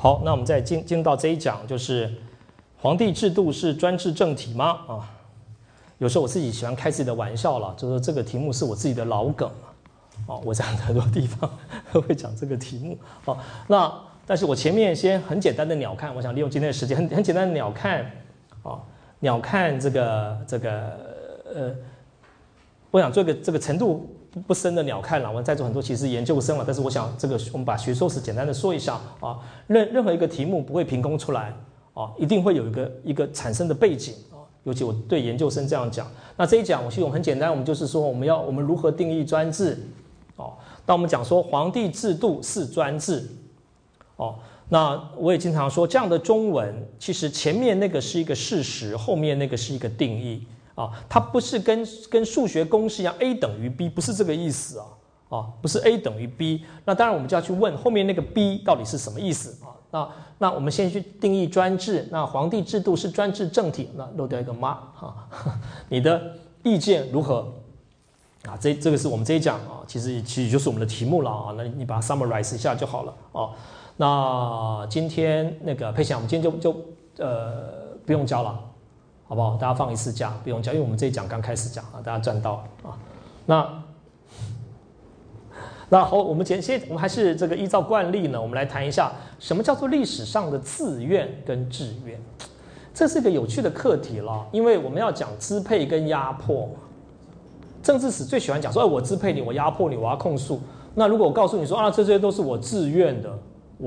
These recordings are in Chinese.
好，那我们再进入到这一讲，就是皇帝制度是专制政体吗？啊，有时候我自己喜欢开自己的玩笑了，就是这个题目是我自己的老梗哦，我在很多地方都会讲这个题目哦。那但是我前面先很简单的鸟看，我想利用今天的时间很简单的鸟看哦，鸟看这个我想做这个程度不深的鸟看了，我在座很多其实研究生了，但是我想这个我们把学说史简单的说一下啊，任何一个题目不会凭空出来啊，一定会有一个产生的背景啊，尤其我对研究生这样讲。那这一讲我希望很简单，我们就是说我们如何定义专制哦。当我们讲说皇帝制度是专制哦，那我也经常说这样的中文其实前面那个是一个事实，后面那个是一个定义。啊，它不是跟数学公式一样 ，a 等于 b， 不是这个意思啊，不是 a 等于 b。那当然我们就要去问后面那个 b 到底是什么意思啊？那我们先去定义专制。那皇帝制度是专制政体，那漏掉一个妈啊，你的意见如何啊？这个是我们这一讲啊，其实就是我们的题目了啊。那你把它 summarize 一下就好了哦。那今天那个佩祥，我们今天就不用教了。好不好？大家放一次假，不用讲，因为我们这一讲刚开始讲啊，大家赚到了啊。那好，我们还是这个依照惯例呢，我们来谈一下什么叫做历史上的自愿跟志愿，这是一个有趣的课题了，因为我们要讲支配跟压迫嘛。政治史最喜欢讲说，我支配你，我压迫你，我要控诉。那如果我告诉你说这些都是我自愿的，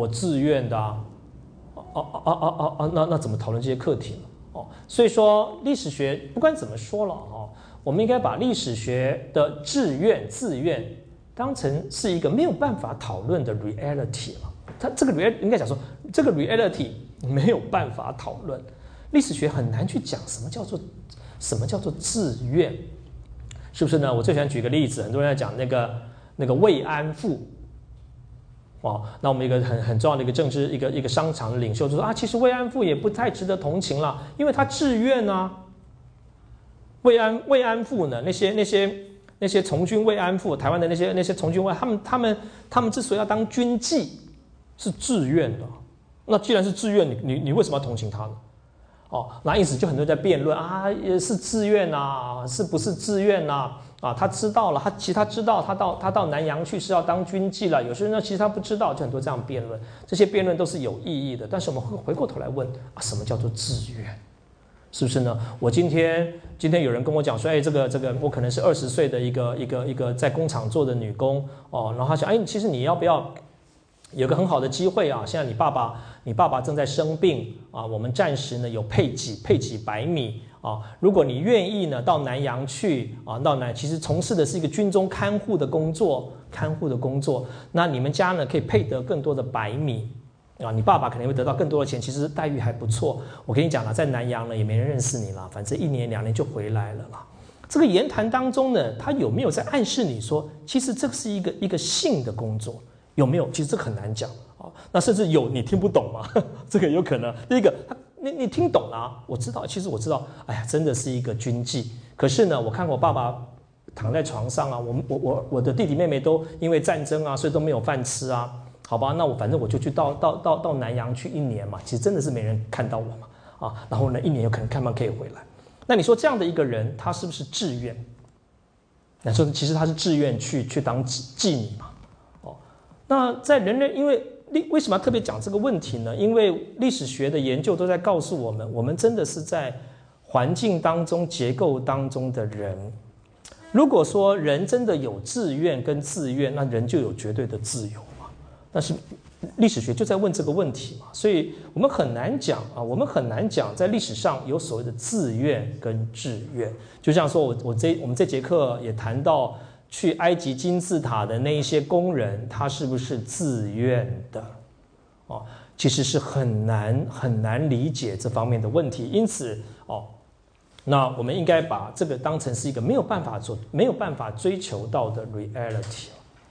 那怎么讨论这些课题呢？所以说历史学不管怎么说了我们应该把历史学的自愿当成是一个没有办法讨论的 reality 了。它这个 应该讲说这个 reality 没有办法讨论，历史学很难去讲什么叫做自愿，是不是呢？我最喜欢举个例子，很多人在讲那个慰安妇。那我们一个很重要的一个政治一个商场的领袖就说其实慰安妇也不太值得同情了，因为他自愿啊。慰安妇呢，那些从军慰安妇，台湾的那些从军慰，他们之所以要当军妓，是自愿的。那既然是自愿，你为什么要同情他呢？那因此就很多人在辩论也是自愿啊，是不是自愿啊？他知道了，其实他知道，他到南洋去是要当军妓了。有些人呢，其实他不知道，就很多这样辩论。这些辩论都是有意义的，但是我们会回过头来问什么叫做自愿？是不是呢？我今天有人跟我讲说，这个我可能是20岁的一个在工厂做的女工然后他想，其实你要不要有个很好的机会啊？现在你爸爸正在生病我们暂时呢有配给白米如果你愿意呢到南洋去其实从事的是一个军中看护的工作，那你们家呢可以配得更多的白米你爸爸可能会得到更多的钱，其实待遇还不错。我跟你讲了，在南洋呢也没人认识你了，反正1年2年就回来了啦。这个言谈当中呢，他有没有在暗示你说，其实这是一个性的工作？有没有？其实这个很难讲那甚至有你听不懂吗？这个有可能。第一个，你听懂了我知道，其实我知道，真的是一个军妓。可是呢，我看我爸爸躺在床上我的弟弟妹妹都因为战争所以都没有饭吃好吧，那反正我就去到南洋去1年嘛，其实真的是没人看到我嘛然后呢1年有可能看可以回来。那你说这样的一个人，他是不是自愿？那说其实他是自愿去当妓女嘛？那在人类，因为为什么要特别讲这个问题呢？因为历史学的研究都在告诉我们，我们真的是在环境当中、结构当中的人。如果说人真的有自愿跟自愿，那人就有绝对的自由嘛。但是历史学就在问这个问题嘛，所以我们很难讲在历史上有所谓的自愿跟志愿。就像说我们这节课也谈到去埃及金字塔的那一些工人，他是不是自愿的其实是很难理解这方面的问题。因此那我们应该把这个当成是一个没有办法追求到的 reality。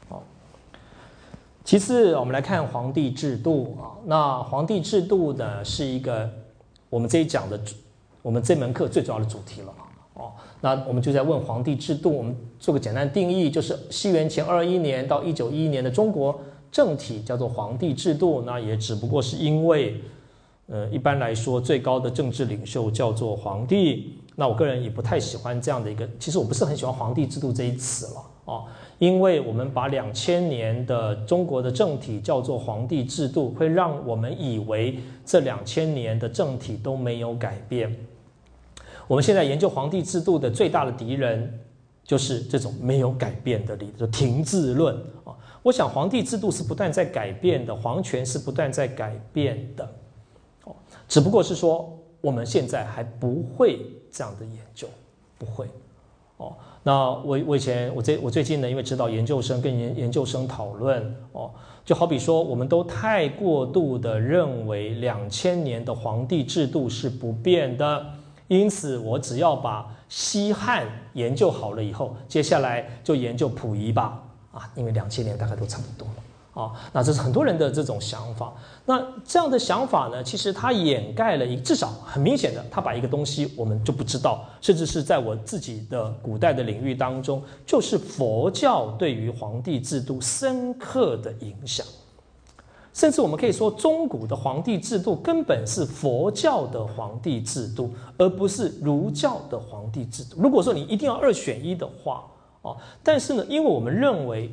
其次，我们来看皇帝制度那皇帝制度呢，是一个我们这门课最主要的主题了那我们就在问皇帝制度，我们做个简单定义，就是西元前21年到1911年的中国政体叫做皇帝制度，那也只不过是因为，一般来说最高的政治领袖叫做皇帝。那我个人也不太喜欢这样的一个，其实我不是很喜欢皇帝制度这一词了啊，因为我们把2000年的中国的政体叫做皇帝制度，会让我们以为这2000年的政体都没有改变。我们现在研究皇帝制度的最大的敌人，就是这种没有改变的理论，停滞论啊。我想皇帝制度是不断在改变的，皇权是不断在改变的，只不过是说我们现在还不会这样的研究，不会哦。那我最近呢，因为指导研究生跟研究生讨论哦，就好比说我们都太过度的认为2000年的皇帝制度是不变的。因此，我只要把西汉研究好了以后，接下来就研究溥仪吧，啊，因为2000年大概都差不多了啊。那这是很多人的这种想法。那这样的想法呢，其实它掩盖了至少很明显的，它把一个东西我们就不知道，甚至是在我自己的古代的领域当中，就是佛教对于皇帝制度深刻的影响。甚至我们可以说，中古的皇帝制度根本是佛教的皇帝制度，而不是儒教的皇帝制度。如果说你一定要2选1的话，但是呢，因为我们认为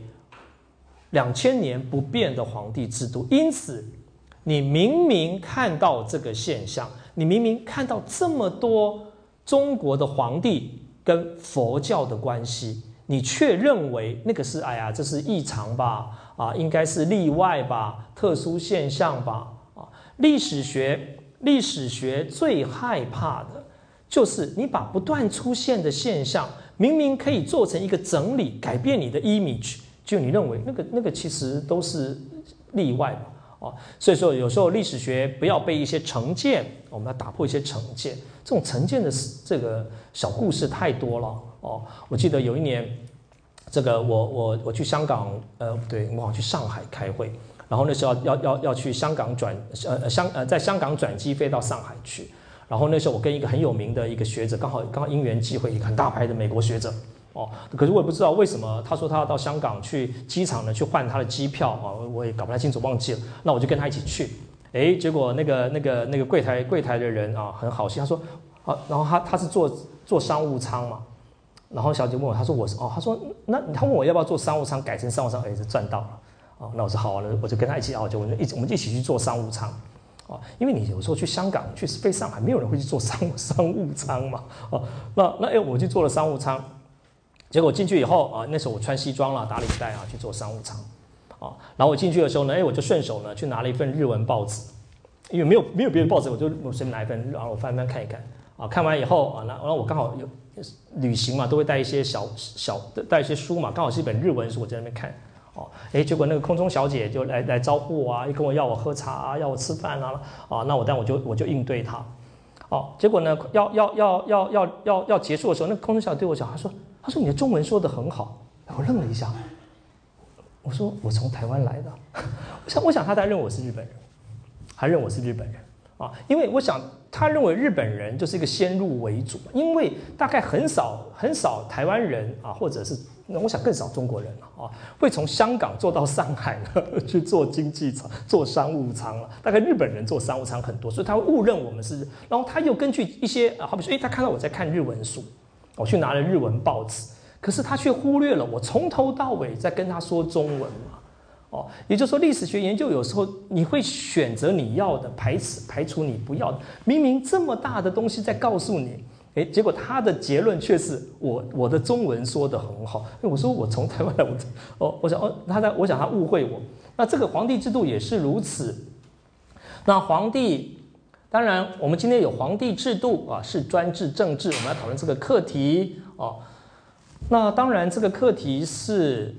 2000年不变的皇帝制度，因此你明明看到这个现象，你明明看到这么多中国的皇帝跟佛教的关系，你却认为那个是这是异常吧？应该是例外吧，特殊现象吧。历史学最害怕的就是你把不断出现的现象，明明可以做成一个整理，改变你的 image， 就你认为那个其实都是例外吧。所以说有时候历史学不要被一些成见，我们要打破一些成见。这种成见的这个小故事太多了我记得有一年。这个我去香港，对，我好像去上海开会，然后那时候要去香港在香港转机飞到上海去，然后那时候我跟一个很有名的一个学者，刚好因缘际会，一个很大牌的美国学者可是我也不知道为什么，他说他要到香港去机场呢去换他的机票我也搞不太清楚，忘记了，那我就跟他一起去，结果那个柜台的人很好心，他说然后他是坐商务舱嘛。然后小姐问我，他说他说他问我要不要做商务舱，改成商务舱，是赚到了那我说好我就跟他一起我们一起去做商务舱因为你有时候去香港去飞上海，没有人会去做商务舱嘛那我去做了商务舱，结果进去以后那时候我穿西装了，打领带去做商务舱然后我进去的时候呢，我就顺手呢去拿了一份日文报纸，因为没有别的报纸，我随便拿一份，然后我翻看一看看完以后然后我刚好有旅行嘛，都会带一些带一些书嘛，刚好是一本日文书，我在那边看结果那个空中小姐就来招呼我跟我要我喝茶要我吃饭那我就应对她结果呢要结束的时候，那个空中小姐对我讲，她说你的中文说得很好，我愣了一下，我说我从台湾来的，我想她认为我是日本人，她认为我是日本人因为我想他认为日本人就是一个先入为主，因为大概很少台湾人或者是我想更少中国人会从香港坐到上海去做经济舱、做商务舱了。大概日本人做商务舱很多，所以他会误认我们是。然后他又根据一些好比说，他看到我在看日文书，我去拿了日文报纸，可是他却忽略了我从头到尾在跟他说中文嘛。也就是说，历史学研究有时候你会选择你要的，排除你不要的。明明这么大的东西在告诉你，结果他的结论却是我的中文说得很好。我说我从台湾来，我想他误会我。那这个皇帝制度也是如此。那皇帝，当然我们今天有皇帝制度是专制政治，我们要讨论这个课题那当然这个课题是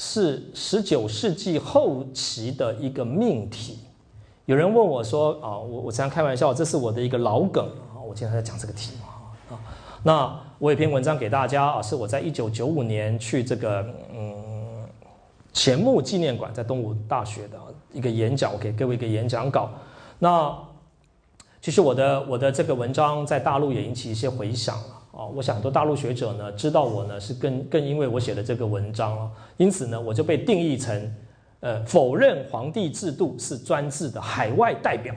19世纪后期的一个命题。有人问我说我常常开玩笑，这是我的一个老梗我经常在讲这个题目那我有篇文章给大家是我在1995年去这个钱穆纪念馆，在东吴大学的一个演讲，我给各位一个演讲稿。那其实我的这个文章在大陆也引起一些回响了我想很多大陆学者呢知道我呢是更因为我写的这个文章因此呢我就被定义成否认皇帝制度是专制的海外代表，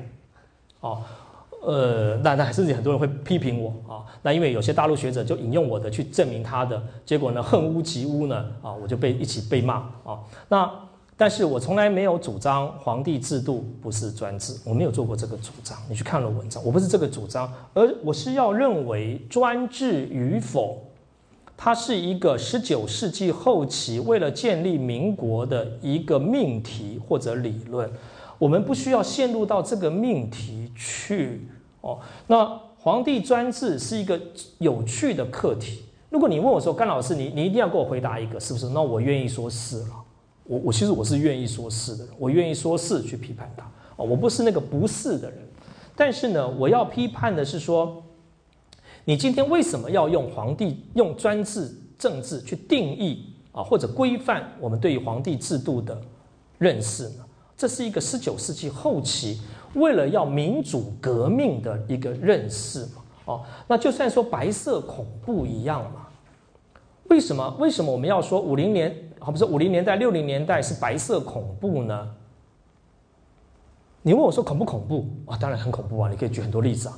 那甚至很多人会批评我那因为有些大陆学者就引用我的去证明他的，结果呢恨屋及乌呢我就一起被骂但是我从来没有主张皇帝制度不是专制，我没有做过这个主张。你去看了文章，我不是这个主张，而我是要认为专制与否，它是一个19世纪后期为了建立民国的一个命题或者理论，我们不需要陷入到这个命题去那皇帝专制是一个有趣的课题。如果你问我说，甘老师，你一定要给我回答一个，是不是？那我愿意说是了。其实我是愿意说是的人，我愿意说是去批判他我不是那个不是的人。但是呢，我要批判的是说，你今天为什么要用专制政治去定义或者规范我们对于皇帝制度的认识呢？这是一个19世纪后期为了要民主革命的一个认识嘛那就算说白色恐怖一样嘛。为什么我们要说50年代、60年代是白色恐怖呢？你问我说恐不恐怖当然很恐怖你可以举很多例子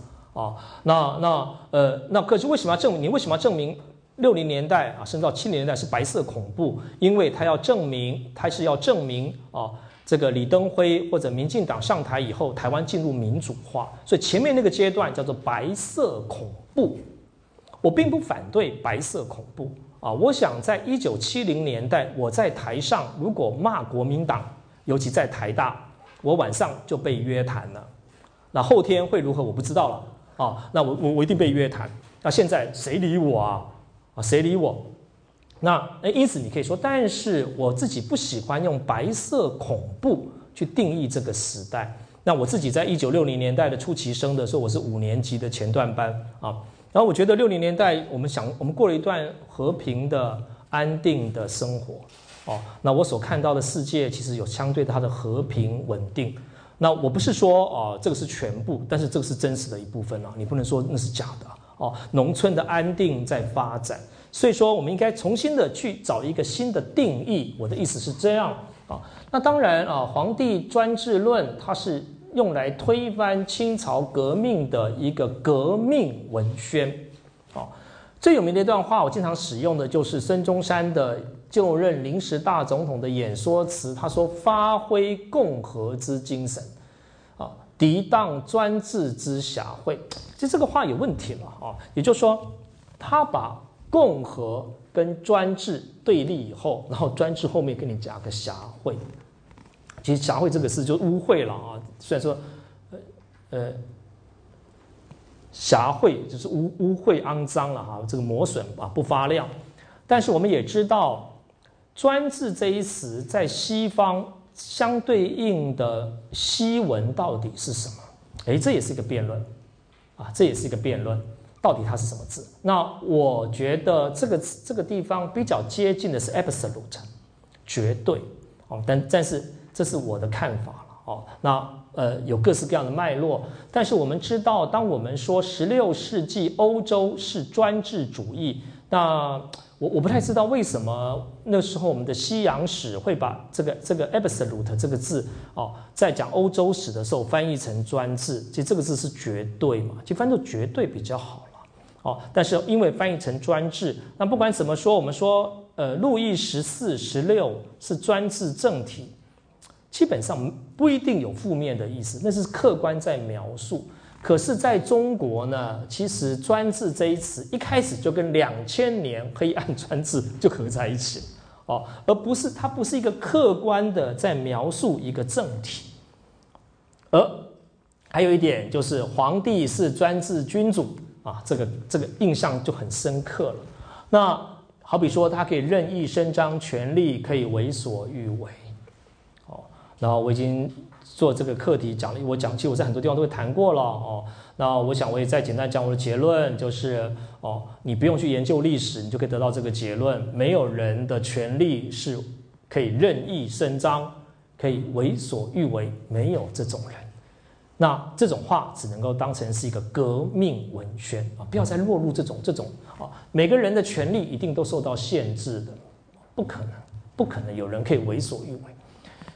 那可是为什么要证明60年代甚至到70年代是白色恐怖？因为他是要证明这个李登辉或者民进党上台以后，台湾进入民主化，所以前面那个阶段叫做白色恐怖。我并不反对白色恐怖我想在1970年代，我在台上如果骂国民党，尤其在台大，我晚上就被约谈了。那后天会如何我不知道了那我一定被约谈。那现在谁理我谁理我？那因此你可以说，但是我自己不喜欢用白色恐怖去定义这个时代。那我自己在1960年代的初期生的时候，我是5年级的前段班然后我觉得60年代我们过了一段和平的安定的生活那我所看到的世界其实有相对它的和平稳定。那我不是说这个是全部，但是这个是真实的一部分你不能说那是假的农村的安定在发展，所以说我们应该重新的去找一个新的定义。我的意思是这样那当然皇帝专制论它是用来推翻清朝革命的一个革命文宣最有名的一段话，我经常使用的就是孙中山的就任临时大总统的演说词。他说：“发挥共和之精神，抵挡专制之狭隘。”其实这个话有问题了也就是说，他把共和跟专制对立以后，然后专制后面给你加个狭隘。其实狭隘这个字就污秽了虽然说狭隘就是污秽肮脏了这个磨损不发亮。但是我们也知道，专制这一词在西方相对应的西文到底是什么？这也是一个辩论这也是一个辩论，到底它是什么字？那我觉得这个地方比较接近的是 absolute 绝对但是这是我的看法了那有各式各样的脉络，但是我们知道，当我们说16世纪欧洲是专制主义，那我不太知道为什么那时候我们的西洋史会把这个 absolute 这个字在讲欧洲史的时候翻译成专制。其实这个字是绝对嘛，其实翻作绝对比较好了但是因为翻译成专制，那不管怎么说，我们说路易14、16是专制政体，基本上不一定有负面的意思，那是客观在描述。可是在中国呢，其实专制这一词一开始就跟2000年黑暗专制就合在一起而不是它不是一个客观的在描述一个政体。而还有一点就是皇帝是专制君主这个印象就很深刻了。那好比说他可以任意伸张权力，可以为所欲为然后我已经做这个课题其实我在很多地方都会谈过了那我想我也再简单讲我的结论，就是你不用去研究历史，你就可以得到这个结论：没有人的权利是可以任意伸张，可以为所欲为，没有这种人。那这种话只能够当成是一个革命文宣不要再落入这种每个人的权利一定都受到限制的，不可能有人可以为所欲为。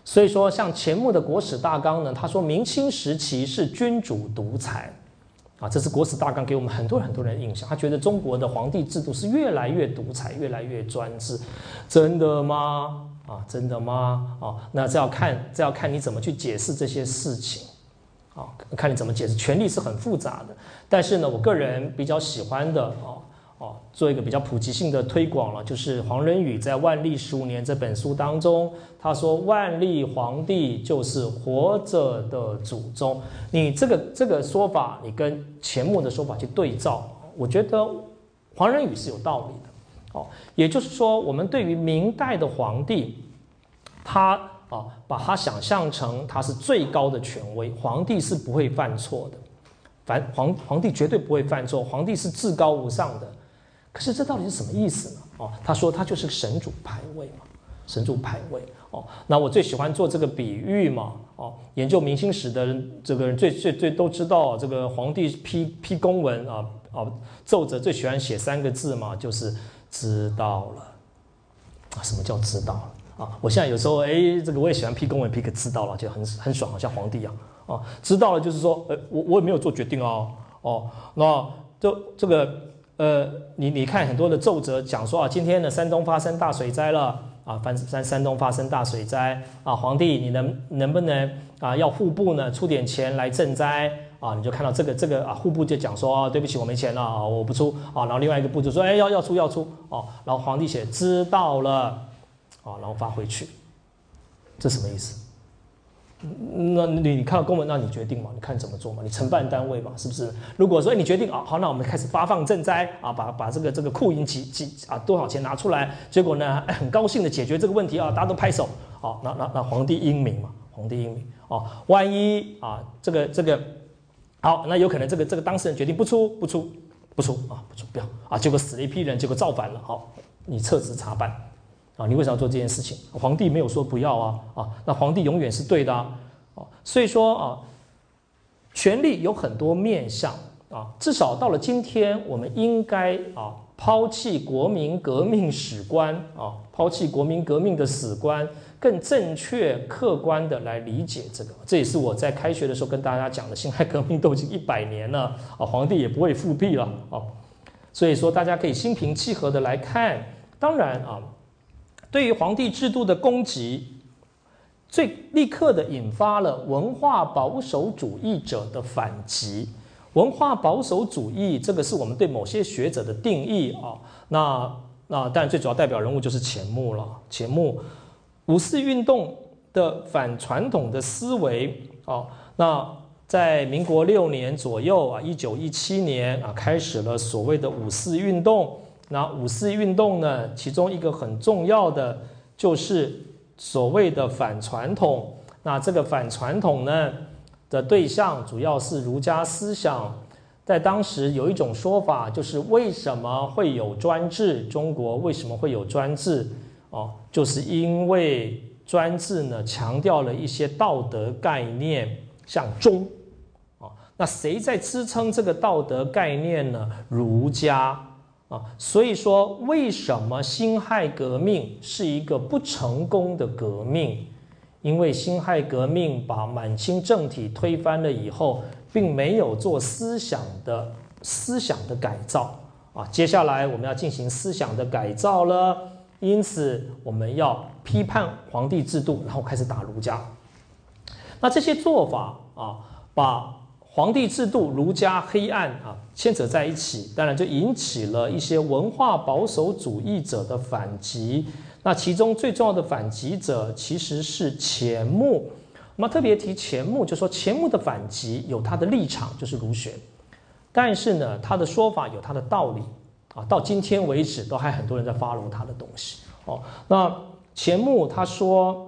所以说，像钱穆的国史大纲呢，他说明清时期是君主独裁。这是国史大纲给我们很多人的印象。他觉得中国的皇帝制度是越来越独裁，越来越专制。真的吗？真的吗？那这要看你怎么去解释这些事情。看你怎么解释。权力是很复杂的，但是呢，我个人比较喜欢的做一个比较普及性的推广了，就是黄仁宇在《万历15年》这本书当中，他说万历皇帝就是活着的祖宗。你这个说法，你跟钱穆的说法去对照，我觉得黄仁宇是有道理的。也就是说，我们对于明代的皇帝，他把他想象成他是最高的权威，皇帝是不会犯错的，皇帝绝对不会犯错，皇帝是至高无上的。可是这到底是什么意思呢？他说他就是神主牌位嘛，神主牌位。那我最喜欢做这个比喻嘛。研究明清史的人，这个人最都知道，这个皇帝批公文奏折最喜欢写3个字嘛，就是知道了。什么叫知道了？我现在有时候这个我也喜欢批公文，批个知道了就很爽，像皇帝一样。知道了就是说，我也没有做决定那这个。你看很多的奏折讲说今天呢山东发生大水灾了山东发生大水灾皇帝你能不能要户部呢出点钱来赈灾你就看到这个户部就讲说对不起我没钱了我不出然后另外一个部就说要出然后皇帝写知道了然后发回去，这什么意思？那你看到公文，那你决定嘛？你看怎么做嘛？你承办单位嘛，是不是？如果说你决定好，那我们开始发放赈灾把这个库银多少钱拿出来，结果呢，很高兴的解决这个问题大家都拍手那皇帝英明嘛，皇帝英明万一这个好，那有可能这个当事人决定不出不要结果死了一批人，结果造反了，好，你撤职查办。你为什么要做这件事情？皇帝没有说不要那皇帝永远是对的所以说权力有很多面向至少到了今天，我们应该抛弃国民革命史观抛弃国民革命的史观，更正确客观的来理解这个。这也是我在开学的时候跟大家讲的，辛亥革命都已经100年了皇帝也不会复辟了所以说大家可以心平气和的来看。当然对于皇帝制度的攻击，立刻的引发了文化保守主义者的反击。文化保守主义这个是我们对某些学者的定义那当然最主要代表人物就是钱穆了。钱穆五四运动的反传统的思维那在民国6年左右1917年开始了所谓的五四运动。那五四运动呢，其中一个很重要的就是所谓的反传统。那这个反传统呢的对象主要是儒家思想。在当时有一种说法，就是为什么会有专制？中国为什么会有专制？就是因为专制呢强调了一些道德概念，像忠那谁在支撑这个道德概念呢？儒家。所以说为什么辛亥革命是一个不成功的革命？因为辛亥革命把满清政体推翻了以后，并没有做思想的改造接下来我们要进行思想的改造了，因此我们要批判皇帝制度，然后开始打儒家。那这些做法把皇帝制度、儒家黑暗牵扯在一起，当然就引起了一些文化保守主义者的反击。那其中最重要的反击者其实是钱穆。我们特别提钱穆，就说钱穆的反击有他的立场，就是儒学，但是呢，他的说法有他的道理到今天为止都还很多人在follow他的东西那钱穆他说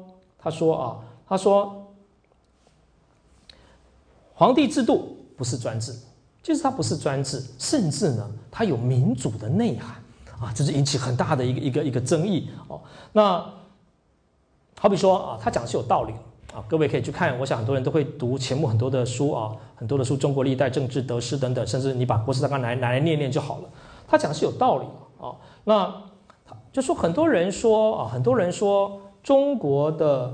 皇帝制度不是专制，就是它不是专制，甚至呢，它有民主的内涵这是引起很大的一个争议那好比说他讲的是有道理各位可以去看，我想很多人都会读钱穆很多的书很多的书，中国历代政治得失等等，甚至你把国史大纲拿来念就好了。他讲的是有道理那就说很多人说中国的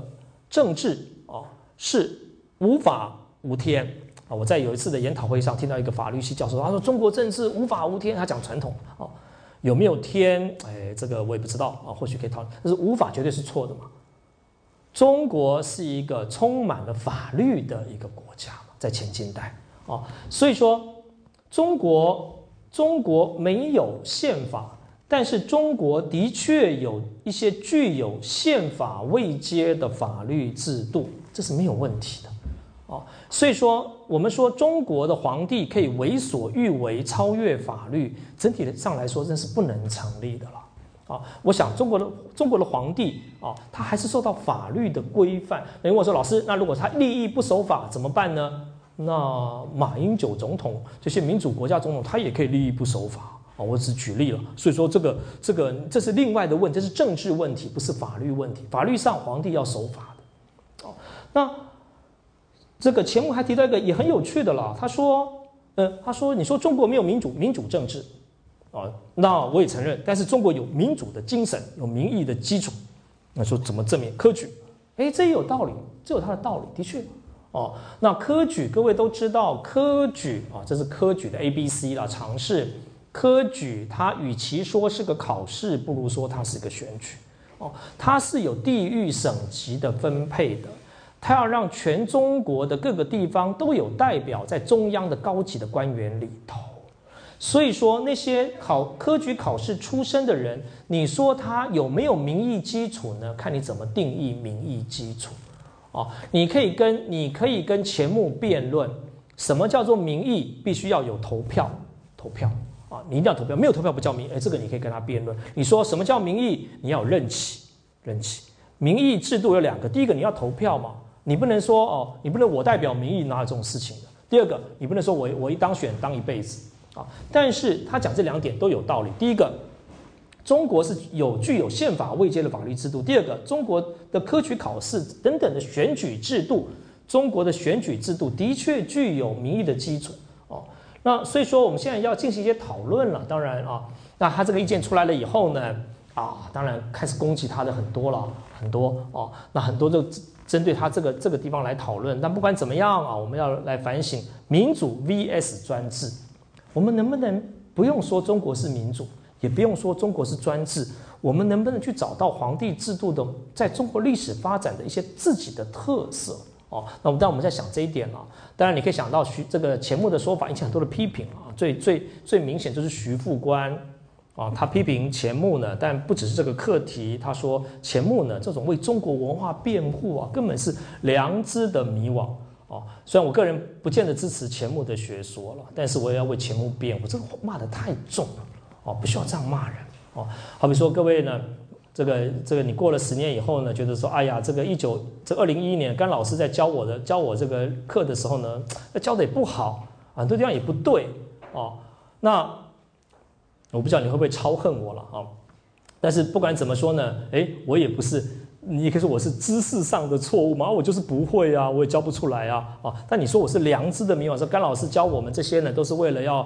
政治是无法无天啊。我在有一次的研讨会上听到一个法律系教授，他说中国政治无法无天，他讲传统有没有天？这个我也不知道啊，或许可以讨论。但是无法绝对是错的嘛。中国是一个充满了法律的一个国家嘛，在前近代所以说中国没有宪法，但是中国的确有一些具有宪法位阶的法律制度，这是没有问题的所以说，我们说中国的皇帝可以为所欲为，超越法律，整体上来说，真是不能成立的了我想中国的皇帝他还是受到法律的规范。那如果说老师，那如果他立意不守法怎么办呢？那马英九总统这些民主国家总统，他也可以立意不守法我只举例了。所以说这是另外的问题，这是政治问题，不是法律问题。法律上皇帝要守法的那这个钱穆还提到一个也很有趣的啦，他说你说中国没有民主政治那我也承认，但是中国有民主的精神，有民意的基础。那说怎么证明？科举，这也有道理，这有它的道理，的确那科举各位都知道，科举这是科举的 ABC 啦，常识。科举它与其说是个考试，不如说它是个选举它是有地域省级的分配的。他要让全中国的各个地方都有代表在中央的高级的官员里头，所以说那些科举考试出身的人，你说他有没有民意基础呢？看你怎么定义民意基础你可以跟钱穆辩论，什么叫做民意？必须要有投票你一定要投票，没有投票不叫民意。这个你可以跟他辩论。你说什么叫民意？你要有任期。民意制度有两个，第一个你要投票嘛。你不能说你不能我代表民意，哪有这种事情的？第二个，你不能说我一当选当一辈子但是他讲这两点都有道理。第一个，中国是具有宪法位阶的法律制度；第二个，中国的科举考试等等的选举制度，中国的选举制度的确具有民意的基础那所以说我们现在要进行一些讨论了。当然那他这个意见出来了以后呢当然开始攻击他的很多那很多就针对他这个地方来讨论。但不管怎么样我们要来反省民主 vs 专制。我们能不能不用说中国是民主，也不用说中国是专制，我们能不能去找到皇帝制度的在中国历史发展的一些自己的特色那我们在想这一点当然你可以想到这个钱穆的说法引起很多的批评最明显就是徐副官他批评钱穆呢，但不只是这个课题。他说钱穆呢，这种为中国文化辩护根本是良知的迷惘虽然我个人不见得支持钱穆的学说了，但是我也要为钱穆辩护。这个骂得太重了不需要这样骂人好比说各位呢，这个你过了10年以后呢，觉得说哎呀，这2011年甘老师在教我这个课的时候呢，教的也不好很多地方也不对那我不知道你会不会超恨我了但是不管怎么说呢，我也不是，你也可以说我是知识上的错误嘛，我就是不会我也教不出来但你说我是良知的迷惘，说甘老师教我们这些呢，都是为了要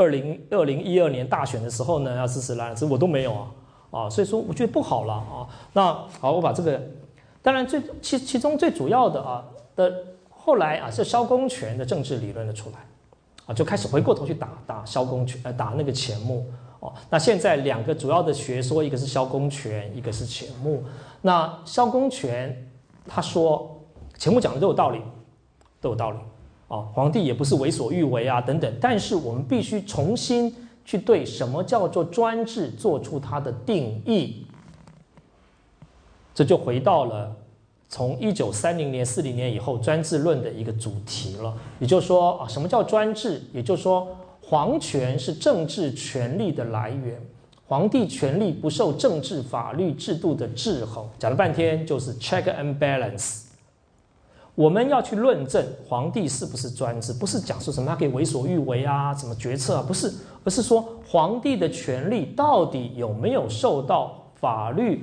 2012年大选的时候呢要支持蓝老师，我都没有所以说我觉得不好了那好，我把这个，当然其中最主要的后来是萧公权的政治理论的出来就开始回过头去打萧公权，打那个钱穆那现在两个主要的学说，一个是萧公权，一个是钱穆。那萧公权他说钱穆讲的都有道理皇帝也不是为所欲为等等，但是我们必须重新去对什么叫做专制做出它的定义。这就回到了从1930年、40年以后专制论的一个主题了。也就是说什么叫专制？也就是说皇权是政治权力的来源，皇帝权力不受政治法律制度的制衡。讲了半天就是 check and balance。我们要去论证皇帝是不是专制，不是讲说什么他可以为所欲为什么决策不是，而是说皇帝的权力到底有没有受到法律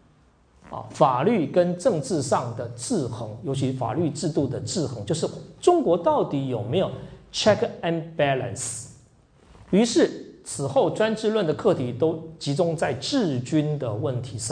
跟政治上的制衡，尤其法律制度的制衡，就是中国到底有没有 check and balance。于是此后专制论的课题都集中在治军的问题上。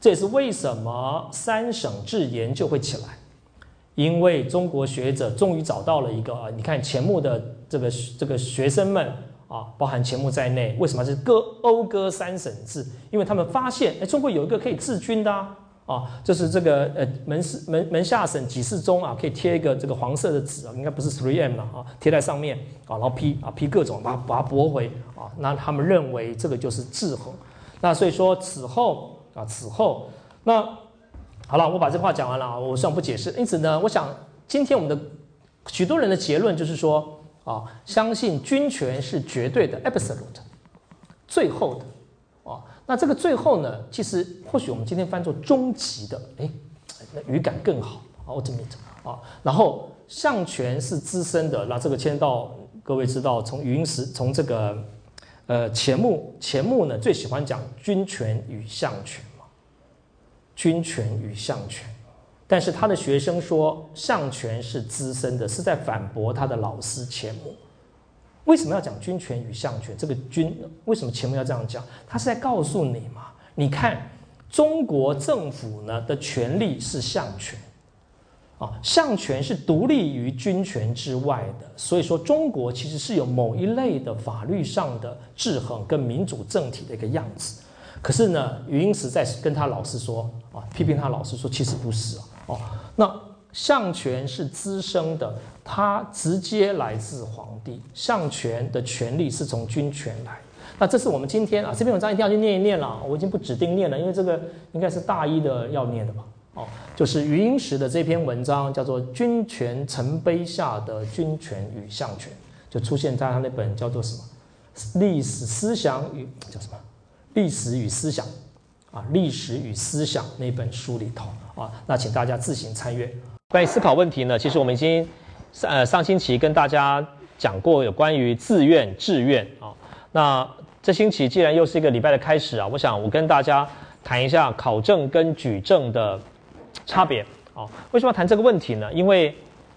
这也是为什么三省制研究会起来，因为中国学者终于找到了一个你看钱穆的这个学生们包含钱穆在内，为什么是讴歌三省制？因为他们发现，中国有一个可以治军的就是这个门下省几事中可以贴一个这个黄色的纸应该不是 3M 了贴在上面然后批各种把它驳回那他们认为这个就是制衡。那所以说此后那好了，我把这话讲完了我想不解释。因此呢，我想今天我们的许多人的结论就是说相信军权是绝对的 absolute 最后的那这个最后呢，其实或许我们今天翻作终极的，那语感更好ultimate然后相权是资深的，那这个牵到各位知道，从语音时从这个钱穆呢最喜欢讲军权与相权嘛，军权与相权，但是他的学生说相权是资深的，是在反驳他的老师钱穆。为什么要讲军权与相权？这个为什么钱穆要这样讲？他是在告诉你嘛，你看中国政府呢的权力是相权相权是独立于军权之外的，所以说中国其实是有某一类的法律上的制衡跟民主政体的一个样子。可是呢，余英时在跟他老师说批评他老师说其实不是那相权是滋生的，它直接来自皇帝，相权的权力是从军权来。那这是我们今天这篇文章一定要去念一念了，我已经不指定念了，因为这个应该是大一的要念的吧就是余英时的这篇文章叫做《君权臣卑下的军权与相权》，就出现在他那本叫做什么历史思想与叫什么历史与思想历史与思想那本书里头那请大家自行参阅。关于思考问题呢，其实我们已经上星期跟大家讲过有关于自愿志愿那这星期既然又是一个礼拜的开始我想我跟大家谈一下考证跟举证的差别为什么要谈这个问题呢？因为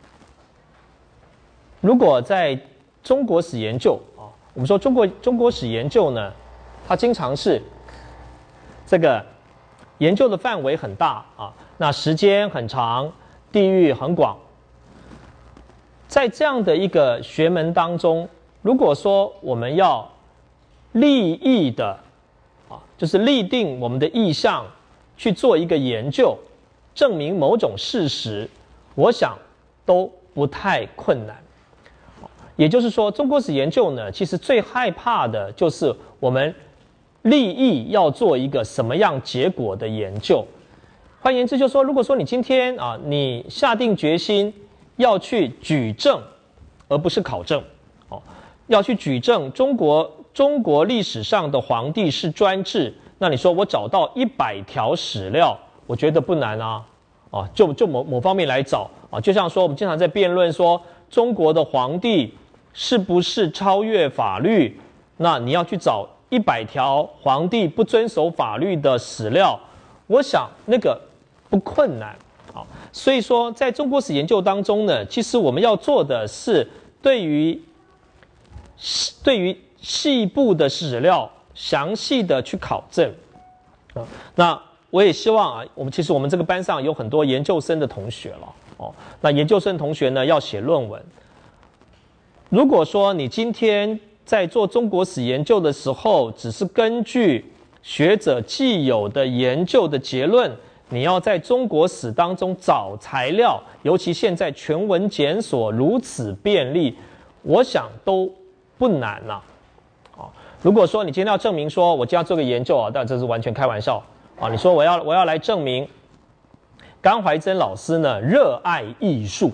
如果在中国史研究我们说中国史研究呢，它经常是这个研究的范围很大那时间很长，地域很广。在这样的一个学门当中，如果说我们要立意的就是立定我们的意向去做一个研究，证明某种事实，我想都不太困难。也就是说，中国史研究呢，其实最害怕的就是我们立意要做一个什么样结果的研究。换言之，就是说，如果说你今天你下定决心要去举证，而不是考证要去举证中国历史上的皇帝是专制，那你说我找到100条史料，我觉得不难就某方面来找就像说我们经常在辩论说中国的皇帝是不是超越法律，那你要去找100条皇帝不遵守法律的史料，我想那个不困难所以说在中国史研究当中呢，其实我们要做的是对于细部的史料详细的去考证那我也希望其实我们这个班上有很多研究生的同学了那研究生同学呢要写论文，如果说你今天在做中国史研究的时候，只是根据学者既有的研究的结论，你要在中国史当中找材料，尤其现在全文检索如此便利，我想都不难如果说你今天要证明说我今天要做个研究但这是完全开玩笑你说我要来证明甘怀真老师呢热爱艺术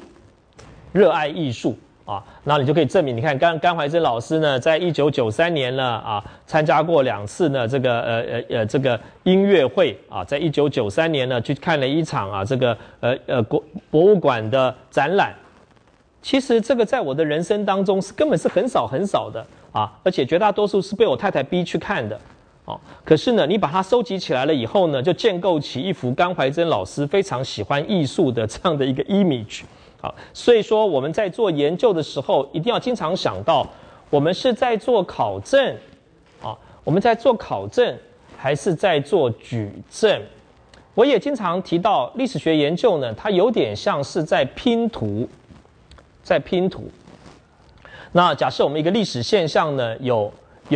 那你就可以证明，你看甘怀真老师呢，在1993年呢参加过2次呢这个音乐会在1993年呢去看了一场这个博物馆的展览。其实这个在我的人生当中根本是很少的而且绝大多数是被我太太逼去看的可是呢，你把它收集起来了以后呢，就建构起一幅甘怀真老师非常喜欢艺术的这样的一个 image。所以说我们在做研究的时候，一定要经常想到，我们是在做考证我们在做考证还是在做举证我也经常提到历史学研究呢，它有点像是在拼图，在拼图。那假设我们一个历史现象呢，有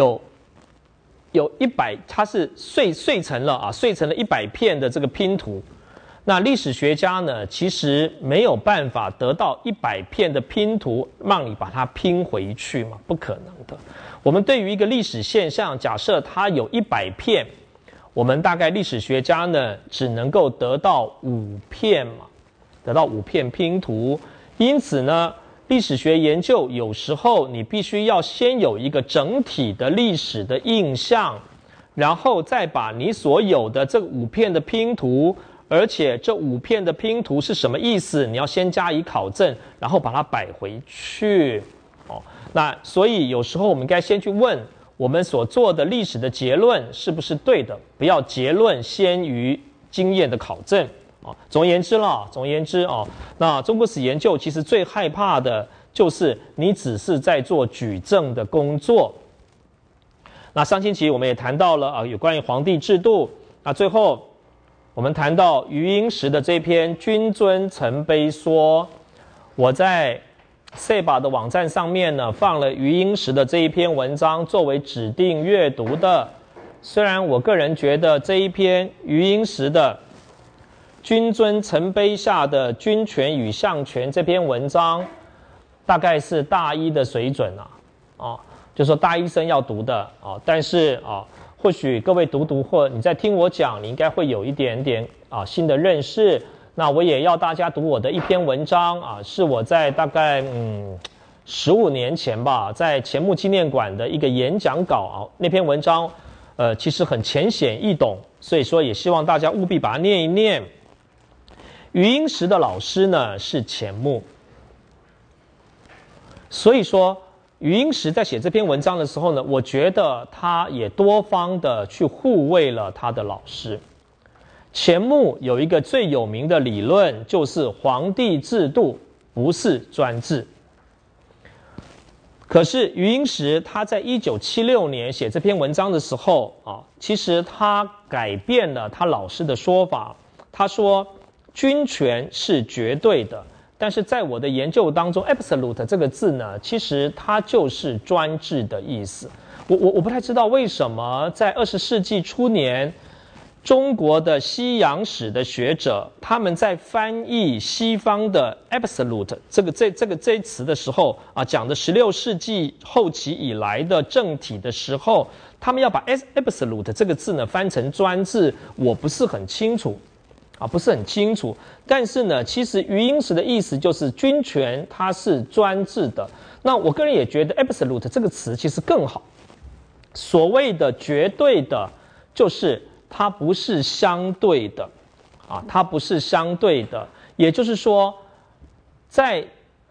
100，它是碎成了100片的这个拼图。那历史学家呢，其实没有办法得到100片的拼图，让你把它拼回去嘛，不可能的。我们对于一个历史现象，假设它有100片，我们大概历史学家呢，只能够得到5片嘛，得到5片拼图。因此呢，历史学研究有时候你必须要先有一个整体的历史的印象，然后再把你所有的这5片的拼图，而且这5片的拼图是什么意思，你要先加以考证，然后把它摆回去。那所以有时候我们该先去问我们所做的历史的结论是不是对的，不要结论先于经验的考证。总而言之，那中国史研究其实最害怕的就是你只是在做举证的工作。那上星期我们也谈到了有关于皇帝制度。那最后我们谈到余英时的这篇《君尊臣卑说》，我在SEBA 的网站上面呢放了余英时的这一篇文章作为指定阅读的。虽然我个人觉得这一篇余英时的君尊臣卑下的君权与相权这篇文章，大概是大一的水准就是说大一生要读的但是或许各位读或你在听我讲，你应该会有一点点新的认识。那我也要大家读我的一篇文章是我在大概15年前吧，在钱穆纪念馆的一个演讲稿那篇文章其实很浅显易懂，所以说也希望大家务必把它念一念。余英时的老师呢是钱穆，所以说余英时在写这篇文章的时候呢，我觉得他也多方的去护卫了他的老师。钱穆有一个最有名的理论，就是皇帝制度不是专制。可是余英时他在1976年写这篇文章的时候其实他改变了他老师的说法。他说君权是绝对的，但是在我的研究当中 absolute 这个字呢，其实它就是专制的意思。我不太知道为什么在20世纪初年，中国的西洋史的学者他们在翻译西方的 absolute 这一词的时候讲的16世纪后期以来的政体的时候，他们要把 absolute 这个字呢翻成专制，我不是很清楚不是很清楚。但是呢，其实余英时的意思就是君权它是专制的。那我个人也觉得 absolute 这个词其实更好。所谓的绝对的，就是它不是相对的它不是相对的。也就是说，在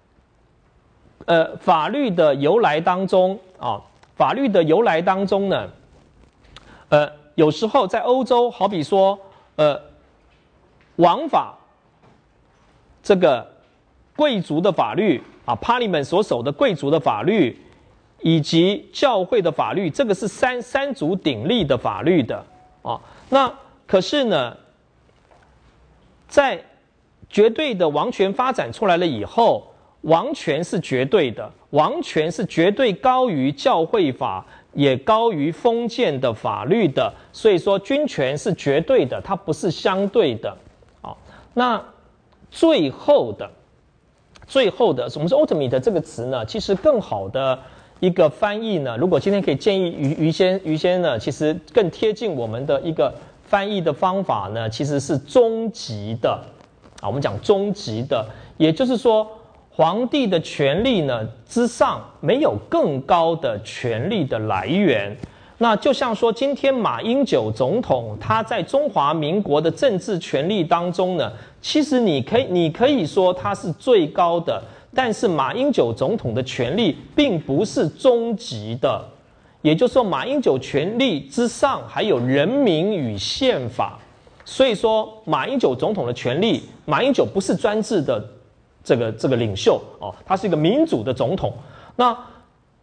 法律的由来当中法律的由来当中呢有时候在欧洲，好比说王法，这个贵族的法律Parliament 所守的贵族的法律，以及教会的法律，这个是三足鼎立的法律的那可是呢，在绝对的王权发展出来了以后，王权是绝对的，王权是绝对高于教会法，也高于封建的法律的。所以说君权是绝对的，它不是相对的那最后的我们说 ultimate 这个词呢，其实更好的一个翻译呢，如果今天可以建议于先呢，其实更贴近我们的一个翻译的方法呢，其实是终极的我们讲终极的，也就是说皇帝的权力呢之上没有更高的权力的来源。那就像说今天马英九总统他在中华民国的政治权力当中呢，其实你可以说他是最高的，但是马英九总统的权力并不是终极的。也就是说马英九权力之上还有人民与宪法。所以说马英九总统的权力，马英九不是专制的这个领袖他是一个民主的总统。那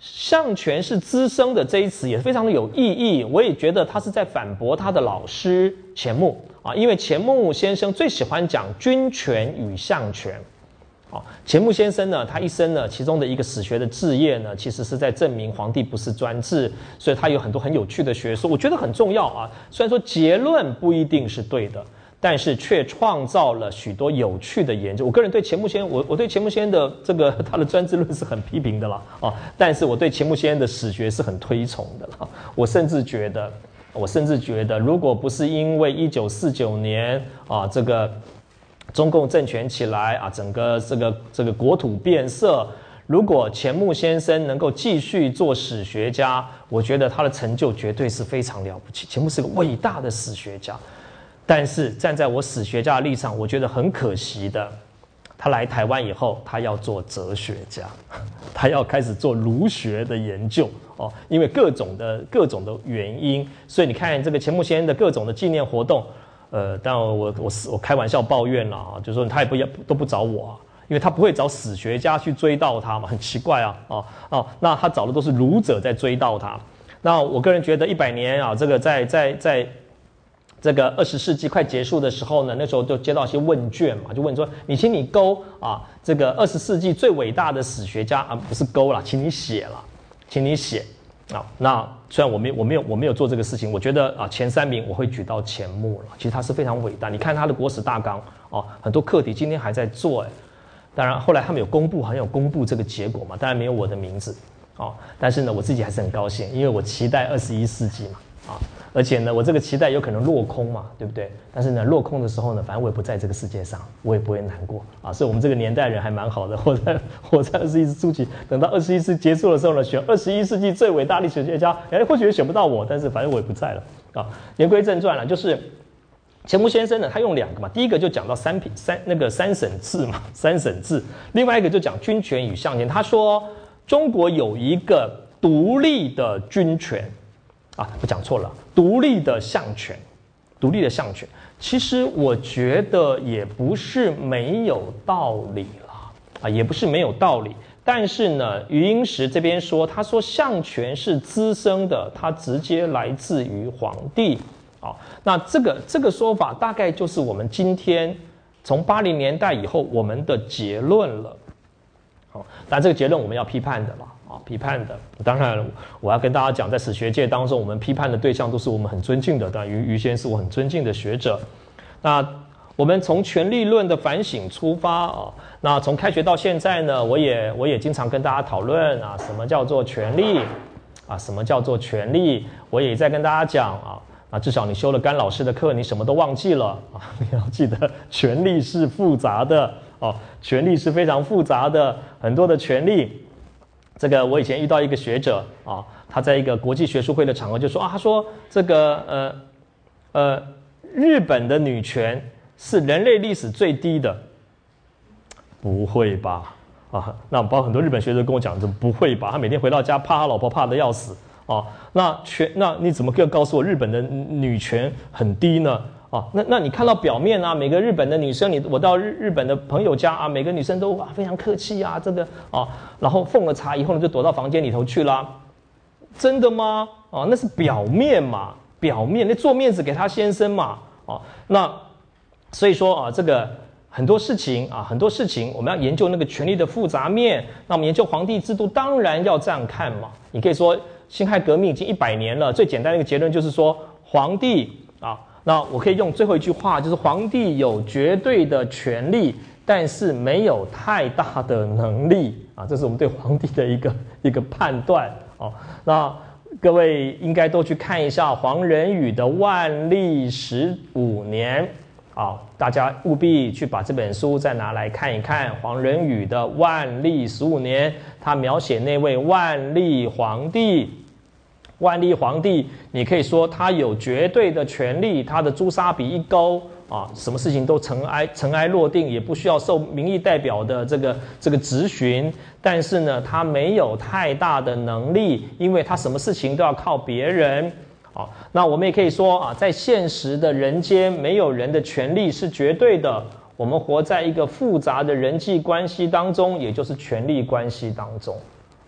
相权是滋生的这一词也非常的有意义，我也觉得他是在反驳他的老师钱穆啊，因为钱穆先生最喜欢讲君权与相权。钱穆先生呢，他一生呢，其中的一个史学的志业呢，其实是在证明皇帝不是专制，所以他有很多很有趣的学说，我觉得很重要啊。虽然说结论不一定是对的，但是却创造了许多有趣的研究。我个人对钱穆先生，我对钱穆先生的这个他的专制论是很批评的啦啊，但是我对钱穆先生的史学是很推崇的啦。我甚至觉得，如果不是因为1949年啊这个中共政权起来啊，整个这个国土变色，如果钱穆先生能够继续做史学家，我觉得他的成就绝对是非常了不起。钱穆是个伟大的史学家，但是站在我史学家的立场，我觉得很可惜的，他来台湾以后，他要做哲学家，他要开始做儒学的研究哦，因为各种的原因，所以你看这个钱穆先生的各种的纪念活动。当然我开玩笑抱怨了啊，就是说他也都不找我啊，因为他不会找史学家去追悼他嘛，很奇怪啊，那他找的都是儒者在追悼他。那我个人觉得100年啊，这个在这个20世纪快结束的时候呢，那时候就接到一些问卷嘛，就问说请你勾啊这个20世纪最伟大的史学家啊，不是勾啦，请你写啊。那虽然我没有做这个事情，我觉得啊前3名我会举到钱穆了。其实他是非常伟大，你看他的国史大纲哦，很多课题今天还在做当然后来他们有公布这个结果嘛，当然没有我的名字哦，但是呢我自己还是很高兴，因为我期待21世纪嘛啊，而且呢我这个期待有可能落空嘛，对不对？但是呢落空的时候呢，反正我也不在这个世界上，我也不会难过啊，所以我们这个年代人还蛮好的，活在21世纪初期，等到21世纪结束的时候呢，选21世纪最伟大历史学家，或许也选不到我，但是反正我也不在了啊。言归正传了，就是钱穆先生呢，他用2个嘛，第一个就讲到三省制嘛，三省制，另外一个就讲君权与相权。他说中国有一个独立的君权啊，我讲错了，独立的相权。其实我觉得也不是没有道理啦，啊，也不是没有道理。但是呢，余英时这边说，他说相权是滋生的，它直接来自于皇帝。那这个说法大概就是我们今天从80年代以后我们的结论了。但这个结论我们要批判的嘛。批判的，当然我要跟大家讲，在史学界当中，我们批判的对象都是我们很尊敬的，当然余先生是我很尊敬的学者。那我们从权力论的反省出发那从开学到现在呢，我也经常跟大家讨论什么叫做权力什么叫做权力，我也在跟大家讲至少你修了甘老师的课，你什么都忘记了你要记得权力是复杂的权力是非常复杂的，很多的权力。这个我以前遇到一个学者他在一个国际学术会的场合就说他说这个日本的女权是人类历史最低的，不会吧那包括很多日本学者跟我讲，不会吧？他每天回到家怕他老婆怕得要死那你怎么可以告诉我日本的女权很低呢？那你看到表面每个日本的女生，我到日本的朋友家每个女生都非常客气这个然后奉了茶以后呢，就躲到房间里头去啦。真的吗？那是表面嘛，表面那做面子给他先生嘛那所以说这个很多事情我们要研究那个权力的复杂面。那我们研究皇帝制度，当然要这样看嘛。你可以说辛亥革命已经100年了，最简单的一个结论就是说皇帝那我可以用最后一句话，就是皇帝有绝对的权力，但是没有太大的能力这是我们对皇帝的一个判断那各位应该都去看一下黄仁宇的《万历15年》大家务必去把这本书再拿来看一看。黄仁宇的《万历15年》，他描写那位万历皇帝。万历皇帝，你可以说他有绝对的权力，他的朱砂笔一勾什么事情都尘埃落定，也不需要受民意代表的这个质询。但是呢，他没有太大的能力，因为他什么事情都要靠别人。那我们也可以说在现实的人间，没有人的权利是绝对的。我们活在一个复杂的人际关系当中，也就是权力关系当中。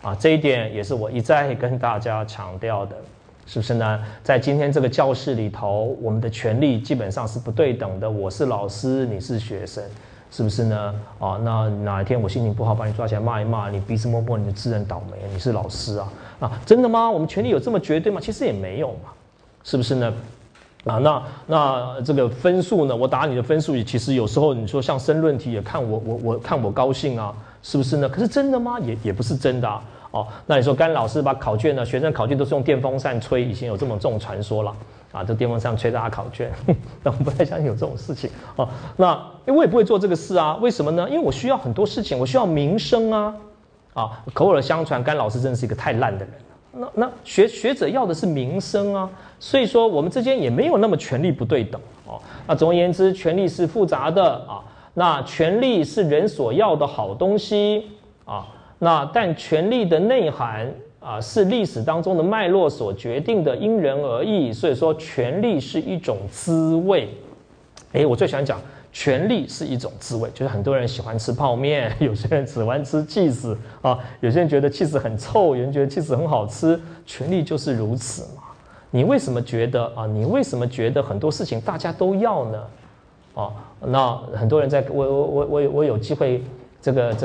啊，这一点也是我一再跟大家强调的，是不是呢？在今天这个教室里头，我们的权利基本上是不对等的，我是老师，你是学生。是不是呢？啊，那哪一天我心情不好，把你抓起来骂一骂，你鼻子摸摸，你就自认倒霉，你是老师啊？啊，真的吗？我们权利有这么绝对吗？其实也没有嘛，是不是呢？啊，那这个分数呢？我打你的分数，其实有时候你说像申论题也看我看我高兴啊，是不是呢？可是真的吗？也不是真的啊。哦，那你说甘老师把考卷呢？学生考卷都是用电风扇吹，以前有这种传说了。啊，这电风扇吹大家考卷，但我不太相信有这种事情啊。那因为我也不会做这个事啊，为什么呢？因为我需要很多事情，我需要名声啊。啊，口耳相传，甘老师真的是一个太烂的人了。那学者要的是名声啊，所以说我们之间也没有那么权力不对等哦。那总而言之，权力是复杂的啊。那权力是人所要的好东西啊。那但权力的内涵。啊，是历史当中的脉络所决定的，因人而异。所以说，权力是一种滋味。我最喜欢讲，权力是一种滋味，就是很多人喜欢吃泡面，有些人喜欢吃cheese啊，有些人觉得cheese很臭，有人觉得cheese很好吃。权力就是如此嘛。你为什么觉得啊？你为什么觉得很多事情大家都要呢？啊，那很多人在我有机会，这个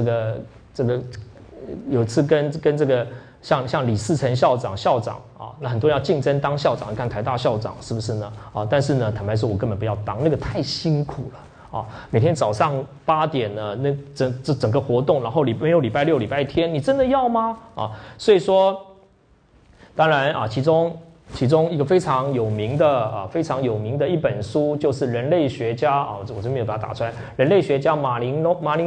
有次跟这个。像李嗣涔校长啊，那很多人要竞争当校长，你看台大校长是不是呢？啊，但是呢，坦白说，我根本不要当，那个太辛苦了啊！每天早上8点呢，那整个活动，然后没有礼拜六、礼拜天，你真的要吗？啊，所以说，当然啊，其中一个非常有名的一本书，就是人类学家啊，我这边有把它打出来，人类学家马林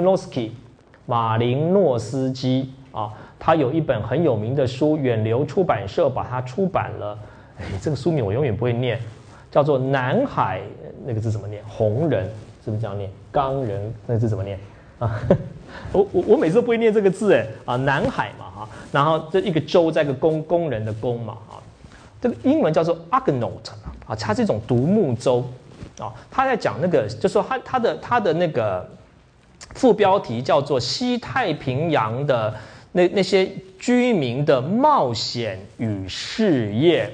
诺斯基啊。他有一本很有名的书，远流出版社把它出版了。这个书名我永远不会念，叫做《南海》，那个字怎么念？红人是不是这样念？冈人那个字怎么念？啊，我每次都不会念这个字啊，南海嘛哈，然后这一个州在一个工人的工嘛啊，这个英文叫做 Argonaut 啊，它是一种独木舟啊，他在讲那个，就说他的那个副标题叫做西太平洋的。那些居民的冒险与事业，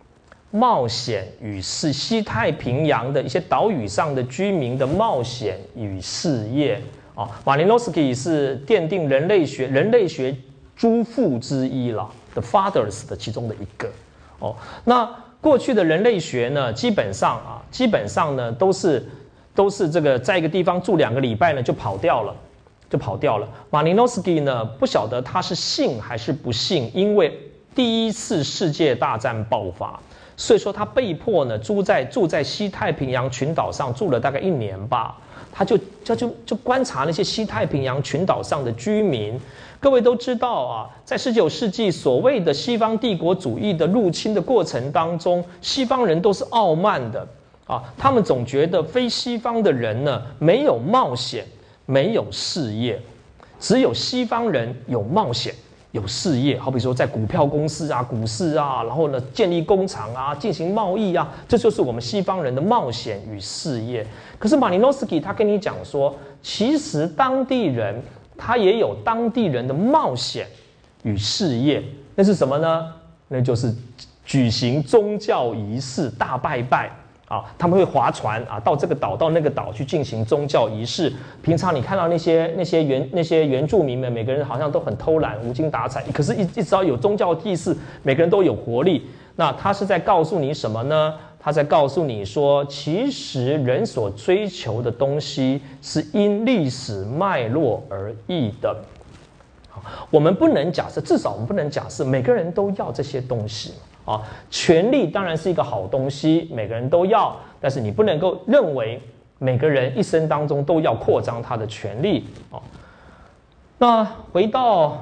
西太平洋的一些岛屿上的居民的冒险与事业啊，马林诺斯基是奠定人类学诸父之一了 ，the fathers 的其中的一个哦。那过去的人类学呢，基本上呢都是这个在一个地方住2个礼拜呢就跑掉了。马林诺斯基呢，不晓得他是信还是不信，因为第1次世界大战爆发，所以说他被迫呢住在西太平洋群岛上住了大概1年吧。他就观察那些西太平洋群岛上的居民。各位都知道啊，在19世纪所谓的西方帝国主义的入侵的过程当中，西方人都是傲慢的啊，他们总觉得非西方的人呢没有冒险。没有事业，只有西方人有冒险、有事业。好比说，在股票公司啊、股市啊，然后呢建立工厂啊、进行贸易啊，这就是我们西方人的冒险与事业。可是马林诺斯基他跟你讲说，其实当地人他也有当地人的冒险与事业，那是什么呢？那就是举行宗教仪式、大拜拜。啊，他们会划船啊，到这个岛到那个岛去进行宗教仪式。平常你看到那些原住民们，每个人好像都很偷懒、无精打采，可是一直到有宗教仪式，每个人都有活力。那他是在告诉你什么呢？他在告诉你说，其实人所追求的东西是因历史脉络而异的。我们不能假设，至少我们不能假设每个人都要这些东西。啊，权力当然是一个好东西，每个人都要，但是你不能够认为每个人一生当中都要扩张他的权利啊。那回到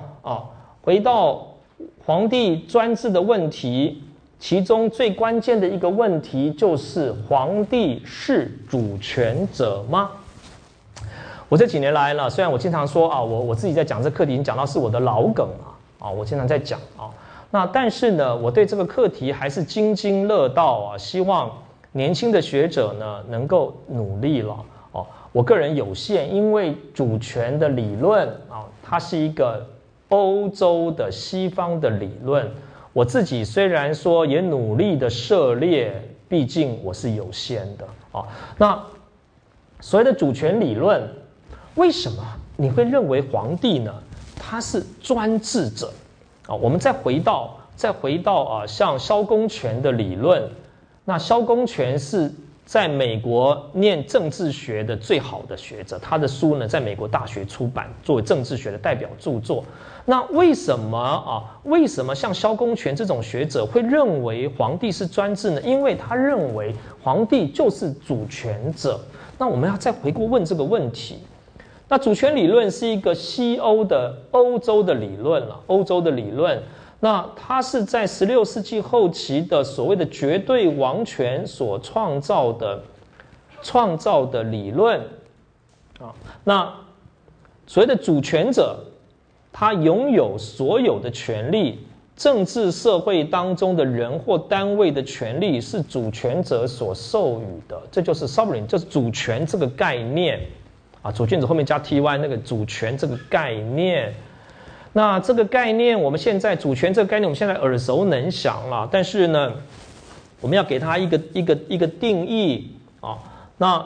皇帝专制的问题，其中最关键的一个问题就是皇帝是主权者吗？我这几年来呢，虽然我经常说啊，我自己在讲这课题，已经讲到是我的老梗啊，我经常在讲啊。那但是呢，我对这个课题还是津津乐道啊，希望年轻的学者呢能够努力了哦。我个人有限，因为主权的理论啊，它是一个欧洲的西方的理论。我自己虽然说也努力的涉猎，毕竟我是有限的啊。那所谓的主权理论，为什么你会认为皇帝呢？他是专制者啊？我们再回到像萧公权的理论，那萧公权是在美国念政治学的最好的学者，他的书呢在美国大学出版，作为政治学的代表著作。那为什么像萧公权这种学者会认为皇帝是专制呢？因为他认为皇帝就是主权者。那我们要再回过问这个问题。那主权理论是一个西欧的欧洲的理论了，欧洲的理论。那它是在16世纪后期的所谓的绝对王权所创造的理论啊。那所谓的主权者，他拥有所有的权利，政治社会当中的人或单位的权利是主权者所授予的，这就是 sovereign， 就是主权这个概念啊。主权者后面加 ty， 那个主权这个概念。那这个概念，我们现在主权这个概念，我们现在耳熟能详了。但是呢，我们要给它一个定义啊，那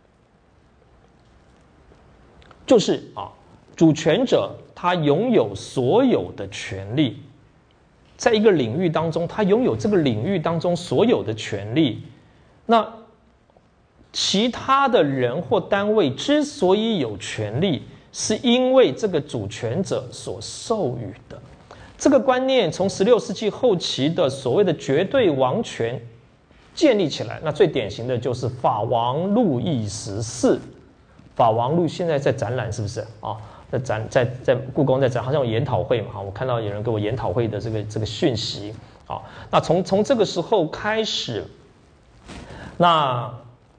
就是主权者他拥有所有的权利，在一个领域当中，他拥有这个领域当中所有的权利。那其他的人或单位之所以有权利，是因为这个主权者所授予的。这个观念从16世纪后期的所谓的绝对王权建立起来。那最典型的就是法王路易14。法王路现在在展览，是不是啊？在故宫在展，好像有研讨会嘛。我看到有人给我研讨会的这个讯息啊。那从这个时候开始，那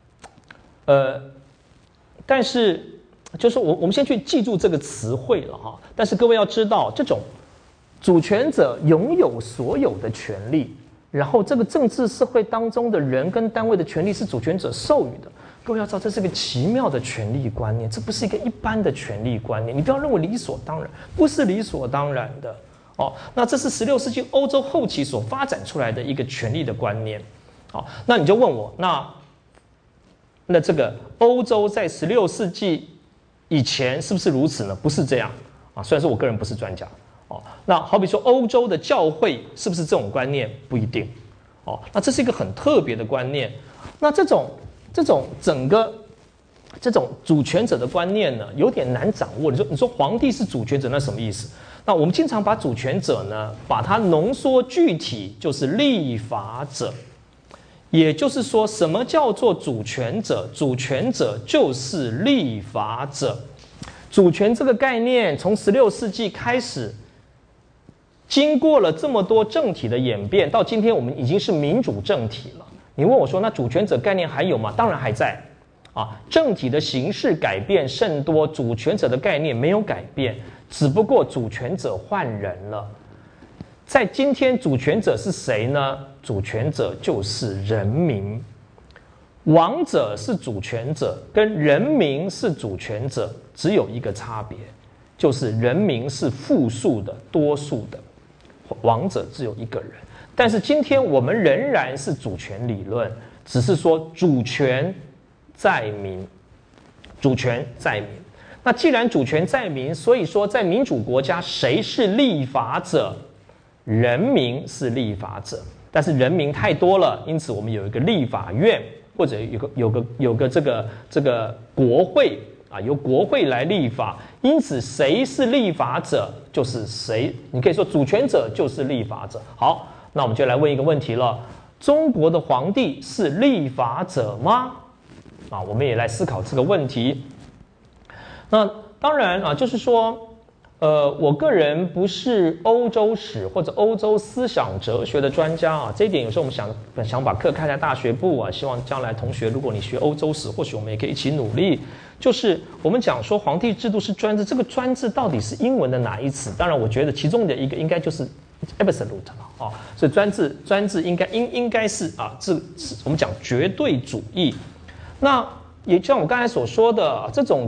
但是就是我们先去记住这个词汇了哈。但是各位要知道，这种主权者拥有所有的权利，然后这个政治社会当中的人跟单位的权利是主权者授予的。各位要知道，这是个奇妙的权利观念，这不是一个一般的权利观念。你不要认为理所当然，不是理所当然的哦。那这是16世纪欧洲后期所发展出来的一个权利的观念。好，那你就问我，那这个欧洲在16世纪以前是不是如此呢？不是这样啊。虽然说我个人不是专家哦。那好比说欧洲的教会是不是这种观念？不一定哦。那这是一个很特别的观念。那这种整个这种主权者的观念呢，有点难掌握。你说皇帝是主权者，那什么意思？那我们经常把主权者呢，把它浓缩具体，就是立法者。也就是说，什么叫做主权者？主权者就是立法者。主权这个概念从16世纪开始，经过了这么多政体的演变，到今天我们已经是民主政体了。你问我说，那主权者概念还有吗？当然还在啊。政体的形式改变甚多，主权者的概念没有改变，只不过主权者换人了。在今天，主权者是谁呢？主权者就是人民。王者是主权者，跟人民是主权者只有一个差别，就是人民是复数的、多数的，王者只有一个人。但是今天我们仍然是主权理论，只是说主权在民，主权在民。那既然主权在民，所以说在民主国家，谁是立法者？人民是立法者。但是人民太多了，因此我们有一个立法院，或者有个这个国会啊，由国会来立法。因此谁是立法者，就是谁。你可以说主权者就是立法者。好。那我们就来问一个问题了：中国的皇帝是立法者吗？啊，我们也来思考这个问题。那当然啊，就是说，我个人不是欧洲史或者欧洲思想哲学的专家啊，这一点有时候我们想把课开在大学部啊，希望将来同学如果你学欧洲史，或许我们也可以一起努力。就是我们讲说皇帝制度是专制，这个专制到底是英文的哪一词？当然，我觉得其中的一个应该就是 absolute 了啊，所以专制应该是啊，我们讲绝对主义。那也像我刚才所说的，这种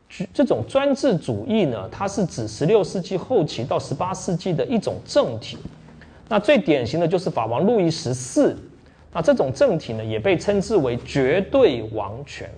这种专制主义呢，它是指16世纪后期到18世纪的一种政体。那最典型的就是法王路易14。那这种政体呢，也被称之为绝对王权。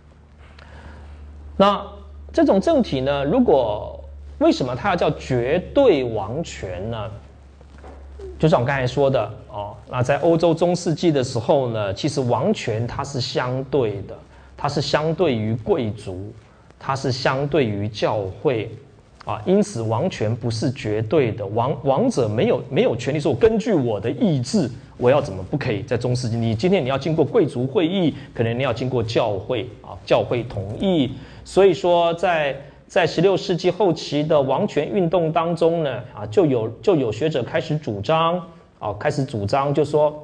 那这种政体呢，为什么它要叫绝对王权呢？就像我刚才说的哦，那在欧洲中世纪的时候呢，其实王权它是相对的，它是相对于贵族，它是相对于教会啊，因此王权不是绝对的，王者没有权利说根据我的意志我要怎么不可以。在中世纪，你今天你要经过贵族会议，可能你要经过教会啊，教会同意。所以说在16世纪后期的王权运动当中呢，啊，就有学者开始主张就说，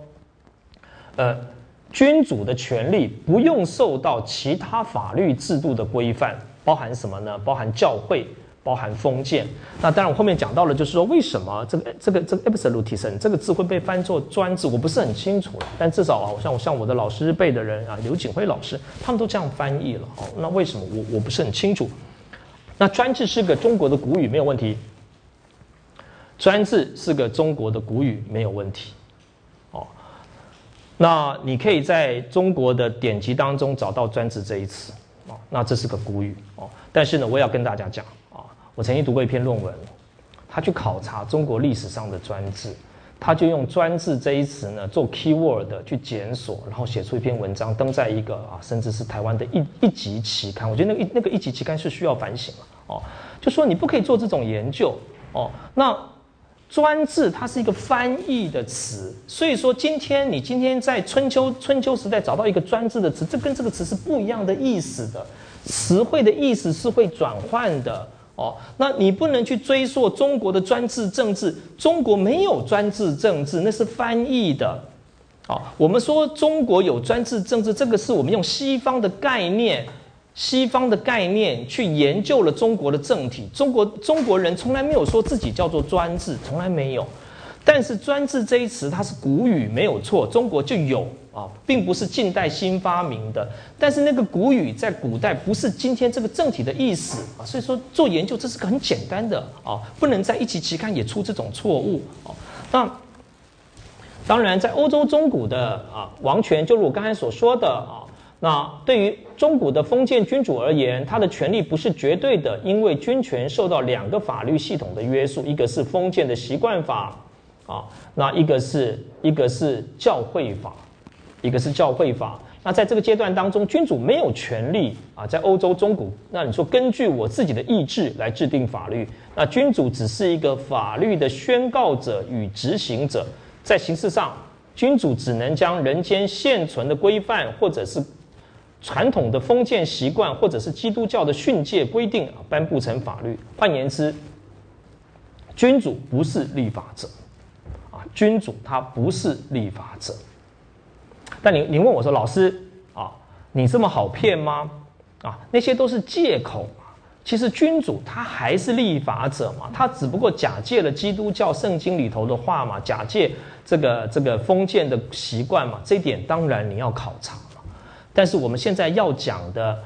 君主的权利不用受到其他法律制度的规范，包含什么呢？包含教会，包含封建。那当然，我后面讲到了，就是说为什么这个 absolutism 这个字会被翻作专制，我不是很清楚了。但至少啊，像我的老师辈的人啊，刘景辉老师，他们都这样翻译了。哦，那为什么我不是很清楚？那专制是个中国的古语，没有问题。专制是个中国的古语，没有问题。哦，那你可以在中国的典籍当中找到专制这一词。哦，那这是个古语。哦，但是呢，我也要跟大家讲啊，我曾经读过一篇论文，他去考察中国历史上的专制，他就用专制这一词呢做 keyword 去检索，然后写出一篇文章，登在一个甚至是台湾的一级期刊。我觉得那个一级期刊是需要反省了哦，就说你不可以做这种研究哦。那专制它是一个翻译的词，所以说你今天在春秋时代找到一个专制的词，这跟这个词是不一样的意思的，词汇的意思是会转换的。哦，那你不能去追溯中国的专制政治，中国没有专制政治，那是翻译的。哦，我们说中国有专制政治，这个是我们用西方的概念去研究了中国的政体。中国人从来没有说自己叫做专制，从来没有。但是专制这一词它是古语，没有错，中国就有啊，并不是近代新发明的。但是那个古语在古代不是今天这个政体的意思啊，所以说做研究这是个很简单的啊，不能在一级期刊也出这种错误啊。那当然，在欧洲中古的王权，就如我刚才所说的啊，那对于中古的封建君主而言，他的权力不是绝对的，因为君权受到两个法律系统的约束，一个是封建的习惯法。啊，那一个是教会法，那在这个阶段当中，君主没有权利啊，在欧洲中古，那你说根据我自己的意志来制定法律，那君主只是一个法律的宣告者与执行者，在形式上，君主只能将人间现存的规范，或者是传统的封建习惯，或者是基督教的训诫规定颁布成法律。换言之，君主不是立法者。君主他不是立法者，但你问我说，老师啊，你这么好骗吗？啊，那些都是借口嘛。其实君主他还是立法者嘛，他只不过假借了基督教圣经里头的话嘛，假借这个封建的习惯嘛，这一点当然你要考察嘛。但是我们现在要讲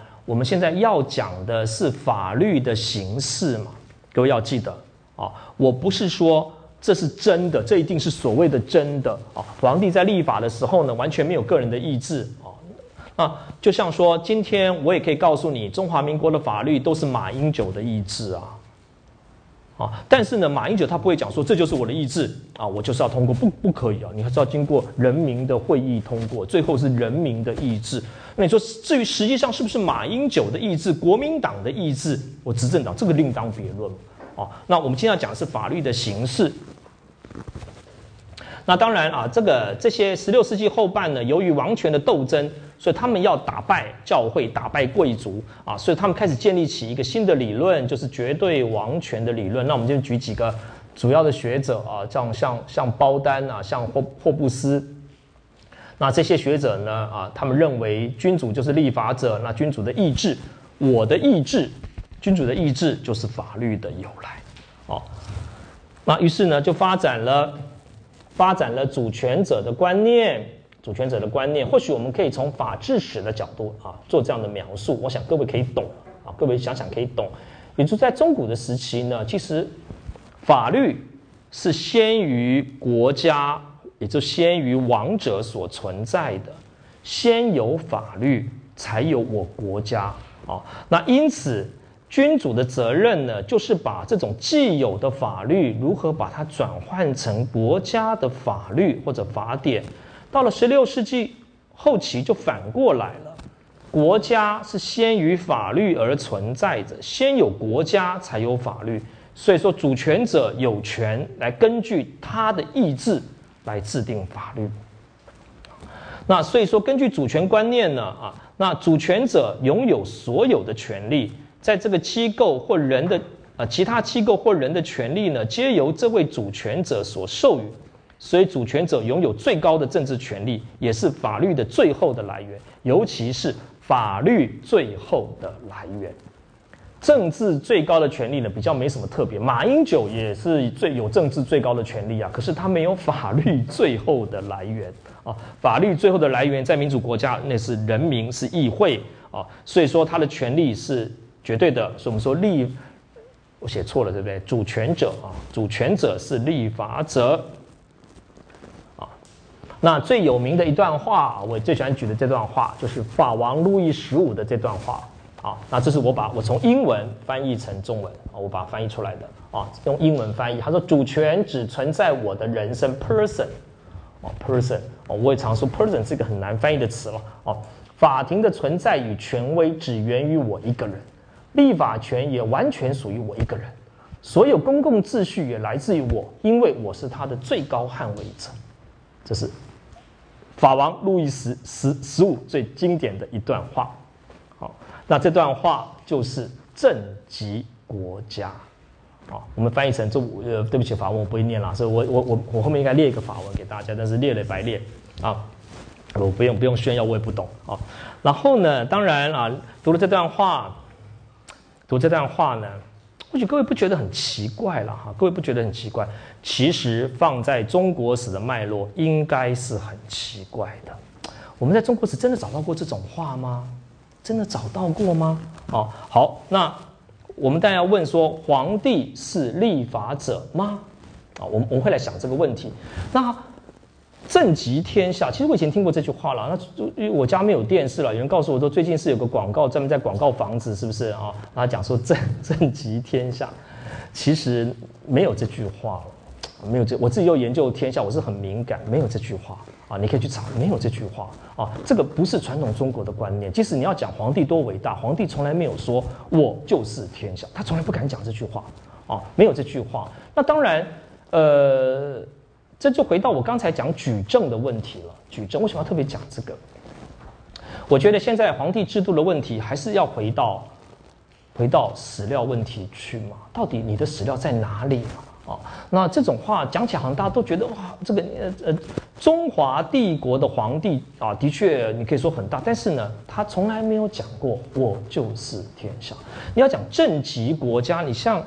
的是法律的形式嘛，各位要记得啊，我不是说这是真的，这一定是所谓的真的啊！皇帝在立法的时候呢，完全没有个人的意志啊。那就像说，今天我也可以告诉你，中华民国的法律都是马英九的意志啊。但是呢，马英九他不会讲说这就是我的意志啊，我就是要通过，不可以啊，你还是要经过人民的会议通过，最后是人民的意志。那你说，至于实际上是不是马英九的意志、国民党的意志，我执政党这个另当别论。那我们今天要讲的是法律的形式。那当然啊，这些16世纪后半呢，由于王权的斗争，所以他们要打败教会、打败贵族啊，所以他们开始建立起一个新的理论，就是绝对王权的理论。那我们就举几个主要的学者啊，像包丹啊，像霍布斯。那这些学者呢啊，他们认为君主就是立法者，那君主的意志，我的意志。君主的意志就是法律的由来，哦，那于是呢就发展了主权者的观念，或许我们可以从法治史的角度啊做这样的描述，我想各位可以懂啊。 啊，各位想想可以懂。也就在中古的时期呢，其实法律是先于国家，也就先于王者所存在的，先有法律，才有我国家啊。那因此，君主的责任呢，就是把这种既有的法律如何把它转换成国家的法律或者法典。到了16世纪后期就反过来了，国家是先于法律而存在着，先有国家才有法律。所以说，主权者有权来根据他的意志来制定法律。那所以说，根据主权观念呢，那主权者拥有所有的权利，在这个机构或人的其他机构或人的权利呢，皆由这位主权者所授予。所以，主权者拥有最高的政治权利，也是法律的最后的来源，尤其是法律最后的来源。政治最高的权利呢，比较没什么特别。马英九也是有政治最高的权利啊，可是他没有法律最后的来源啊。法律最后的来源在民主国家，那是人民，是议会啊。所以说他的权利是绝对的。所以我们说我写错了，对不对？主权者啊，主权者是立法者。那最有名的一段话，我最喜欢举的这段话，就是法王路易15的这段话啊。那这是我从英文翻译成中文啊，我把它翻译出来的啊，用英文翻译。他说：“主权只存在我的人生 ，person， 哦 ，person， 哦，我也常说 person 是一个很难翻译的词了哦。法庭的存在与权威只源于我一个人，立法权也完全属于我一个人，所有公共秩序也来自于我，因为我是他的最高捍卫者。”这是法王路易15最经典的一段话。好，那这段话就是政及国家。好，我们翻译成对不起，法文我不会念了，所以我后面应该列一个法文给大家，但是列了白列啊，我不用炫耀，我也不懂啊。然后呢，当然啊，读了这段话呢，或许各位不觉得很奇怪了哈？各位不觉得很奇怪？其实放在中国史的脉络，应该是很奇怪的。我们在中国史真的找到过这种话吗？真的找到过吗？哦，好，那我们当然要问说，皇帝是立法者吗？啊，我们会来想这个问题。那政及天下，其实我以前听过这句话了。那因为我家没有电视了，有人告诉我说，最近是有个广告专门在广告房子，是不是啊？他讲说政及天下，其实没有这句话了，没有我自己又研究天下，我是很敏感，没有这句话啊。你可以去查，没有这句话啊。这个不是传统中国的观念。即使你要讲皇帝多伟大，皇帝从来没有说我就是天下，他从来不敢讲这句话啊，没有这句话。那当然，这就回到我刚才讲举证的问题了。举证为什么要特别讲这个？我觉得现在皇帝制度的问题还是要回到史料问题去嘛。到底你的史料在哪里嘛？那这种话讲起来好像大家都觉得哇，这个中华帝国的皇帝啊，的确你可以说很大，但是呢，他从来没有讲过我就是天下。你要讲政及国家，你像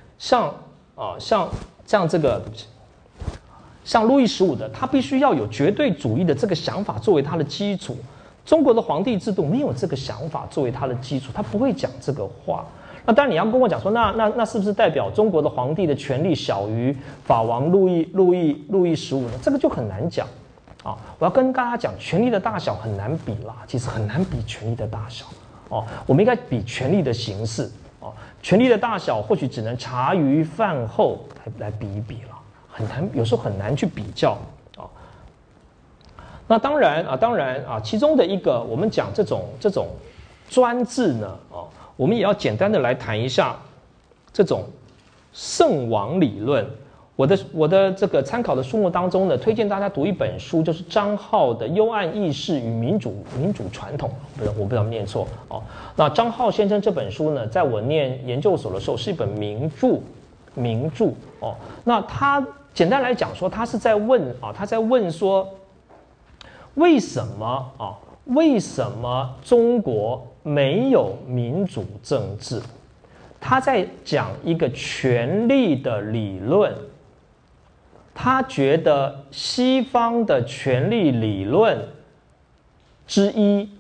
这个。像路易15的，他必须要有绝对主义的这个想法作为他的基础。中国的皇帝制度没有这个想法作为他的基础，他不会讲这个话。那当然你要跟我讲说，那是不是代表中国的皇帝的权力小于法王路易15呢？这个就很难讲啊。我要跟大家讲，权力的大小很难比啦，其实很难比权力的大小哦。我们应该比权力的形式哦，权力的大小或许只能茶余饭后来比一比了。很难，有时候很难去比较啊。那当然啊，其中的一个，我们讲这种专制呢，我们也要简单的来谈一下这种圣王理论。我的这个参考的书目当中呢，推荐大家读一本书，就是张浩的《幽暗意识与民主传统》，我不知道念错哦。那张浩先生这本书呢，在我念研究所的时候是一本名著哦。那他简单来讲说，他在问说，为什么中国没有民主政治？他在讲一个权力的理论。他觉得西方的权力理论之一啊，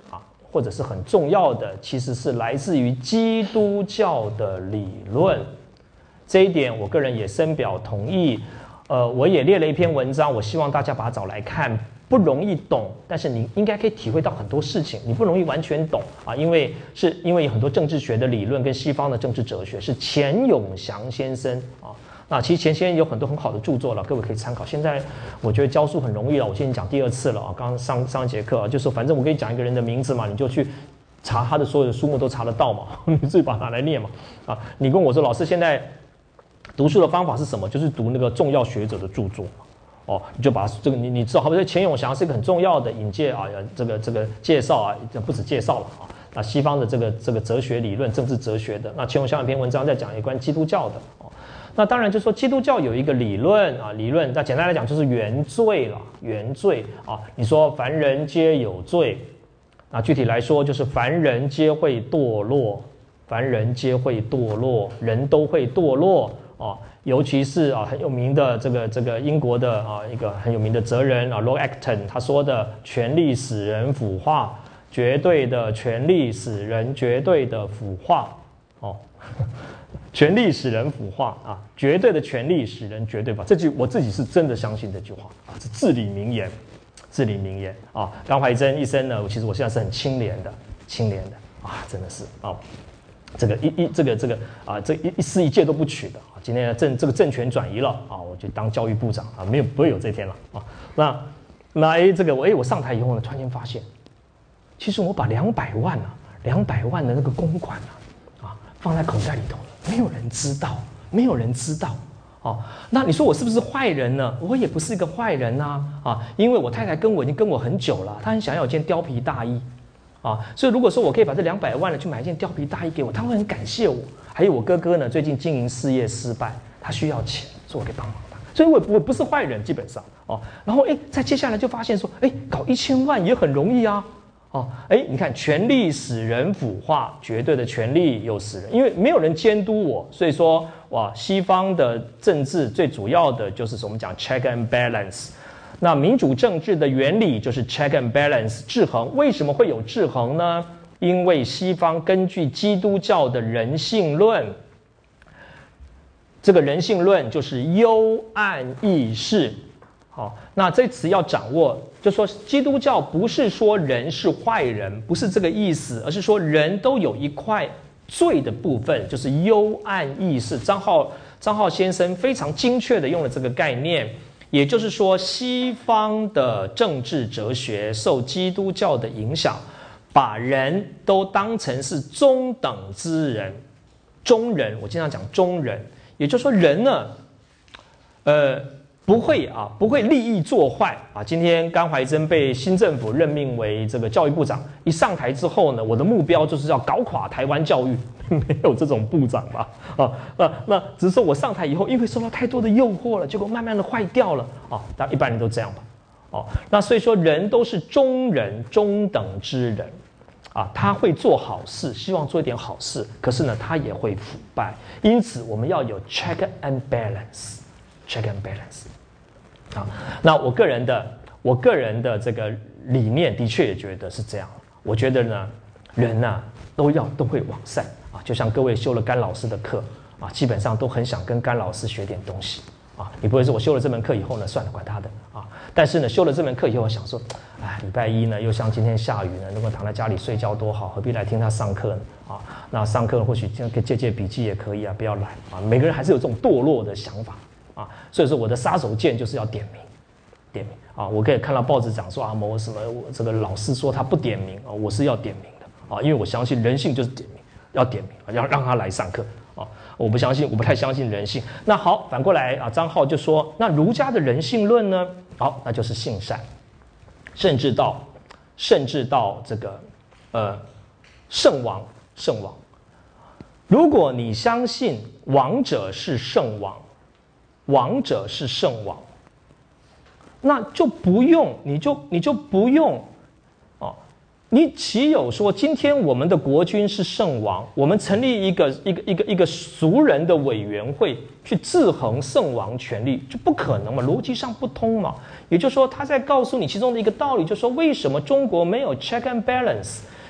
或者是很重要的，其实是来自于基督教的理论。这一点我个人也深表同意。我也列了一篇文章，我希望大家把它找来看。不容易懂，但是你应该可以体会到很多事情。你不容易完全懂啊，因为有很多政治学的理论跟西方的政治哲学，是钱永祥先生啊。那其实钱先生有很多很好的著作了，各位可以参考。现在我觉得教书很容易了，我现在讲第2次了啊。刚刚上一节课啊，就说反正我给你讲一个人的名字嘛，你就去查他的所有的书目都查得到嘛，你自己把它来念嘛啊。你跟我说老师现在读书的方法是什么？就是读那个重要学者的著作。哦，你就把这个你知道，好比说钱永祥是一个很重要的引介啊，这个介绍啊，不止介绍了啊。那西方的这个哲学理论、政治哲学的，那钱永祥有篇文章在讲有关基督教的哦。那当然就说基督教有一个理论啊，那简单来讲就是原罪了，原罪啊。你说凡人皆有罪，那具体来说就是凡人皆会堕落，凡人皆会堕落，人都会堕落啊。尤其是啊很有名的这个英国的啊一个很有名的哲人啊 Lord Acton 他说的权力使人腐化，绝对的权力使人绝对的腐化哦，权力使人腐化啊，绝对的权力使人绝对腐化。这句我自己是真的相信这句话啊，是至理名言，至理名言啊。甘怀真一生呢，其实我现在是很清廉的啊，真的是啊。这个一丝一戒都不取的啊！今天这个政权转移了啊，我就当教育部长啊，不会有这天了啊。我上台以后呢，突然间发现，其实我把200万的那个公款放在口袋里头了，没有人知道哦。那你说我是不是坏人呢？我也不是一个坏人啊，因为我太太已经跟我很久了，她很想要有件貂皮大衣。所以如果说我可以把这200万去买一件貂皮大衣给我，他会很感谢我。还有我哥哥呢，最近经营事业失败，他需要钱，所以我可以帮忙他。所以我不是坏人，基本上哦。然后再接下来就发现说，搞1000万也很容易啊。你看权力使人腐化，绝对的权力又使人，因为没有人监督我，所以说西方的政治最主要的就是我们讲 check and balance。那民主政治的原理就是 check and balance 制衡。为什么会有制衡呢？因为西方根据基督教的人性论，这个人性论就是幽暗意识。好，那这词要掌握，就说基督教不是说人是坏人，不是这个意思，而是说人都有一块罪的部分，就是幽暗意识。张浩先生非常精确的用了这个概念。也就是说，西方的政治哲学受基督教的影响，把人都当成是中等之人，中人。我经常讲中人，也就是说，人呢，不会利益做坏啊。今天甘怀真被新政府任命为这个教育部长，一上台之后呢，我的目标就是要搞垮台湾教育。没有这种部长吧？那只是说我上台以后，因为受到太多的诱惑了，结果慢慢的坏掉了啊。但一般人都这样吧？那所以说人都是中人，中等之人啊，他会做好事，希望做一点好事，可是呢，他也会腐败。因此，我们要有 check and balance。check and balance。那我个人的这个理念的确也觉得是这样。我觉得呢，人都会往善啊，就像各位修了甘老师的课啊，基本上都很想跟甘老师学点东西啊。你不会说我修了这门课以后呢，算了，管他的啊。但是呢，修了这门课以后，我想说，礼拜一呢，又像今天下雨呢，如果躺在家里睡觉多好，何必来听他上课呢？啊，那上课或许可以借笔记也可以啊，不要来啊。每个人还是有这种堕落的想法啊，所以说我的杀手锏就是要点名啊。我可以看到报纸讲说某什么这个老师说他不点名啊，我是要点名。因为我相信人性就是点名，要点名，要让他来上课啊！我不太相信人性。那好，反过来张浩就说，那儒家的人性论呢？好，那就是性善，甚至到这个圣王。如果你相信王者是圣王，那就不用，你就不用。你岂有说今天我们的国君是圣王，我们成立一个俗人的委员会去制衡圣王权力，就不可能嘛？逻辑上不通嘛？也就是说，他在告诉你其中的一个道理，就是说为什么中国没有 check and balance，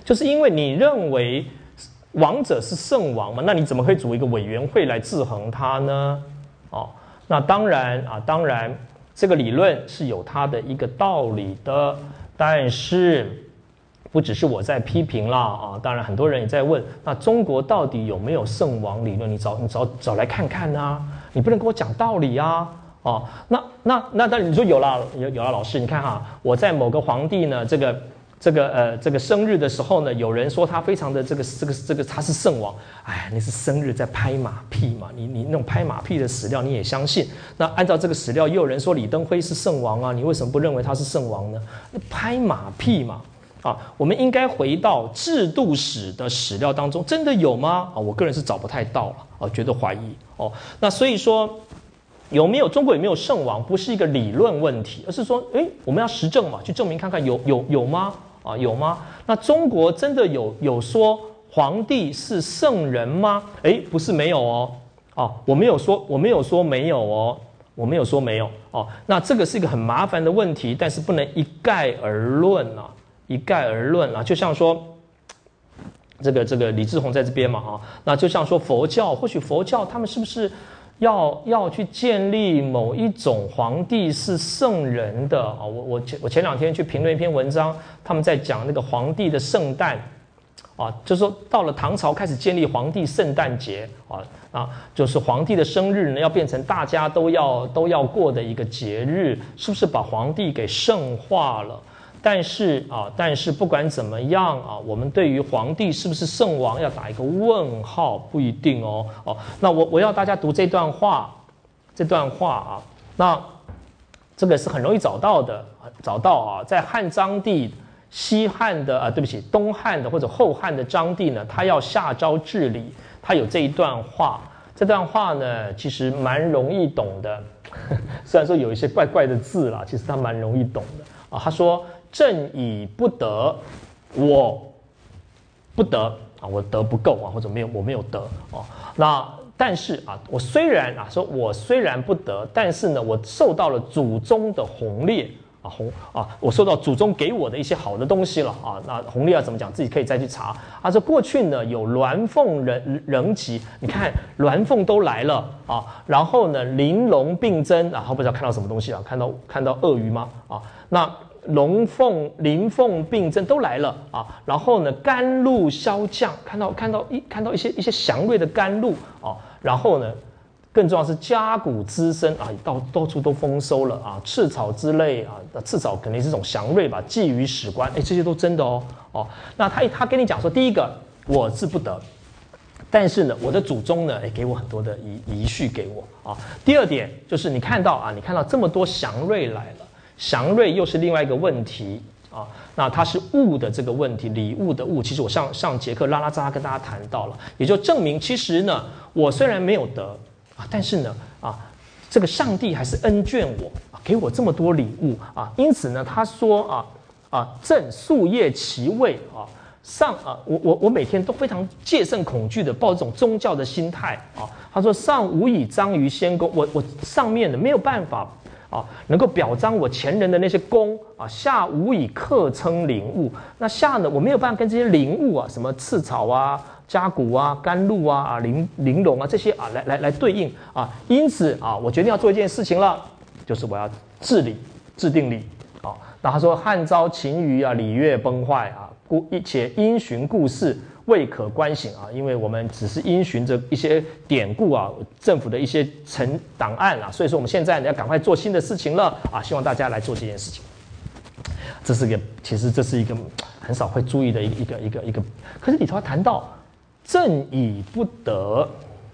就是因为你认为王者是圣王嘛，那你怎么可以组一个委员会来制衡他呢？哦，那当然这个理论是有它的一个道理的，但是不只是我在批评啦啊，当然很多人也在问，那中国到底有没有圣王理论？你找来看看啊，你不能跟我讲道理啊。哦，那当然你说有啦，老师，你看哈，我在某个皇帝呢，这个生日的时候呢，有人说他非常的这个他是圣王，哎，那是生日在拍马屁嘛，你那种拍马屁的史料你也相信？那按照这个史料，也有人说李登辉是圣王啊，你为什么不认为他是圣王呢？拍马屁嘛。啊，我们应该回到制度史的史料当中，真的有吗？啊，我个人是找不太到了，啊，觉得怀疑哦。那所以说。中国有没有圣王，不是一个理论问题，而是说，我们要实证嘛，去证明看看有吗？啊，有吗？那中国真的有说皇帝是圣人吗？不是没有哦，哦，我没有说没有哦，我没有说没有哦。那这个是一个很麻烦的问题，但是不能一概而论啊，一概而论啊，就像说。这个李志宏在这边嘛，哈，那就像说佛教，或许佛教他们是不是要去建立某一种皇帝是圣人的啊？我前2天去评论一篇文章，他们在讲那个皇帝的圣诞，啊，就是说到了唐朝开始建立皇帝圣诞节啊，就是皇帝的生日呢要变成大家都要过的一个节日，是不是把皇帝给圣化了？但是不管怎么样啊，我们对于皇帝是不是圣王要打一个问号，不一定哦。那我要大家读这段话啊，那这个是很容易找到啊，在汉章帝、西汉的东汉的或者后汉的章帝呢，他要下诏治理，他有这一段话。这段话呢，其实蛮容易懂的，虽然说有一些怪怪的字啦，其实他蛮容易懂的啊。他说。朕以不得，我不得啊，我德不够啊，或者我没有德哦。那但是啊，我虽然不得，但是呢，我受到了祖宗的宏烈我受到祖宗给我的一些好的东西了啊。那宏烈要怎么讲，自己可以再去查啊。这过去呢有鸾凤人集，你看鸾凤都来了啊，然后呢玲珑并争啊，不知道看到什么东西啊？看到鳄鱼吗？啊，那。灵凤并争都来了啊，然后呢，甘露骁将，看到一些祥瑞的甘露啊，然后呢，更重要是家谷滋生啊，到处都丰收了啊，赤草之类啊，赤草肯定是一种祥瑞吧，寄于史官，这些都真的哦。那他跟你讲说，第一个我是不得，但是呢，我的祖宗呢，给我很多的遗序给我啊。第二点就是你看到这么多祥瑞来了。祥瑞又是另外一个问题啊，那它是物的这个问题，礼物的物，其实我上节课拉拉杂跟大家谈到了，也就证明其实呢，我虽然没有得啊，但是呢这个上帝还是恩眷我啊，给我这么多礼物啊，因此呢，他说朕夙夜其位啊。我每天都非常戒慎恐惧的抱这种宗教的心态啊。他说上无以彰于先公，我上面的没有办法。能够表彰我前人的那些功啊，下无以克称灵物。那下呢，我没有办法跟这些灵物啊，什么赤草啊、家谷啊、甘露啊、玲珑啊这些啊来对应啊。因此啊，我决定要做一件事情了，就是我要制定礼啊。那他说汉朝秦虞啊，礼乐崩坏啊，且因循故事。未可观省啊，因为我们只是因循着一些典故啊，政府的一些档案啊，所以说我们现在要赶快做新的事情了啊，希望大家来做这件事情。其实这是一个很少会注意的一个，可是里头要谈到朕以不得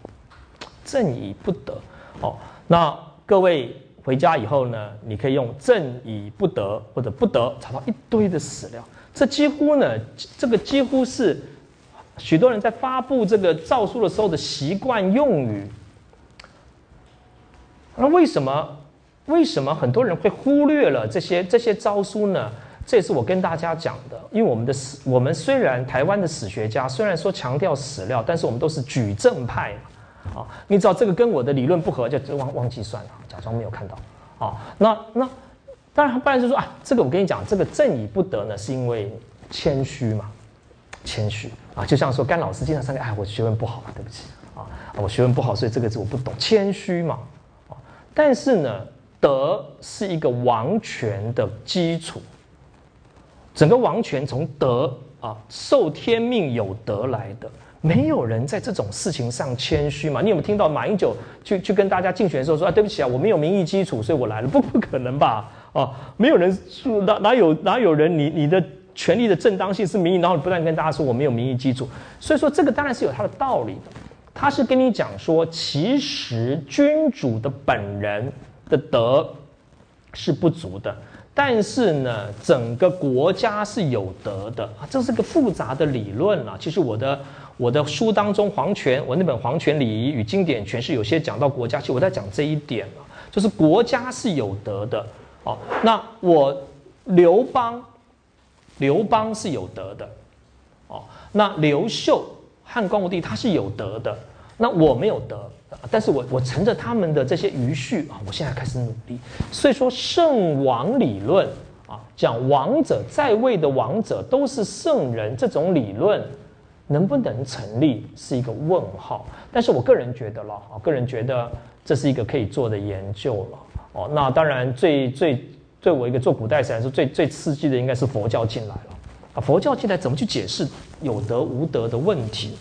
哦。那各位回家以后呢，你可以用朕以不得或者不得查到一堆的史料，这几乎是。许多人在发布这个诏书的时候的习惯用语，那为什么很多人会忽略了这些诏书呢？这也是我跟大家讲的，因为我们虽然台湾的史学家虽然说强调史料，但是我们都是举证派啊。你知道这个跟我的理论不合，就忘记算了，假装没有看到啊。那当然，不然就说这个我跟你讲，这个朕以不得呢，是因为谦虚嘛。 谦虚啊，就像说甘老师经常上课，哎，我学问不好，对不起啊，我学问不好，所以这个字我不懂，谦虚嘛啊。但是呢，德是一个王权的基础，整个王权从德啊，受天命有德来的。没有人在这种事情上谦虚嘛？你有没有听到马英九去跟大家竞选的时候说啊，对不起啊，我没有民意基础，所以我来了？不可能吧？啊，没有人说哪有人你的权利的正当性是民意，然后你不断跟大家说我没有民意基础，所以说这个当然是有它的道理的。他是跟你讲说，其实君主的本人的德是不足的。但是呢，整个国家是有德的，这是个复杂的理论啦。其实我的书当中，我那本《皇权礼仪与经典诠释》有些讲到国家，其实我在讲这一点了，就是国家是有德的。哦，那我刘邦是有德的，哦，那刘秀汉光武帝他是有德的，那我没有德。但是我乘着他们的这些余绪啊，我现在开始努力。所以说圣王理论啊，讲王者在位的王者都是圣人，这种理论能不能成立是一个问号。但是我个人觉得这是一个可以做的研究了。哦，那当然对我一个做古代史来说，最刺激的应该是佛教进来了啊。佛教进来怎么去解释有德无德的问题？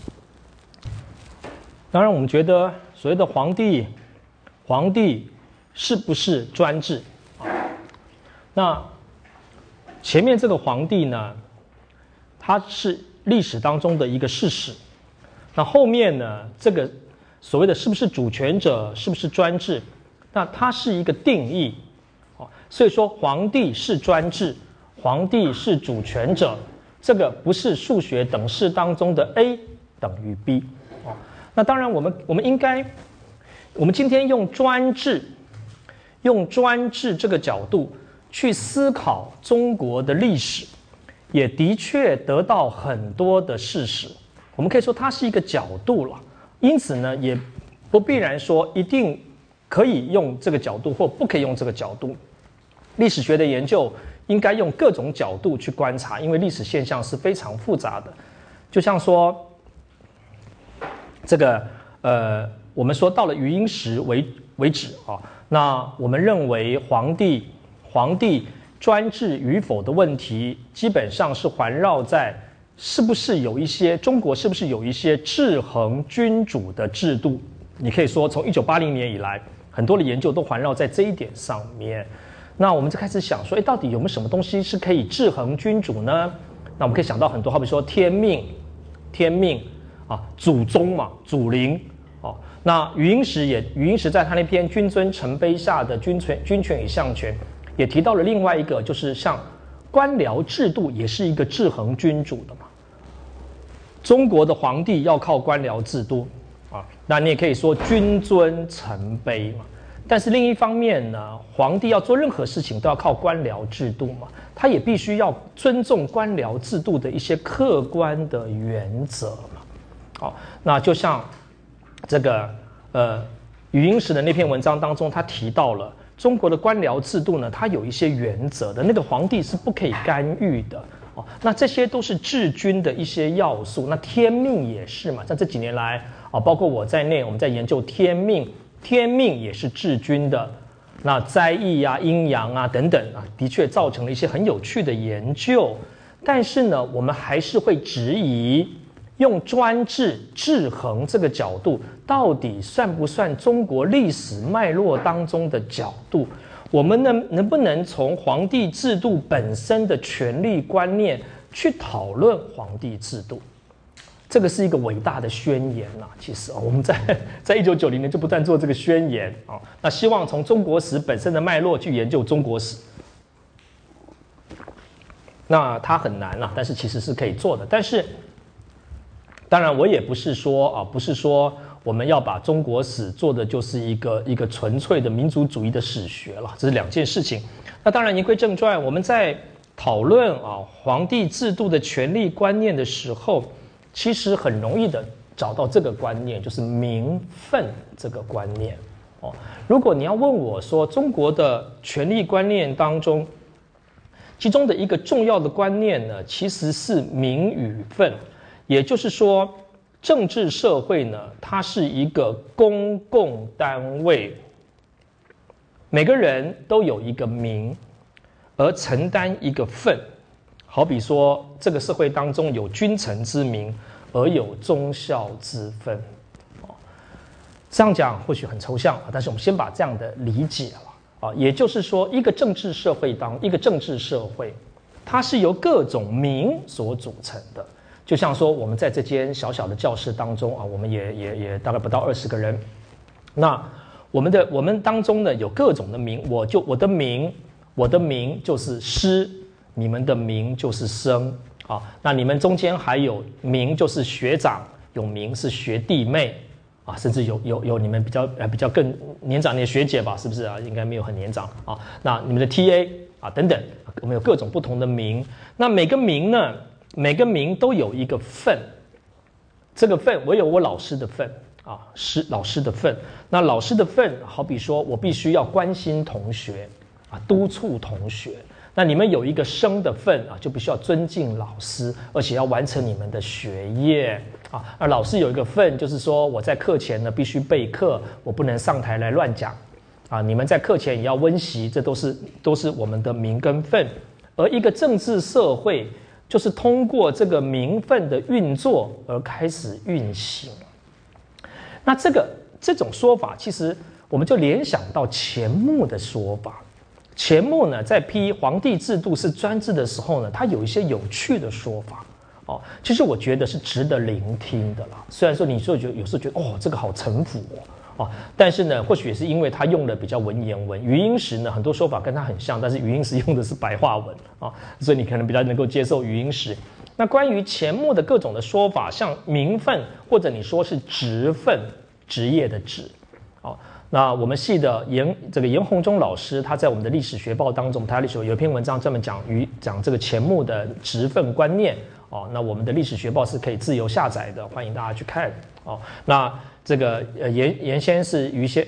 当然，我们觉得所谓的皇帝是不是专制啊？那前面这个皇帝呢，他是历史当中的一个事实。那后面呢，这个所谓的是不是主权者，是不是专制？那它是一个定义。所以说，皇帝是专制，皇帝是主权者，这个不是数学等式当中的 A 等于 B。那当然我们今天用专制这个角度去思考中国的历史，也的确得到很多的事实。我们可以说它是一个角度了，因此呢，也不必然说一定可以用这个角度或不可以用这个角度。历史学的研究应该用各种角度去观察，因为历史现象是非常复杂的。就像说这个我们说到了余英时为止啊，那我们认为皇帝专制与否的问题，基本上是环绕在中国是不是有一些制衡君主的制度？你可以说从1980年以来，很多的研究都环绕在这一点上面。那我们就开始想说，到底有没有什么东西是可以制衡君主呢？那我们可以想到很多，好比说天命啊，祖宗嘛，祖灵哦。那余英时在他那篇《君尊臣卑下的君权与相权》也提到了另外一个，就是像官僚制度也是一个制衡君主的嘛。中国的皇帝要靠官僚制度啊，那你也可以说君尊臣卑嘛。但是另一方面呢，皇帝要做任何事情都要靠官僚制度嘛，他也必须要尊重官僚制度的一些客观的原则嘛。好，那就像这个余英时的那篇文章当中，他提到了中国的官僚制度呢，它有一些原则的，那个皇帝是不可以干预的。哦，那这些都是治军的一些要素。那天命也是嘛，像这几年来啊，包括我在内，我们在研究天命也是治军的。那灾异啊、阴阳啊等等啊，的确造成了一些很有趣的研究。但是呢，我们还是会质疑，用专制制衡这个角度，到底算不算中国历史脉络当中的角度？我们能不能从皇帝制度本身的权力观念去讨论皇帝制度？这个是一个伟大的宣言呐。其实我们在1990年就不断做这个宣言啊。那希望从中国史本身的脉络去研究中国史。那它很难啦，但是其实是可以做的。但是当然，我也不是说我们要把中国史做的就是一个纯粹的民族主义的史学了，这是两件事情。那当然，言归正传，我们在讨论皇帝制度的权力观念的时候，其实很容易的找到这个观念，就是名分这个观念。如果你要问我说中国的权力观念当中，其中的一个重要的观念呢，其实是名与分。 也就是说，政治社会呢，它是一个公共单位，每个人都有一个名，而承担一个分。好比说，这个社会当中有君臣之名，而有忠孝之分。这样讲或许很抽象，但是我们先把这样的理解了。也就是说，一个政治社会它是由各种名所组成的。就像说，我们在这间小小的教室当中我们也大概不到20个人。那我们当中呢有各种的名，我的名就是师，你们的名就是生那你们中间还有名就是学长，有名是学弟妹甚至有你们比较更年长的学姐吧，是不是应该没有很年长那你们的 TA 等等，我们有各种不同的名。那每个名都有一个分，这个分我有我老师的分老师的分。那老师的分，好比说我必须要关心同学督促同学。那你们有一个生的份就必须要尊敬老师，而且要完成你们的学业而老师有一个份，就是说我在课前呢必须备课，我不能上台来乱讲你们在课前也要温习，这都是我们的名跟分。而一个政治社会就是通过这个名分的运作而开始运行。那这种说法，其实我们就联想到钱穆的说法。钱穆呢，在批皇帝制度是专制的时候呢，他有一些有趣的说法其实我觉得是值得聆听的啦。虽然说你有时候觉得这个好陈腐但是呢，或许也是因为他用的比较文言文，余英时呢很多说法跟他很像，但是余英时用的是白话文所以你可能比较能够接受余英时。那关于钱穆的各种的说法，像名分或者你说是职分，职业的职那我们系的严宏忠老师，他在我们的历史学报当中，他历史有一篇文章专门讲这个钱穆的职分观念那我们的历史学报是可以自由下载的，欢迎大家去看那这个严先是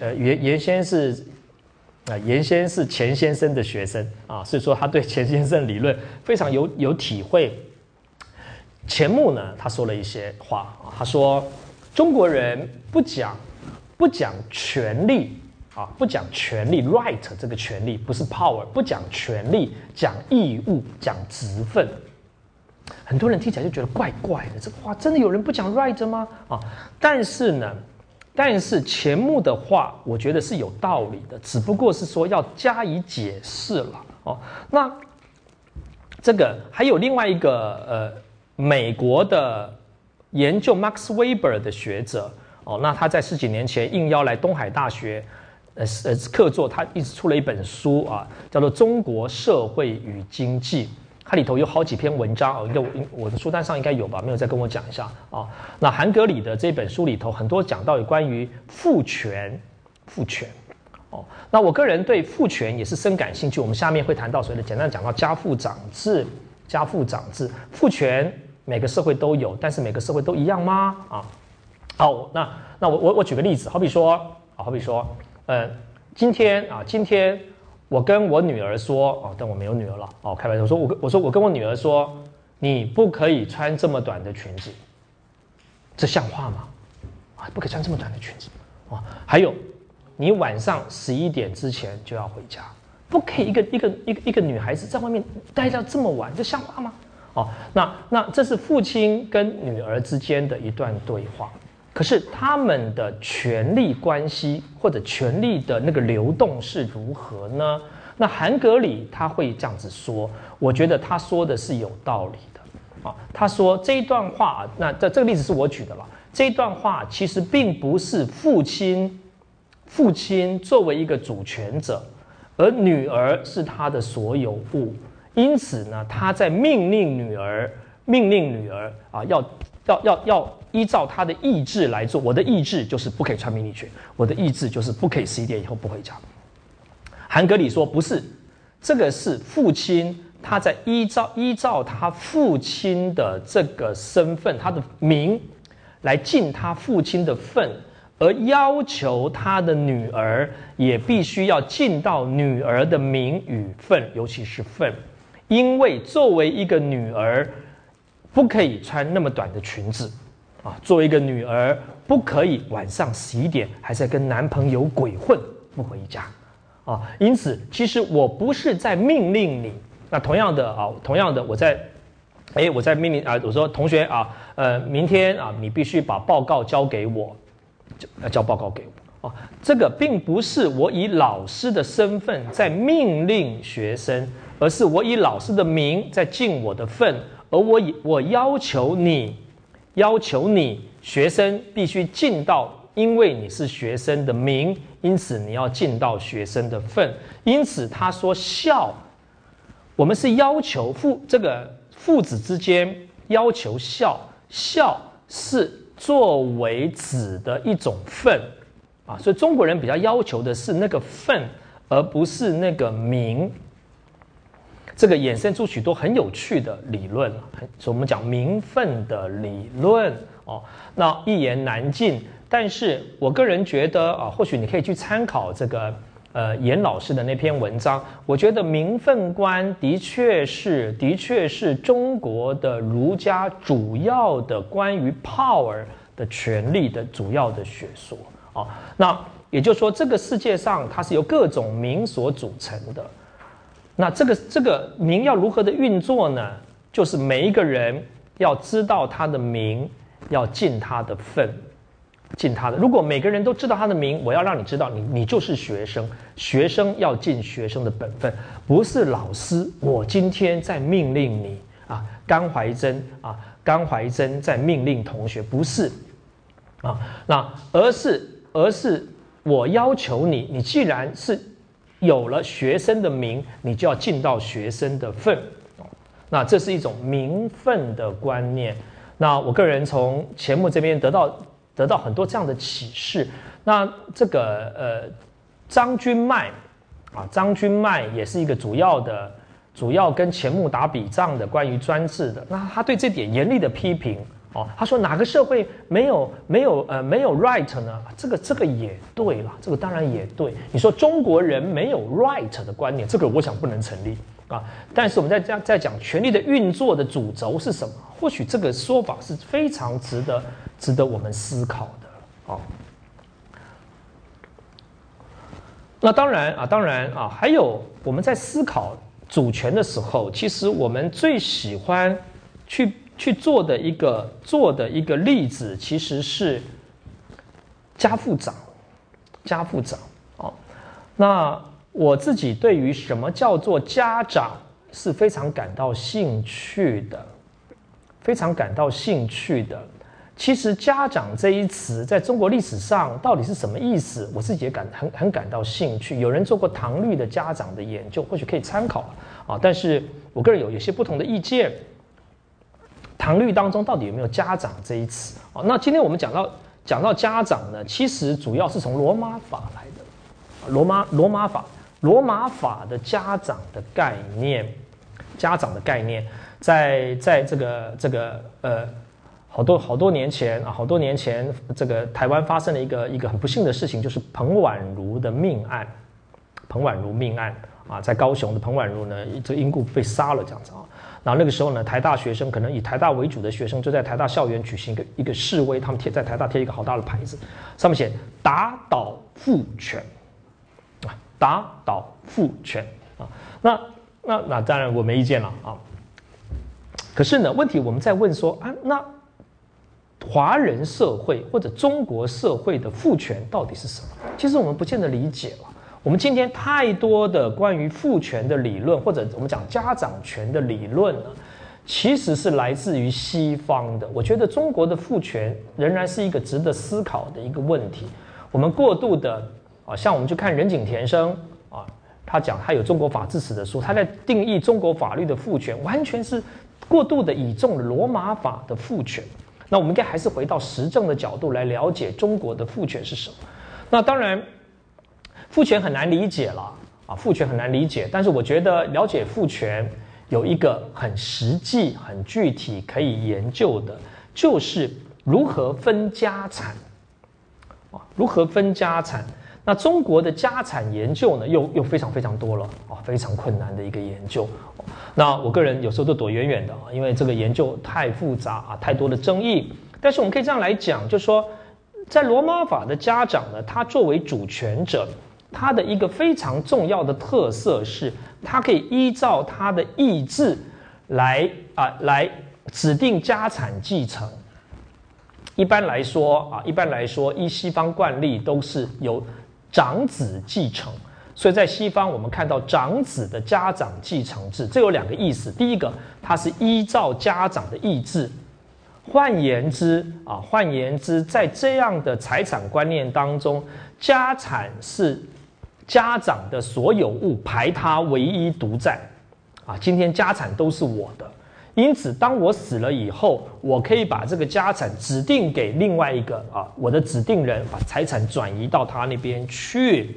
严先是钱先生的学生所以说他对钱先生理论非常有体会。钱穆呢，他说了一些话他说中国人不讲权利不讲权利 right 这个权利不是 power， 不讲权利，讲义务，讲职分。很多人听起来就觉得怪怪的，这个话真的有人不讲 right 吗但是钱穆的话我觉得是有道理的，只不过是说要加以解释了那这个还有另外一个美国的研究 Max Weber 的学者那他在10几年前应邀来东海大学客座，他一直出了一本书叫做《中国社会与经济》，它里头有好几篇文章我的书单上应该有吧，没有再跟我讲一下那韩格里的这本书里头很多讲到有关于父权那我个人对父权也是深感兴趣，我们下面会谈到所谓的简单讲到家父长制。父权每个社会都有，但是每个社会都一样吗那我举个例子，好比说今天我跟我女儿说但我没有女儿了开玩笑我跟我女儿说，你不可以穿这么短的裙子，这像话吗不可以穿这么短的裙子还有你晚上11点之前就要回家，不可以一个女孩子在外面待到这么晚，这像话吗那这是父亲跟女儿之间的一段对话。可是他们的权力关系或者权力的那个流动是如何呢？那韩格里他会这样子说，我觉得他说的是有道理的他说这一段话，那这个例子是我举的了，这一段话其实并不是父亲作为一个主权者，而女儿是他的所有物，因此呢，他在命令女儿要依照他的意志来做。我的意志就是不可以穿迷你裙，我的意志就是不可以11点以后不回家。韩格里说不是，这个是父亲他在依照他父亲的这个身份，他的名来尽他父亲的份，而要求他的女儿也必须要尽到女儿的名与份，尤其是份，因为作为一个女儿， 不可以穿那么短的裙子啊，作为一个女儿，不可以晚上11点还在跟男朋友鬼混不回家啊。因此，其实我不是在命令你。那同样的，我在命令啊，我说同学啊，明天啊，你必须把报告交给我，交报告给我啊。这个并不是我以老师的身份在命令学生，而是我以老师的名在尽我的分，而我要求你，学生必须尽到，因为你是学生的名，因此你要尽到学生的分。因此他说孝，我们是要求父子之间要求孝，孝是作为子的一种分啊，所以中国人比较要求的是那个分，而不是那个名。这个衍生出许多很有趣的理论，所以我们讲名分的理论哦，那一言难尽。但是我个人觉得啊，或许你可以去参考这个严老师的那篇文章。我觉得名分观的确是中国的儒家主要的关于 power 的权力的主要的学说啊。那也就是说，这个世界上它是由各种名所组成的。那这个名要如何的运作呢？就是每一个人要知道他的名，要尽他的分，如果每个人都知道他的名，我要让你知道你就是学生，学生要尽学生的本分，不是老师我今天在命令你啊，甘怀真在命令同学，不是啊，那而是我要求你既然是有了学生的名，你就要尽到学生的分。那这是一种名分的观念。那我个人从钱穆这边得到很多这样的启示。那这个张君迈也是一个主要跟钱穆打笔仗的关于专制的。那他对这点严厉的批评。他说哪个社会没有 right 呢？这个也对了，这个当然也对。你说中国人没有 right 的观念，这个我想不能成立啊。但是我们在讲权力的运作的主轴是什么？或许这个说法是非常值得我们思考的。那当然啊，还有我们在思考主权的时候，其实我们最喜欢去做的一个例子，其实是家父长哦。那我自己对于什么叫做家长是非常感到兴趣的。其实家长这一词在中国历史上到底是什么意思，我自己也很感到兴趣。有人做过唐律的家长的研究，或许可以参考啊。但是我个人有些不同的意见。唐律当中到底有没有家长这一词？那今天我们讲到家长呢，其实主要是从罗马法来的。罗马法的家长的概念，在这个好多年前，这个台湾发生了一个很不幸的事情，就是彭婉如的命案。啊，在高雄的彭婉如呢，这因故被杀了这样子啊。然后那个时候呢，台大学生可能以台大为主的学生就在台大校园举行一个示威，他们在台大贴一个好大的牌子，上面写"打倒父权"啊，"打倒父权"啊。那当然我没意见了啊。可是呢，问题我们在问说啊，那华人社会或者中国社会的父权到底是什么？其实我们不见得理解了。我们今天太多的关于父权的理论，或者我们讲家长权的理论呢，其实是来自于西方的。我觉得中国的父权仍然是一个值得思考的一个问题。我们过度的像我们去看仁井田生他讲他有中国法治史的书，他在定义中国法律的父权，完全是过度的倚重了罗马法的父权。那我们应该还是回到实证的角度来了解中国的父权是什么。那当然。父权很难理解了父权很难理解，但是我觉得了解父权有一个很实际、很具体可以研究的，就是如何分家产。 那中国的家产研究呢，又非常非常多了啊，非常困难的一个研究。那我个人有时候都躲远远的啊，因为这个研究太复杂啊，太多的争议。但是我们可以这样来讲，就是说，在罗马法的家长呢，他作为主权者，他的一个非常重要的特色是，他可以依照他的意志来指定家产继承。一般来说，依西方惯例都是由长子继承，所以在西方我们看到长子的家长继承制，这有两个意思。第一个，它是依照家长的意志。换言之，在这样的财产观念当中，家产是家长的所有物，排他唯一独占。今天家产都是我的，因此当我死了以后，我可以把这个家产指定给另外一个我的指定人，把财产转移到他那边去。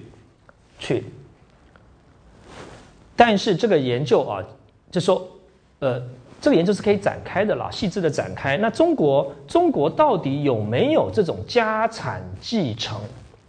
但是这个研究就说这个研究是可以展开的啦，细致的展开。那中国到底有没有这种家产继承？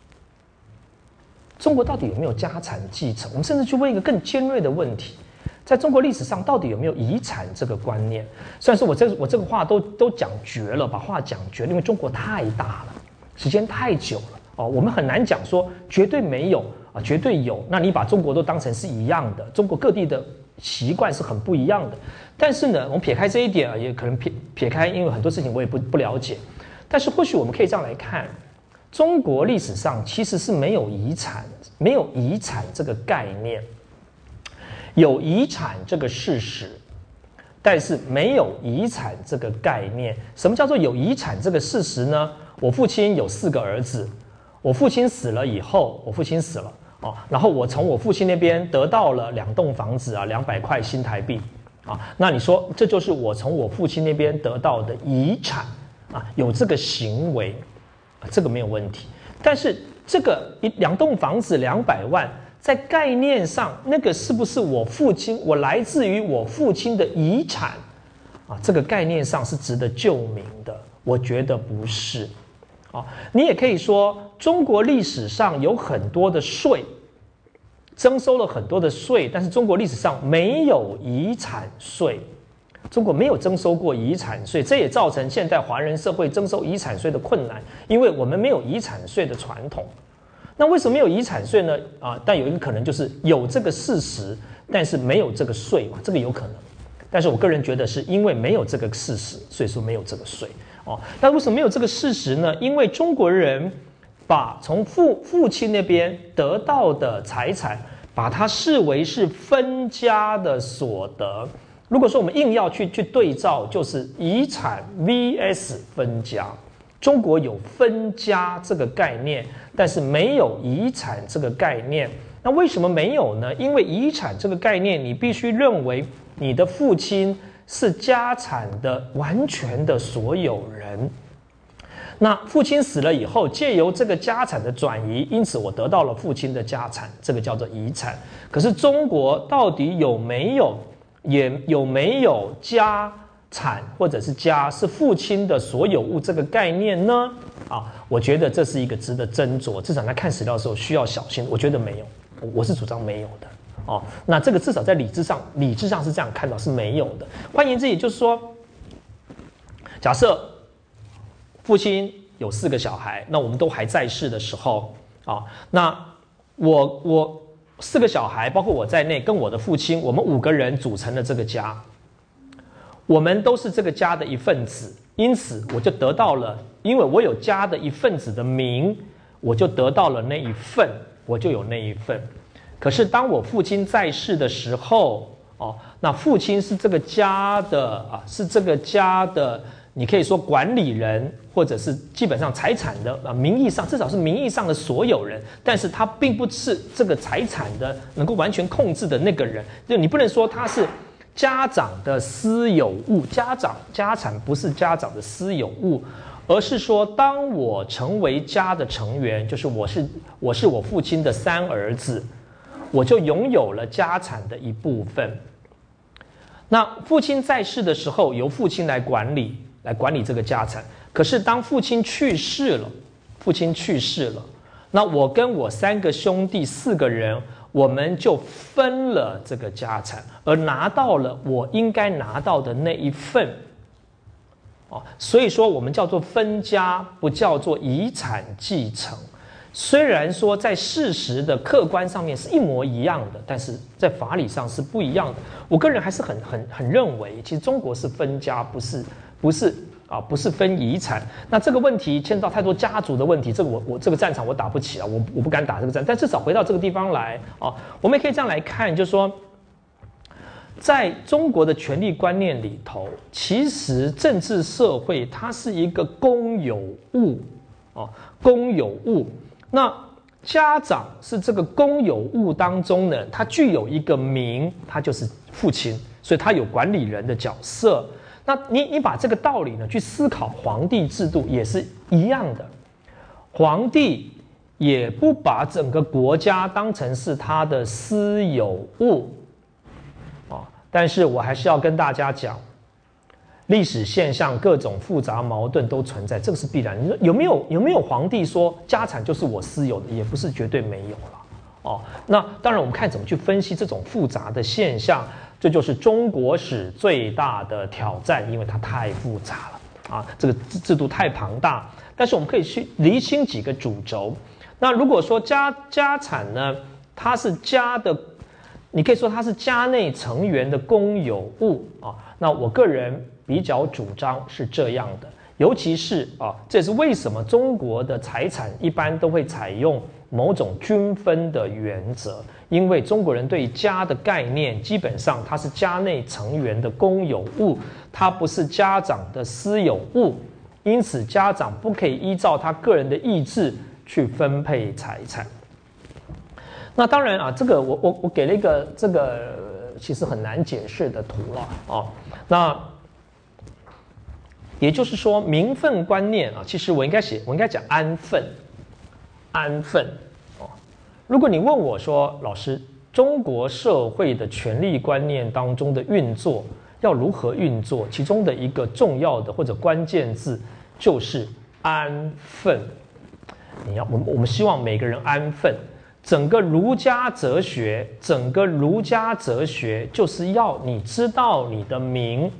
中国到底有没有家产继承？我们甚至去问一个更尖锐的问题：在中国历史上，到底有没有遗产这个观念？虽然说我这个话都讲绝了，把话讲绝了，因为中国太大了，时间太久了我们很难讲说绝对没有绝对有。那你把中国都当成是一样的，中国各地的习惯是很不一样的。但是呢，我们撇开这一点也可能撇开，因为很多事情我也不了解。但是或许我们可以这样来看，中国历史上其实是没有遗产这个概念，有遗产这个事实，但是没有遗产这个概念。什么叫做有遗产这个事实呢？我父亲有4个儿子，我父亲死了以后，然后我从我父亲那边得到了2栋房子200块新台币那你说这就是我从我父亲那边得到的遗产有这个行为这个没有问题。但是这个2栋房子200万，在概念上，那个是不是我来自于我父亲的遗产这个概念上是值得救民的？我觉得不是你也可以说，中国历史上有很多的税，征收了很多的税，但是中国历史上没有遗产税，中国没有征收过遗产税，这也造成现代华人社会征收遗产税的困难，因为我们没有遗产税的传统。那为什么没有遗产税呢？但有一个可能就是有这个事实，但是没有这个税嘛，这个有可能。但是我个人觉得是因为没有这个事实，所以说没有这个税那为什么没有这个事实呢？因为中国人把从父亲那边得到的财产，把它视为是分家的所得。如果说我们硬要去对照，就是遗产 vs 分家。中国有分家这个概念，但是没有遗产这个概念。那为什么没有呢？因为遗产这个概念，你必须认为你的父亲是家产的完全的所有人。那父亲死了以后，借由这个家产的转移，因此我得到了父亲的家产，这个叫做遗产。可是中国到底有没有家产或者是家是父亲的所有物这个概念呢？我觉得这是一个值得斟酌，至少在看史料的时候需要小心。我觉得没有，我是主张没有的。那这个至少在理智上是这样看到是没有的。换言之，也就是说，假设父亲有4个小孩，那我们都还在世的时候那我4个小孩，包括我在内，跟我的父亲，我们5个人组成了这个家，我们都是这个家的一份子，因此我就得到了，因为我有家的一份子的名，我就得到了那一份，我就有那一份。可是当我父亲在世的时候那父亲是这个家的你可以说管理人，或者是基本上财产的名义上，至少是名义上的所有人，但是他并不是这个财产的能够完全控制的那个人。就你不能说他是家长的私有物，家产不是家长的私有物，而是说当我成为家的成员，就是我是我父亲的3儿子，我就拥有了家产的一部分。那父亲在世的时候，由父亲来管理这个家产。可是当父亲去世了， 那我跟我3个兄弟4个人，我们就分了这个家产，而拿到了我应该拿到的那一份。所以说我们叫做分家，不叫做遗产继承。虽然说在事实的客观上面是一模一样的，但是在法理上是不一样的。我个人还是很认为，其实中国是分家，不是分遗产。那这个问题牵到太多家族的问题，这个我这个战场我打不起啊，我不敢打这个战。但至少回到这个地方来啊，我们也可以这样来看，就是说，在中国的权力观念里头，其实政治社会它是一个公有物公有物。那家长是这个公有物当中呢，它具有一个名，它就是父亲，所以它有管理人的角色。那你把这个道理呢去思考皇帝制度也是一样的，皇帝也不把整个国家当成是他的私有物但是我还是要跟大家讲，历史现象各种复杂矛盾都存在，这个是必然。你说有没有皇帝说家产就是我私有的？也不是绝对没有了那当然我们看怎么去分析这种复杂的现象，这就是中国史最大的挑战，因为它太复杂了这个制度太庞大。但是我们可以去厘清几个主轴。那如果说家产呢，它是家的，你可以说它是家内成员的公有物那我个人比较主张是这样的，尤其是这也是为什么中国的财产一般都会采用某种均分的原则，因为中国人对家的概念基本上它是家内成员的公有物，它不是家长的私有物，因此家长不可以依照他个人的意志去分配财产。那当然这个我给了一个这个其实很难解释的图了那也就是说名分观念其实我应该讲安分如果你问我说，老师，中国社会的权力观念当中的运作要如何运作，其中的一个重要的或者关键字就是安分。我们希望每个人安分。整个儒家哲学就是要你知道你的名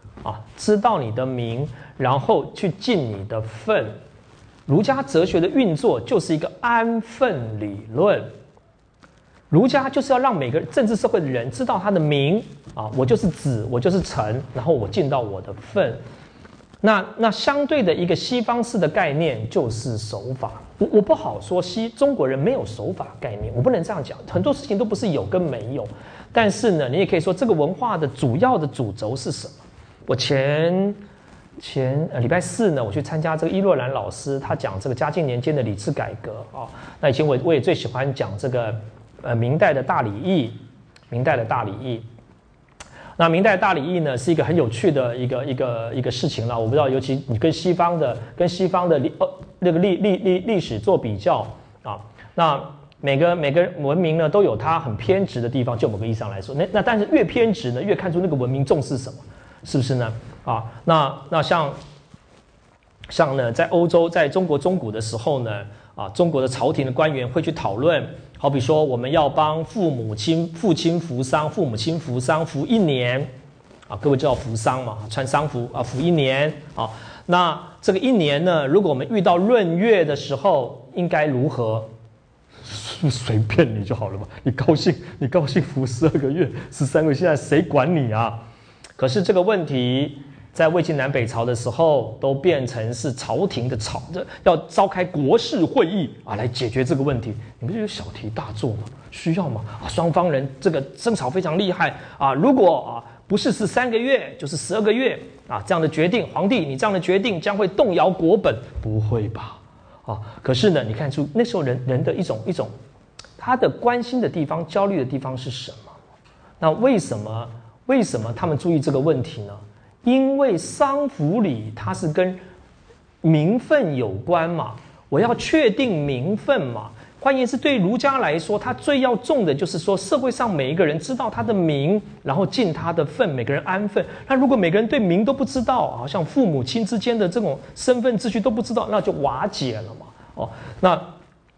然后去尽你的分。儒家哲学的运作就是一个安分理论。儒家就是要让每个政治社会的人知道他的名我就是子，我就是臣，然后我尽到我的分。那相对的一个西方式的概念就是守法。我不好说中国人没有守法概念，我不能这样讲，很多事情都不是有跟没有。但是呢，你也可以说这个文化的主要的主轴是什么？我前礼拜4呢，我去参加这个伊洛兰老师他讲这个嘉靖年间的礼制改革那以前我也最喜欢讲这个明代的大礼义。那明代大礼义呢是一个很有趣的一个事情了。我不知道，尤其你跟西方的那个历史做比较那每个文明呢都有它很偏执的地方，就某个意义上来说，那但是越偏执呢，越看出那个文明重视什么，是不是呢？那像呢，在欧洲，在中国中古的时候呢，中国的朝廷的官员会去讨论。好比说，我们要帮父亲服丧，父母亲服丧服1年各位知道服丧嘛？穿丧服服1年那这个1年呢，如果我们遇到闰月的时候，应该如何？随便你就好了吧，你高兴服12个月、13个月，现在谁管你啊？可是这个问题在魏晋南北朝的时候，都变成是朝廷的要召开国事会议来解决这个问题。你不觉得小题大做吗？需要吗？双方人这个争吵非常厉害如果不是13个月，就是12个月这样的决定，皇帝你这样的决定将会动摇国本，不会吧？可是呢，你看出那时候人的一种他的关心的地方、焦虑的地方是什么？那为什么他们注意这个问题呢？因为丧服礼它是跟名分有关嘛，我要确定名分嘛。换言之，对儒家来说，他最要重的就是说，社会上每一个人知道他的名，然后尽他的分，每个人安分。那如果每个人对名都不知道，好像父母亲之间的这种身份秩序都不知道，那就瓦解了嘛。那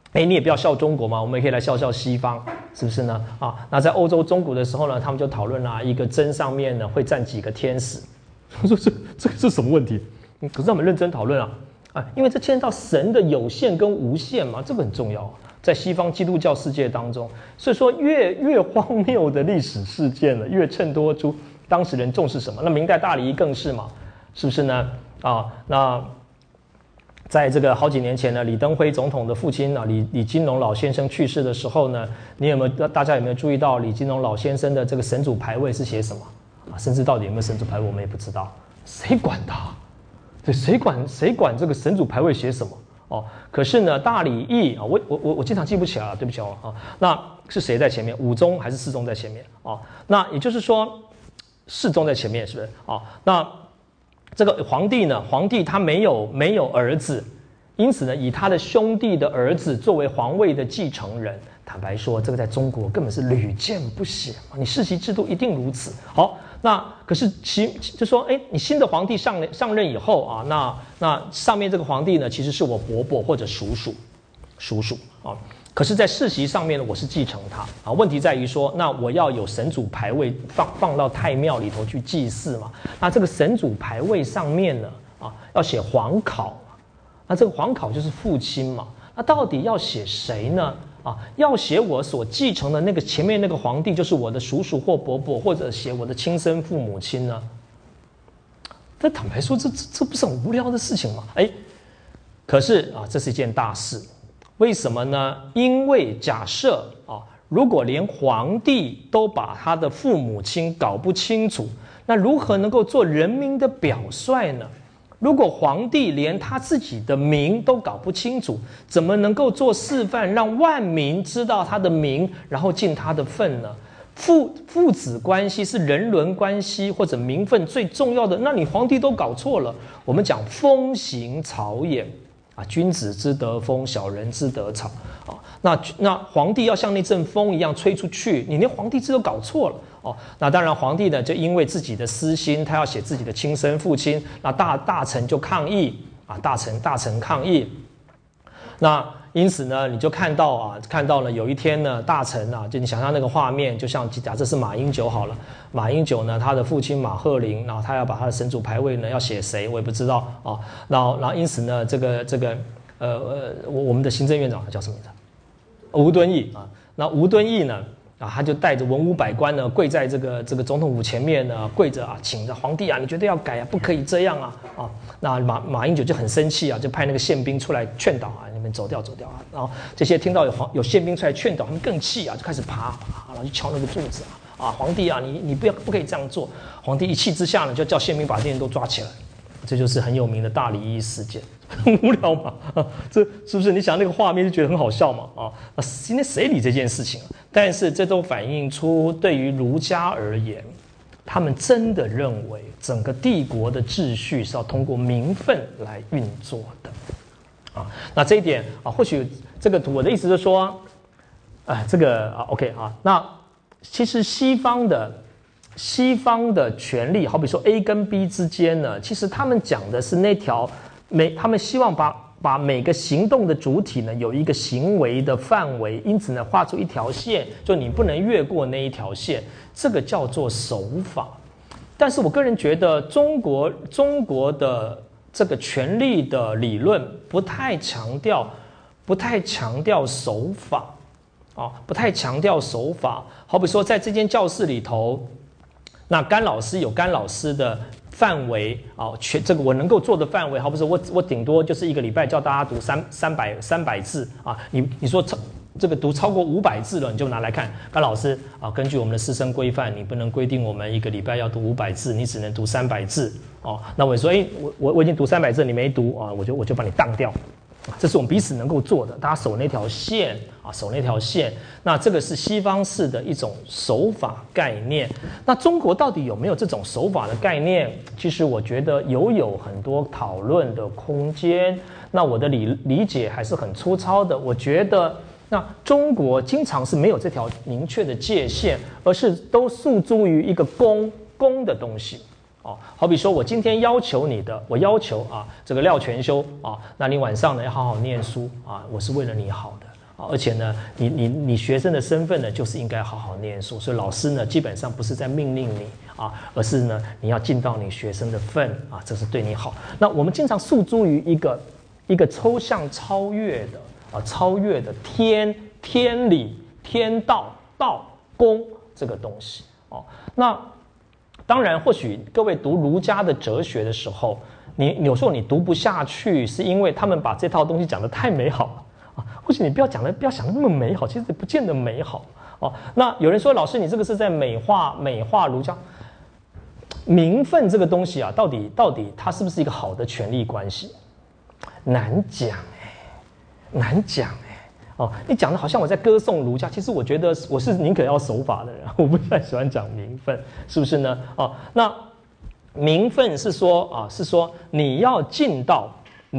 你也不要笑中国嘛，我们也可以来笑笑西方，是不是呢？那在欧洲中古的时候呢，他们就讨论一个针上面呢会站几个天使。我说这是什么问题？可是他们认真讨论因为这牵涉到神的有限跟无限嘛，这个很重要。在西方基督教世界当中，所以说越荒谬的历史事件呢，越衬托出当时人重视什么。那明代大礼仪更是嘛，是不是呢？那在这个好几年前呢，李登辉总统的父亲李金龙老先生去世的时候呢，大家有没有注意到李金龙老先生的这个神主牌位是写什么甚至到底有没有神主牌位我们也不知道，谁管他？对，谁管这个神主牌位写什么？可是呢，大礼义我经常记不起来了，对不起那是谁在前面？武宗还是世宗在前面那也就是说，世宗在前面，是不是那这个皇帝呢？皇帝他没有儿子，因此呢，以他的兄弟的儿子作为皇位的继承人。坦白说，这个在中国根本是屡见不鲜嘛，你世袭制度一定如此。好，那可是就说，你新的皇帝上任以后那上面这个皇帝呢，其实是我伯伯或者叔叔可是，在世袭上面呢，我是继承他问题在于说，那我要有神主牌位放到太庙里头去祭祀嘛。那这个神主牌位上面呢要写皇考那这个皇考就是父亲嘛。那到底要写谁呢？要写我所继承的那个前面那个皇帝，就是我的叔叔或伯伯，或者写我的亲生父母亲呢？这坦白说，这不是很无聊的事情吗？可是这是一件大事。为什么呢？因为假设如果连皇帝都把他的父母亲搞不清楚，那如何能够做人民的表率呢？如果皇帝连他自己的名都搞不清楚，怎么能够做示范，让万民知道他的名，然后尽他的分呢？父子关系是人伦关系或者名分最重要的，那你皇帝都搞错了。我们讲风行草野君子之德风，小人之德草那皇帝要像那阵风一样吹出去，你连皇帝字都搞错了那当然皇帝呢，就因为自己的私心，他要写自己的亲生父亲，那大臣就抗议大臣抗议。那因此呢，你就看到了有一天呢，大臣就你想象那个画面，就像假设是马英九好了，马英九呢，他的父亲马鹤龄，然后他要把他的神主牌位呢要写谁，我也不知道然后因此呢，我们的行政院长叫什么名字？吴敦义那吴敦义呢？他就带着文武百官呢，跪在这个总统府前面呢，跪着请着皇帝你绝对要改不可以这样那马英九就很生气就派那个宪兵出来劝导你们走掉然后这些听到有宪兵出来劝导，他们更气就开始爬然后去敲那个柱子皇帝你不可以这样做。皇帝一气之下呢，就叫宪兵把这些人都抓起来。这就是很有名的大礼仪事件，很无聊嘛这是不是？你想那个画面就觉得很好笑嘛那今天谁理这件事情但是这都反映出对于儒家而言，他们真的认为整个帝国的秩序是要通过名分来运作的那这一点或许这个我的意思是说OK 那其实西方的权利，好比说 A 跟 B 之间呢，其实他们讲的是那条他们希望把每个行动的主体呢有一个行为的范围，因此呢画出一条线，就你不能越过那一条线，这个叫做守法。但是我个人觉得中国的这个权力的理论不太强调守法不太强调守法。好比说在这间教室里头，那甘老师有甘老师的范围这个我能够做的范围，好比说我顶多就是一个礼拜叫大家读300字你说这个读超过500字了，你就拿来看甘老师根据我们的师生规范，你不能规定我们一个礼拜要读500字，你只能读300字那我说我已经读300字，你没读我就把你当掉。这是我们彼此能够做的，大家守那条线守那条线。那这个是西方式的一种守法概念。那中国到底有没有这种守法的概念？其实我觉得有很多讨论的空间。那我的理解还是很粗糙的。我觉得那中国经常是没有这条明确的界限，而是都诉诸于一个公的东西。好比说我今天要求你的，我要求这个廖全修那你晚上呢要好好念书我是为了你好的而且呢，你学生的身份呢，就是应该好好念书，所以老师呢，基本上不是在命令你啊，而是呢，你要尽到你学生的份啊，这是对你好。那我们经常诉诸于一个抽象超越的天理、天道、道公这个东西哦。那当然，或许各位读儒家的哲学的时候，你有时候你读不下去，是因为他们把这套东西讲得太美好了。或许你不要想那么美好，其实不见得美好哦。那有人说，老师，你这个是在美化儒家名分这个东西啊？到底它是不是一个好的权力关系？难讲哦。你讲的好像我在歌颂儒家，其实我觉得我是宁可要守法的人，我不太喜欢讲名分，是不是呢？哦，那名分是说你要尽到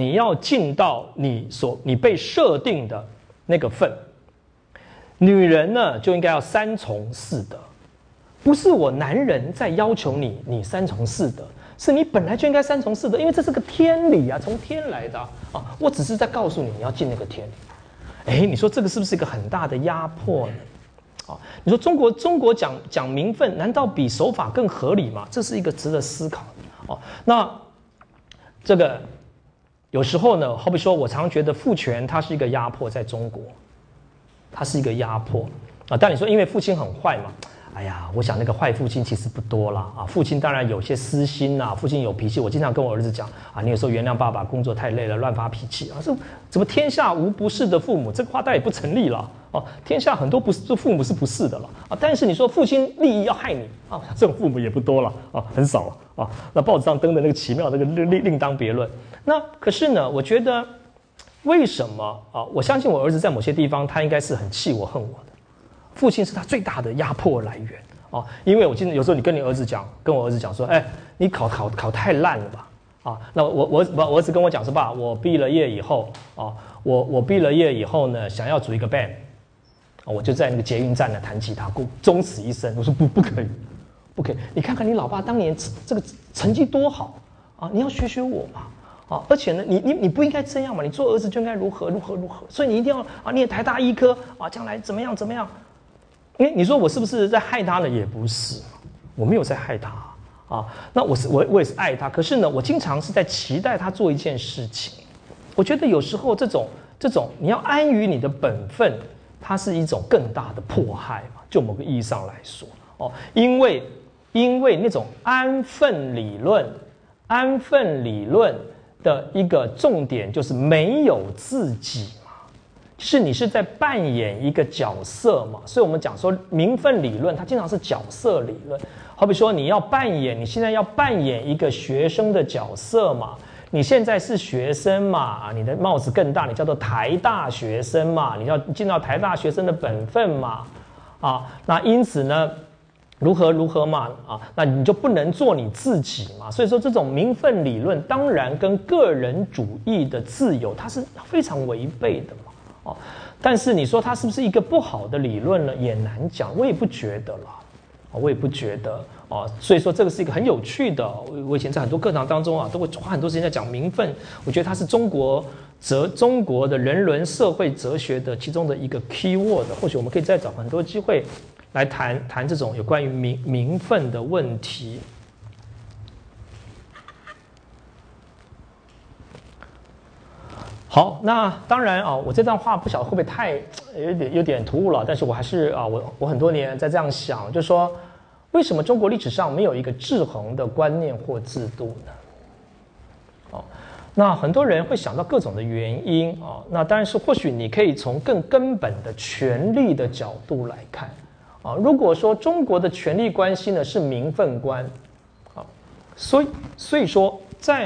你被设定的那个份。女人呢就应该要3从4德，不是我男人在要求你3从4德，是你本来就应该3从4德，因为这是个天理啊，从天来的啊。我只是在告诉你要进那个天理。你说这个是不是一个很大的压迫呢？你说中国讲名分，难道比守法更合理吗？这是一个值得思考的。那这个。有时候呢，好比说，我常觉得父权它是一个压迫，在中国，它是一个压迫啊。但你说因为父亲很坏嘛，哎呀，我想那个坏父亲其实不多啦啊。父亲当然有些私心啊，父亲有脾气。我经常跟我儿子讲啊，你有时候原谅爸爸工作太累了，乱发脾气啊。怎么天下无不是的父母？这个话当然也不成立了哦。天下很多不是父母是不是的了啊。但是你说父亲利益要害你啊，这种父母也不多了啊，很少了啊。那报纸上登的那个奇妙那个另当别论。那可是呢，我觉得为什么啊？我相信我儿子在某些地方，他应该是很气我、恨我的。父亲是他最大的压迫来源啊！因为我记得有时候你跟我儿子讲说，你考太烂了吧？啊，那我儿子跟我讲说，爸，我毕了业以后啊，我毕了业以后呢，想要组一个 band， 我就在那个捷运站呢弹吉他，终此一生。我说不可以，不可以！你看看你老爸当年这个成绩多好啊！你要学我嘛！啊，而且呢，你不应该这样嘛！你做儿子就应该如何，所以你一定要啊，念台大医科啊，将来怎么样？你说我是不是在害他呢？也不是，我没有在害他啊。那我也是爱他，可是呢，我经常是在期待他做一件事情。我觉得有时候这种你要安于你的本分，它是一种更大的迫害嘛。就某个意义上来说，哦，因为那种安分理论的一个重点就是没有自己嘛，是你是在扮演一个角色嘛，所以我们讲说名分理论，它经常是角色理论。好比说你现在要扮演一个学生的角色嘛，你现在是学生嘛，你的帽子更大，你叫做台大学生嘛，你要尽到台大学生的本分嘛，那因此呢，如何嘛啊？那你就不能做你自己嘛？所以说这种名分理论，当然跟个人主义的自由，它是非常违背的嘛。哦，但是你说它是不是一个不好的理论呢？也难讲，我也不觉得啦。我也不觉得哦。所以说这个是一个很有趣的。我以前在很多课堂当中啊，都会花很多时间在讲名分。我觉得它是中国的人伦社会哲学的其中的一个 key word。或许我们可以再找很多机会来谈这种有关于名分的问题。好，那当然啊，我这段话不晓得会不会太有点突兀了，但是我还是啊，我很多年在这样想，就是说，为什么中国历史上没有一个制衡的观念或制度呢？哦，那很多人会想到各种的原因啊，那当然是或许你可以从更根本的权力的角度来看啊。如果说中国的权力关系呢是名分观啊，所以说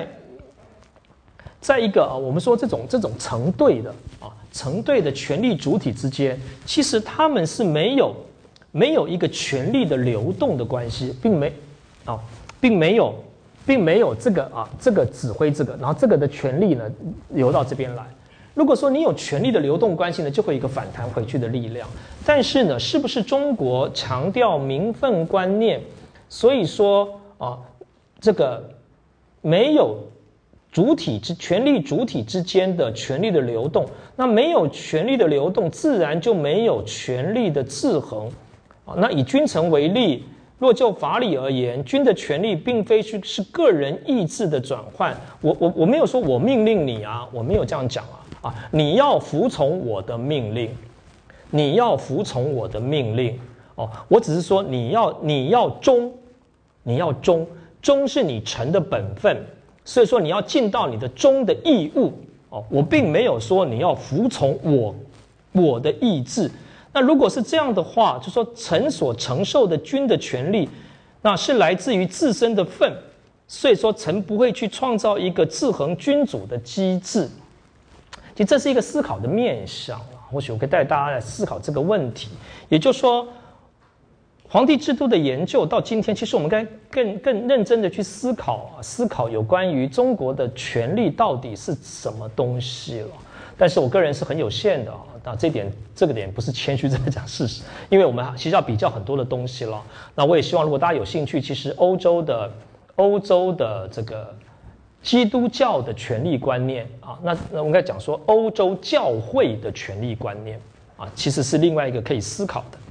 在一个我们说这种成对的权力主体之间，其实他们是没有一个权力的流动的关系，并没有这个指挥这个，然后这个的权力呢流到这边来。如果说你有权力的流动关系呢，就会有一个反弹回去的力量。但是呢，是不是中国强调名分观念，所以说这个没有权力主体之间的权力的流动。那没有权力的流动，自然就没有权力的制衡。那以君臣为例，若就法理而言，君的权力并非是个人意志的转换。我没有说我命令你啊，我没有这样讲啊，你要服从我的命令，你要服从我的命令哦。我只是说你要忠，忠是你臣的本分，所以说你要尽到你的忠的义务哦。我并没有说你要服从我的意志。那如果是这样的话，就说臣所承受的君的权利，那是来自于自身的份，所以说臣不会去创造一个制衡君主的机制。其实这是一个思考的面向啊，或许我可以带大家来思考这个问题。也就是说，皇帝制度的研究到今天，其实我们该更认真的去思考有关于中国的权力到底是什么东西了。但是我个人是很有限的啊，那这个点不是谦虚在讲事实，因为我们其实要比较很多的东西了。那我也希望，如果大家有兴趣，其实欧洲的这个基督教的权力观念啊，那我们该讲说欧洲教会的权力观念啊，其实是另外一个可以思考的。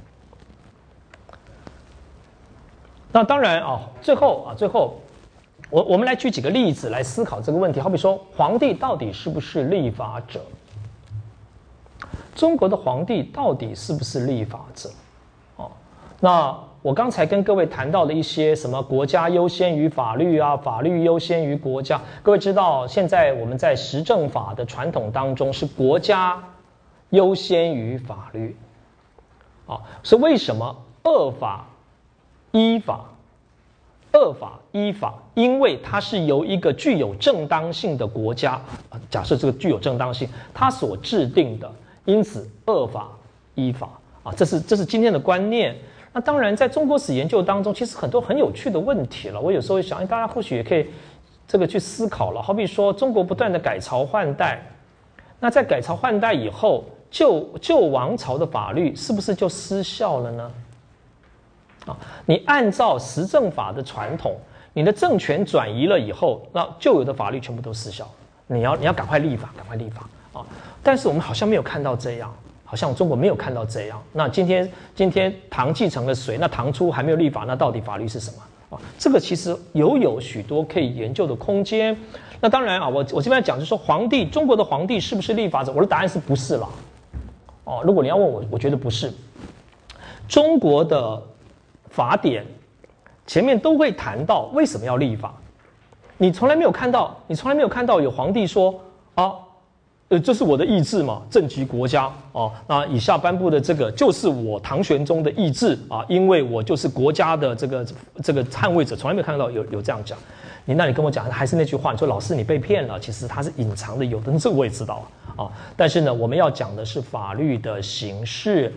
那当然啊，最后我们来举几个例子来思考这个问题。好比说，皇帝到底是不是立法者？中国的皇帝到底是不是立法者？哦，那我刚才跟各位谈到的一些什么国家优先于法律啊，法律优先于国家，各位知道，现在我们在实政法的传统当中是国家优先于法律。啊，是为什么恶法依法？恶法依法，因为它是由一个具有正当性的国家，假设这个具有正当性，它所制定的，因此恶法依法啊，这是今天的观念。那当然，在中国史研究当中，其实很多很有趣的问题了。我有时候会想，大家或许也可以这个去思考了。好比说，中国不断的改朝换代，那在改朝换代以后，旧王朝的法律是不是就失效了呢？啊，你按照实政法的传统，你的政权转移了以后，那旧有的法律全部都失效，你要赶快立法啊！但是我们好像没有看到这样，好像中国没有看到这样。那今天唐继承了谁？那唐初还没有立法，那到底法律是什么啊？这个其实有许多可以研究的空间。那当然啊，我这边讲就是说，中国的皇帝是不是立法者？我的答案是不是了。哦，如果你要问我，我觉得不是。中国的法典前面都会谈到为什么要立法，你从来没有看到有皇帝说啊，这是我的意志嘛，政及国家哦。那以下颁布的这个就是我唐玄宗的意志啊，因为我就是国家的这个捍卫者，从来没有看到有这样讲。那你跟我讲还是那句话，你说老师你被骗了，其实它是隐藏的有的，这个我也知道啊。但是呢，我们要讲的是法律的形式，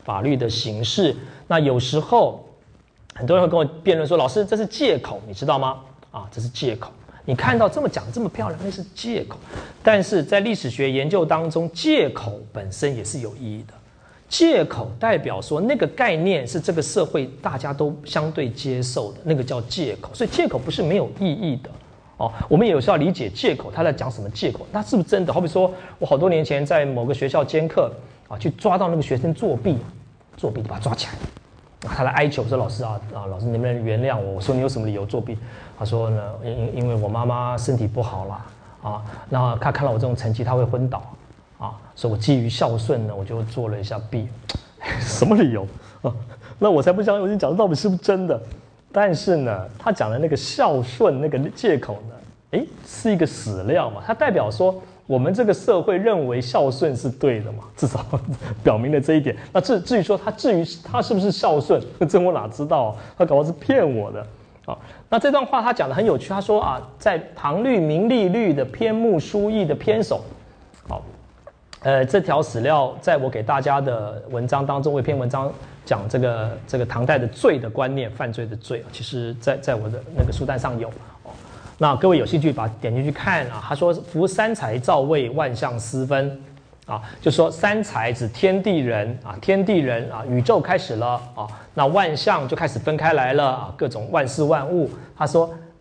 那有时候很多人会跟我辩论说，老师这是借口，你知道吗？啊，这是借口。你看到讲这么漂亮，那是借口。但是在历史学研究当中，借口本身也是有意义的。借口代表说那个概念是这个社会大家都相对接受的，那个叫借口。所以借口不是没有意义的哦。我们有时候要理解借口，他在讲什么借口，那是不是真的？好比说我好多年前在某个学校兼课啊，去抓到那个学生作弊就把他抓起来。他来哀求说：“老师啊，老师能不能原谅我？”我说：“你有什么理由作弊？”他说呢：“因为我妈妈身体不好啦，啊，那他看到我这种成绩，他会昏倒，啊，所以我基于孝顺呢，我就做了一下弊。什么理由啊？那我才不相信，我讲的到底是不是真的？但是呢，他讲的那个孝顺那个借口呢，是一个史料嘛，它代表说。我们这个社会认为孝顺是对的嘛，至少表明了这一点。那至于说他是不是孝顺，这我哪知道？他搞不好是骗我的啊。那这段话他讲的很有趣，他说啊，在唐律明历律的篇目书义的篇首，好，这条史料在我给大家的文章当中，我有篇文章讲这个唐代的罪的观念，犯罪的罪，其实在我的那个书单上有。那各位有兴趣把点进去看啊，他说夫三才造位，万象斯分啊，就说三才指天地人啊，宇宙开始了啊，那万象就开始分开来了啊，各种万事万物。他说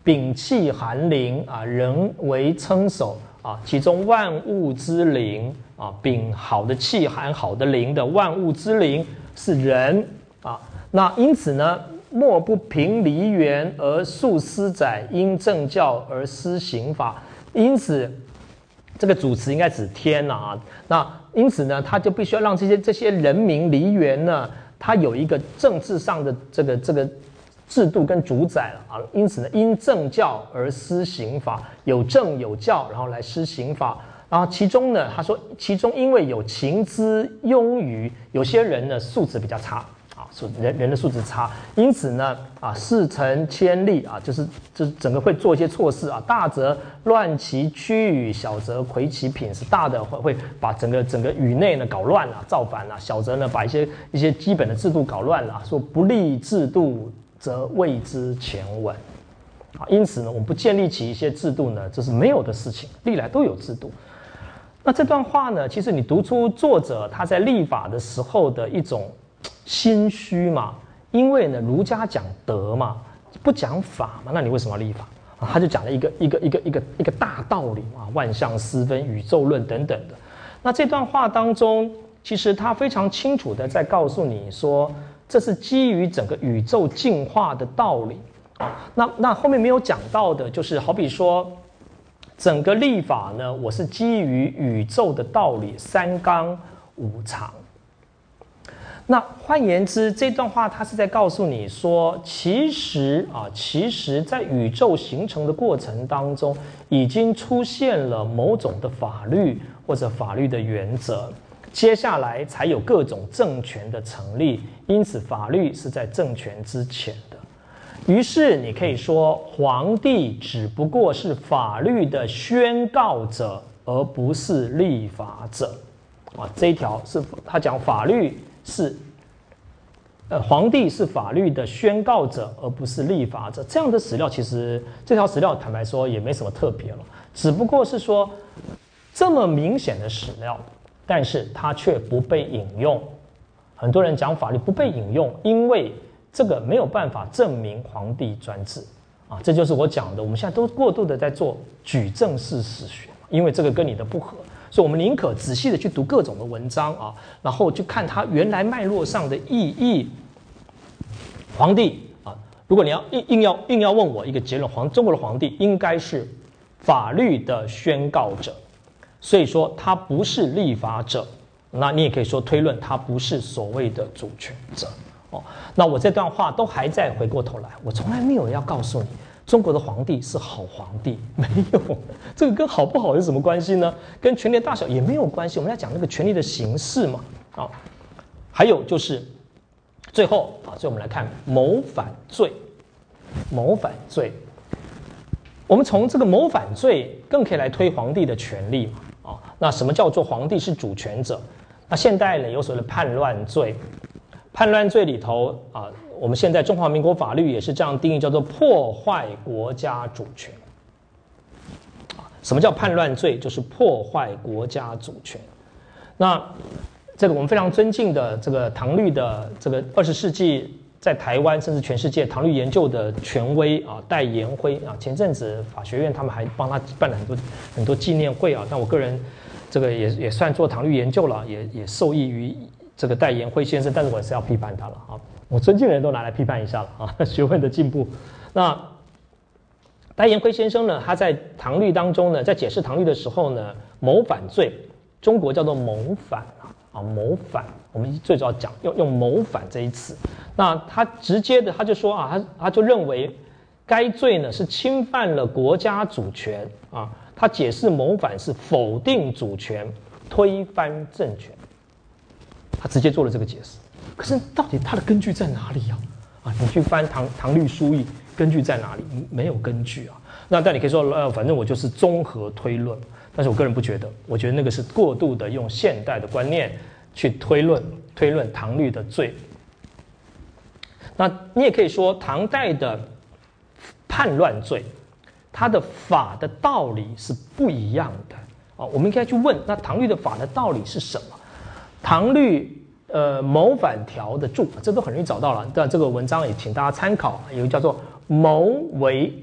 摒弃寒灵啊，人为称首啊，其中万物之灵啊，秉好的气含好的灵的万物之灵是人啊。那因此呢，莫不凭离缘而述施宰，因正教而施刑法。因此，这个主词应该指天啊。那因此呢，他就必须要让这些人民离缘呢，他有一个政治上的这个制度跟主宰了啊。因此呢，因政教而施刑法，有政有教，然后来施刑法。然后其中呢，他说其中因为有情资庸愚，有些人呢素质比较差。人的素质差，因此呢，事成千例啊，就是整个会做一些错事啊，大则乱其区域，小则毁其品。是大的会把整个宇内呢搞乱了、造反了；小则呢把一些基本的制度搞乱了。说不立制度，则谓之前文啊。因此呢，我们不建立起一些制度呢，这是没有的事情，历来都有制度。那这段话呢，其实你读出作者他在立法的时候的一种心虚嘛，因为呢，儒家讲德嘛，不讲法嘛，那你为什么要立法啊？他就讲了一个大道理嘛，万象私分、宇宙论等等的。那这段话当中，其实他非常清楚的在告诉你说，这是基于整个宇宙进化的道理啊。那后面没有讲到的，就是好比说，整个立法呢，我是基于宇宙的道理，三纲五常。那换言之，这段话它是在告诉你说，其实在宇宙形成的过程当中，已经出现了某种的法律或者法律的原则，接下来才有各种政权的成立，因此法律是在政权之前的。于是你可以说，皇帝只不过是法律的宣告者，而不是立法者啊。这一条是他讲法律是，皇帝是法律的宣告者，而不是立法者。这样的史料，其实这条史料坦白说也没什么特别了，只不过是说这么明显的史料，但是它却不被引用。很多人讲法律不被引用，因为这个没有办法证明皇帝专制啊。这就是我讲的，我们现在都过度的在做举证式史学，因为这个跟你的不合。所以我们宁可仔细的去读各种的文章啊，然后去看它原来脉络上的意义。皇帝啊，如果你要硬要问我一个结论，中国的皇帝应该是法律的宣告者，所以说他不是立法者。那你也可以说推论他不是所谓的主权者哦。那我这段话都还在回过头来，我从来没有要告诉你。中国的皇帝是好皇帝，没有，这个跟好不好有什么关系呢？跟权力大小也没有关系。我们在讲那个权力的形式嘛，啊，还有就是最后啊，所以我们来看谋反罪。谋反罪，我们从这个谋反罪更可以来推皇帝的权利嘛，啊，那什么叫做皇帝是主权者？那现代呢有所谓的叛乱罪，叛乱罪里头啊。我们现在中华民国法律也是这样定义，叫做破坏国家主权。什么叫叛乱罪？就是破坏国家主权。那这个我们非常尊敬的这个唐律的这个20世纪在台湾甚至全世界唐律研究的权威啊，戴延辉啊，前阵子法学院他们还帮他办了很多纪念会啊。但我个人这个也算做唐律研究了，也受益于这个戴延辉先生，但是我也是要批判他了啊。我尊敬的人都拿来批判一下了啊，学问的进步。那戴延辉先生呢，他在唐律当中呢，在解释唐律的时候呢，谋反罪，中国叫做谋反啊，谋反，我们最主要讲用谋反这一词。那他直接的他就说啊，他就认为该罪呢是侵犯了国家主权啊，他解释谋反是否定主权，推翻政权，他直接做了这个解释。可是到底它的根据在哪里呀？啊，你去翻唐律疏议，根据在哪里？没有根据啊。那但你可以说，反正我就是综合推论。但是我个人不觉得，我觉得那个是过度的用现代的观念去推论唐律的罪。那你也可以说，唐代的叛乱罪，它的法的道理是不一样的啊。我们应该去问，那唐律的法的道理是什么？唐律。谋反条的这都很容易找到了，但这个文章也请大家参考。有一个叫做谋为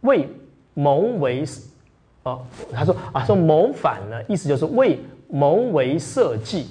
为谋为他说谋反呢，意思就是为谋为社稷。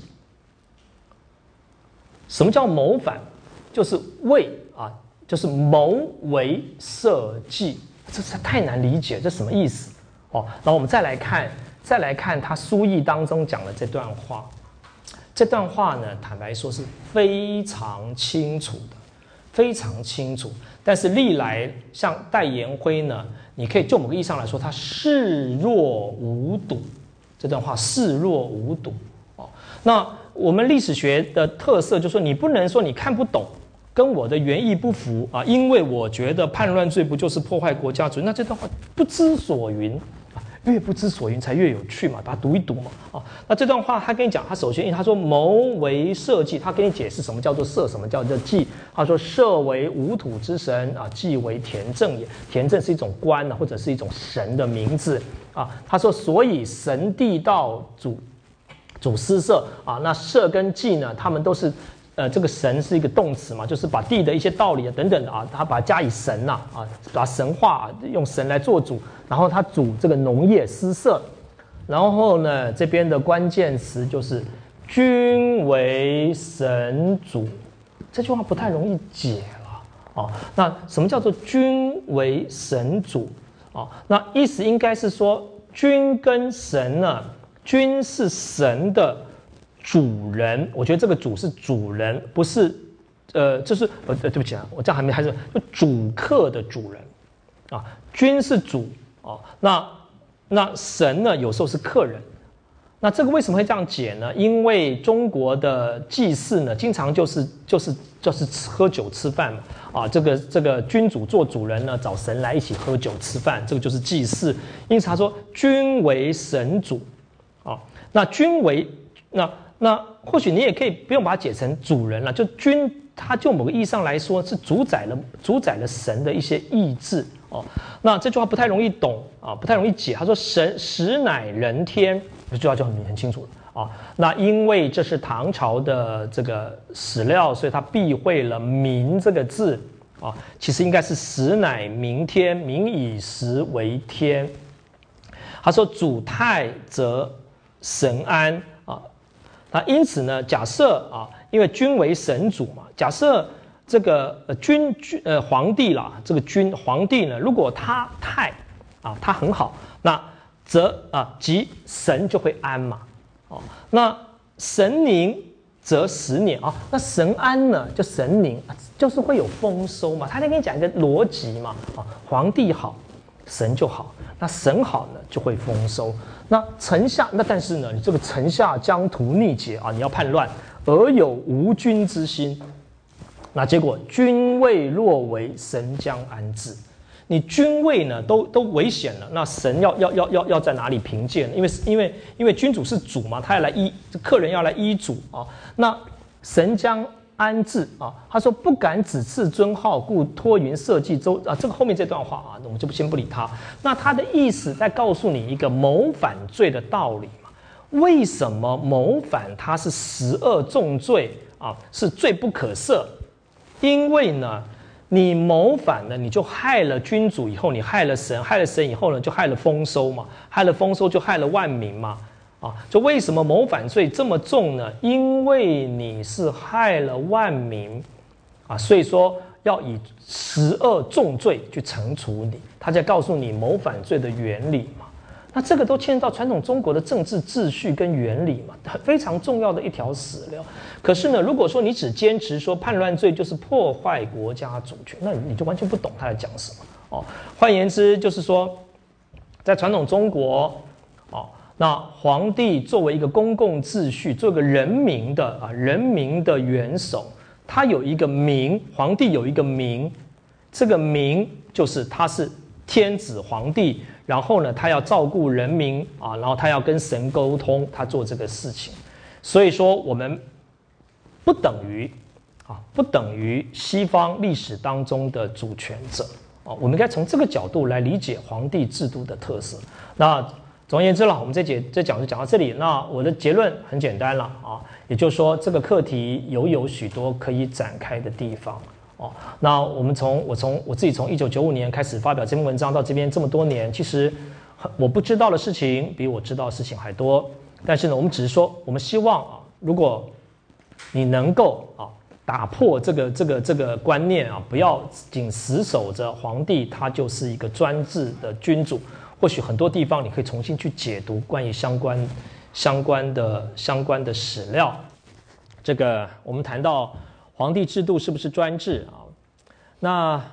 什么叫谋反？就是就是谋为社稷。这太难理解，这什么意思？然后我们再来看他书议当中讲的这段话。这段话呢，坦白说是非常清楚的，非常清楚。但是历来像戴延辉呢，你可以就某个意义上来说，他视若无睹。这段话视若无睹。那我们历史学的特色就是说，你不能说你看不懂，跟我的原意不符啊，因为我觉得叛乱罪不就是破坏国家主义？那这段话不知所云。越不知所云才越有趣嘛，把它读一读嘛。那这段话他跟你讲，他首先他说谋为社稷，他跟你解释什么叫做社，什么叫做稷。他说社为无土之神啊，稷为田正也。田正是一种官或者是一种神的名字啊。他说所以神地道主司社啊，那社跟稷呢，他们都是。这个神是一个动词嘛，就是把地的一些道理等等的他把它加以神把它神化用神来做主，然后他主这个农业施社，然后呢，这边的关键词就是君为神主，这句话不太容易解了那什么叫做君为神主那意思应该是说，君跟神呢，君是神的主人，我觉得这个主是主人，不是，就是对不起我这样还是就主客的主人君是主那神呢有时候是客人，那这个为什么会这样解呢？因为中国的祭祀呢，经常就是喝酒吃饭嘛这个君主做主人呢，找神来一起喝酒吃饭，这个就是祭祀。因此他说君为神主那君为那或许你也可以不用把它解成主人了，就君，它就某个意义上来说是主宰了神的一些意志那这句话不太容易懂不太容易解。他说神实乃人天，这句话就很清楚了那因为这是唐朝的这个史料，所以他避讳了民这个字其实应该是实乃民天，民以食为天。他说主泰则神安那因此呢，假设因为君为神主嘛，假设这个皇帝啦，这个皇帝呢，如果他泰他很好，那则即神就会安嘛那神宁则时年那神安呢，就神宁就是会有丰收嘛。他在跟你讲一个逻辑嘛皇帝好，神就好，那神好呢就会丰收。那臣下，但是呢，你这个臣下疆土逆劫你要叛乱，而有无君之心，那结果君位若为，神将安置。你君位呢都危险了，那神要在哪里凭借呢？因为君主是主嘛，他要来客人要来依主那神将安置他说不敢只赐尊号，故托云社稷周这个后面这段话我们就先不理他。那他的意思在告诉你一个谋反罪的道理嘛？为什么谋反它是十恶重罪是罪不可赦？因为呢，你谋反呢，你就害了君主，以后你害了神，害了神以后呢，就害了丰收嘛，害了丰收就害了万民嘛。就为什么谋反罪这么重呢？因为你是害了万民所以说要以十恶重罪去惩处你。他在告诉你谋反罪的原理嘛。那这个都牵涉到传统中国的政治秩序跟原理嘛，非常重要的一条史料。可是呢，如果说你只坚持说叛乱罪就是破坏国家主权，那你就完全不懂他在讲什么换言之，就是说，在传统中国那皇帝作为一个公共秩序，做个人民的元首，他有一个名，皇帝有一个名，这个名就是他是天子皇帝，然后呢，他要照顾人民然后他要跟神沟通，他做这个事情。所以说，我们不等于西方历史当中的主权者我们应该从这个角度来理解皇帝制度的特色。那总而言之了，我们这讲就讲到这里。那我的结论很简单了也就是说，这个课题有许多可以展开的地方哦。那我自己从1995年开始发表这篇文章到这边这么多年，其实我不知道的事情比我知道的事情还多。但是呢，我们只是说，我们希望啊，如果你能够啊打破这个观念啊，不要仅死守着皇帝他就是一个专制的君主，或许很多地方你可以重新去解读关于相关的史料。这个我们谈到皇帝制度是不是专制啊？那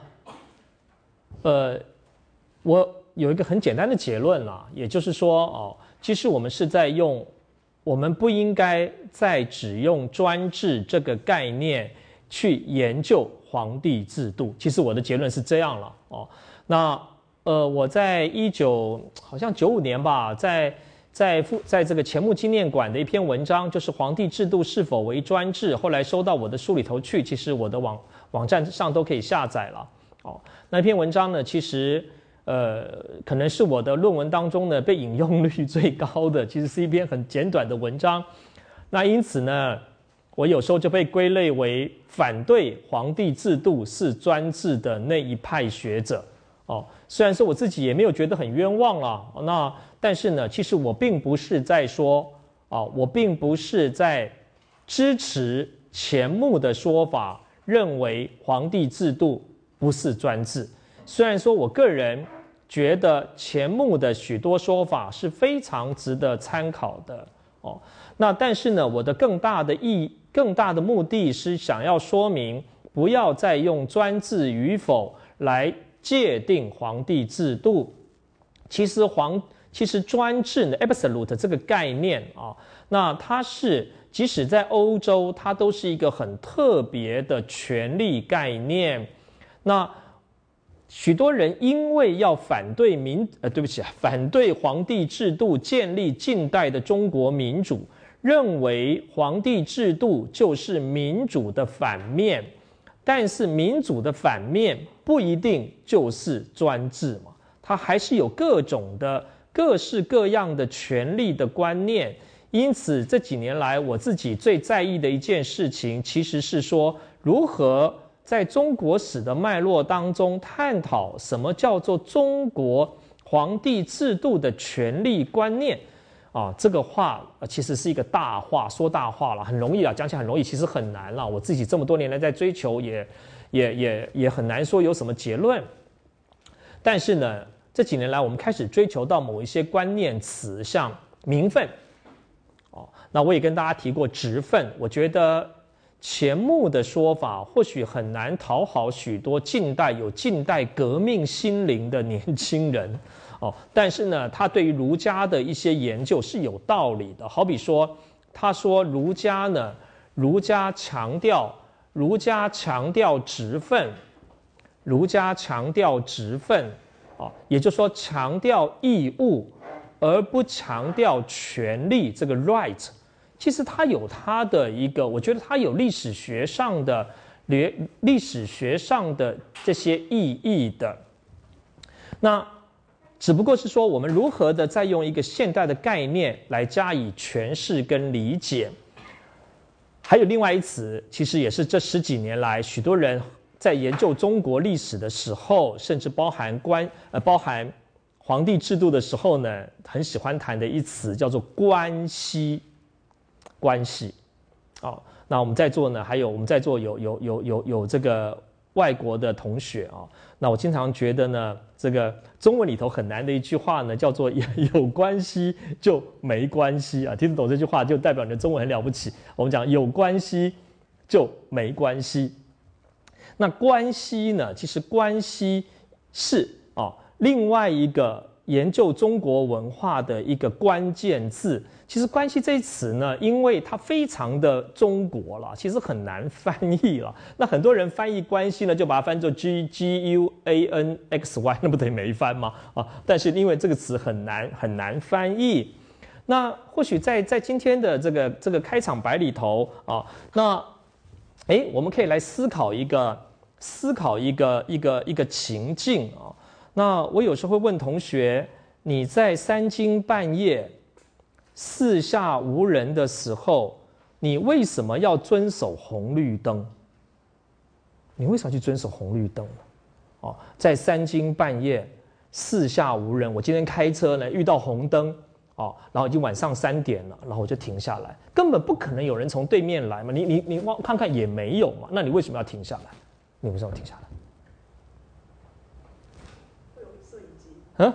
我有一个很简单的结论啦，也就是说哦，其实我们不应该再只用专制这个概念去研究皇帝制度。其实我的结论是这样了哦。那我在好像95年吧，在这个钱穆纪念馆的一篇文章，就是皇帝制度是否为专制，后来收到我的书里头去，其实我的网站上都可以下载了哦。那篇文章呢，其实可能是我的论文当中呢被引用率最高的，其实是一篇很简短的文章。那因此呢，我有时候就被归类为反对皇帝制度是专制的那一派学者哦。虽然说我自己也没有觉得很冤枉啦，但是呢，其实我并不是在说我并不是在支持钱穆的说法，认为皇帝制度不是专制。虽然说我个人觉得钱穆的许多说法是非常值得参考的哦，那但是呢，我的更大的目的是想要说明，不要再用专制与否来界定皇帝制度。其实专制的 absolute 这个概念啊，那它是即使在欧洲，它都是一个很特别的权力概念。那许多人因为要反对反对皇帝制度建立近代的中国民主，认为皇帝制度就是民主的反面。但是民主的反面不一定就是专制嘛，它还是有各式各样的权力的观念。因此这几年来我自己最在意的一件事情，其实是说如何在中国史的脉络当中探讨什么叫做中国皇帝制度的权力观念啊。这个话其实是一个大话，说大话了，很容易啊，讲起来很容易，其实很难了。我自己这么多年来在追求，也很难说有什么结论。但是呢，这几年来我们开始追求到某一些观念词，像名分哦，那我也跟大家提过职分。我觉得钱穆的说法或许很难讨好许多近代革命心灵的年轻人哦，但是呢，他对于儒家的一些研究是有道理的。好比说，他说儒家强调职分，也就是说强调义务而不强调权利，这个 right。其实它有它的一个，我觉得它有历史学上的这些意义的。那只不过是说，我们如何的再用一个现代的概念来加以诠释跟理解。还有另外一词，其实也是这10几年来许多人在研究中国历史的时候，甚至包含皇帝制度的时候呢，很喜欢谈的一词，叫做关系。那我们在座呢，还有我们在座有这个外国的同学啊，那我经常觉得呢，这个中文里头很难的一句话呢，叫做有关系就没关系啊，听得懂这句话就代表你的中文很了不起。我们讲有关系就没关系，那关系呢，其实关系是另外一个研究中国文化的一个关键字。其实关系这一词呢，因为它非常的中国了，其实很难翻译了。那很多人翻译关系呢，就把它翻作 GUANXY， 那不等于没翻吗？但是因为这个词很难翻译。那或许在今天的这个开场白里头那我们可以来思考一个情境啊。那我有时候会问同学，你在3更半夜四下无人的时候，你为什么要遵守红绿灯？ 你为什么去遵守红绿灯呢？哦，在3更半夜四下无人，我今天开车呢遇到红灯，哦，然后已经晚上3点了，然后我就停下来，根本不可能有人从对面来嘛，你看看也没有嘛，那你为什么要停下来？你为什么要停下来？ 会有摄影机。 嗯。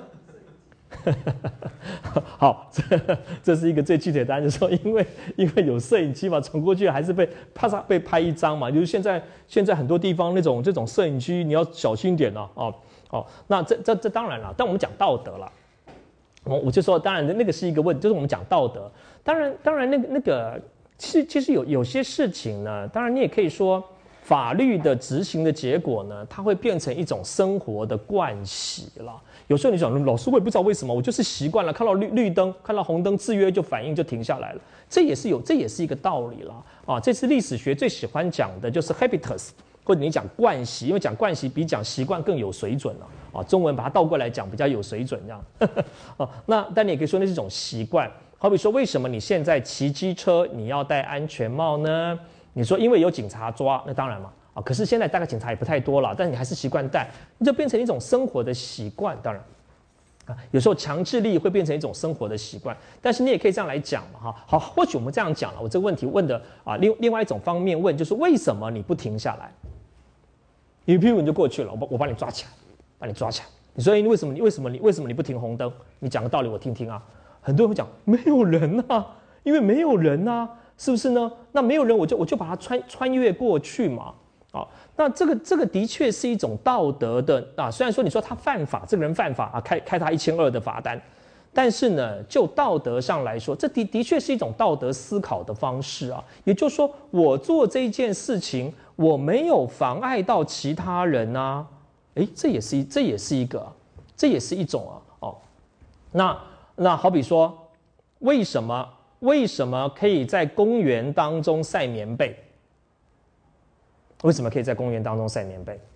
好，这是一个最具体的答案，就是说，因为有摄影机嘛，冲过去还是被拍一张嘛。就是现在很多地方这种摄影机，你要小心点了哦。那这当然了，但我们讲道德了，我就说，当然那个是一个问题，就是我们讲道德。当然那个其实有些事情呢，当然你也可以说。法律的执行的结果呢，它会变成一种生活的惯习了。有时候你想，老师我也不知道为什么，我就是习惯了，看到绿灯，看到红灯，制约就反应就停下来了。这也是一个道理了啊。这次历史学最喜欢讲的就是 habitus， 或者你讲惯习，因为讲惯习比讲习惯更有水准了啊。中文把它倒过来讲比较有水准这样。那但你也可以说那是一种习惯。好比说，为什么你现在骑机车你要戴安全帽呢？你说因为有警察抓，那当然嘛啊。可是现在大概警察也不太多了，但你还是习惯戴，你就变成一种生活的习惯。当然啊，有时候强制力会变成一种生活的习惯。但是你也可以这样来讲嘛哈。好，或许我们这样讲了，我这个问题问的啊，另外一种方面问就是为什么你不停下来？你譬如你就过去了，我把你抓起来，把你抓起来。你说为什么你不停红灯？你讲个道理我听听啊。很多人会讲没有人啊，因为没有人啊。是不是呢？那没有人，我就把它穿越过去嘛。啊，那这个的确是一种道德的啊。虽然说你说他犯法，这个人犯法啊，开他1200的罚单，但是呢，就道德上来说，这的确是一种道德思考的方式啊。也就是说，我做这件事情，我没有妨碍到其他人啊。这也是一种啊。哦，那好比说，为什么可以在公园当中晒棉被？为什么可以在公园当中晒棉被？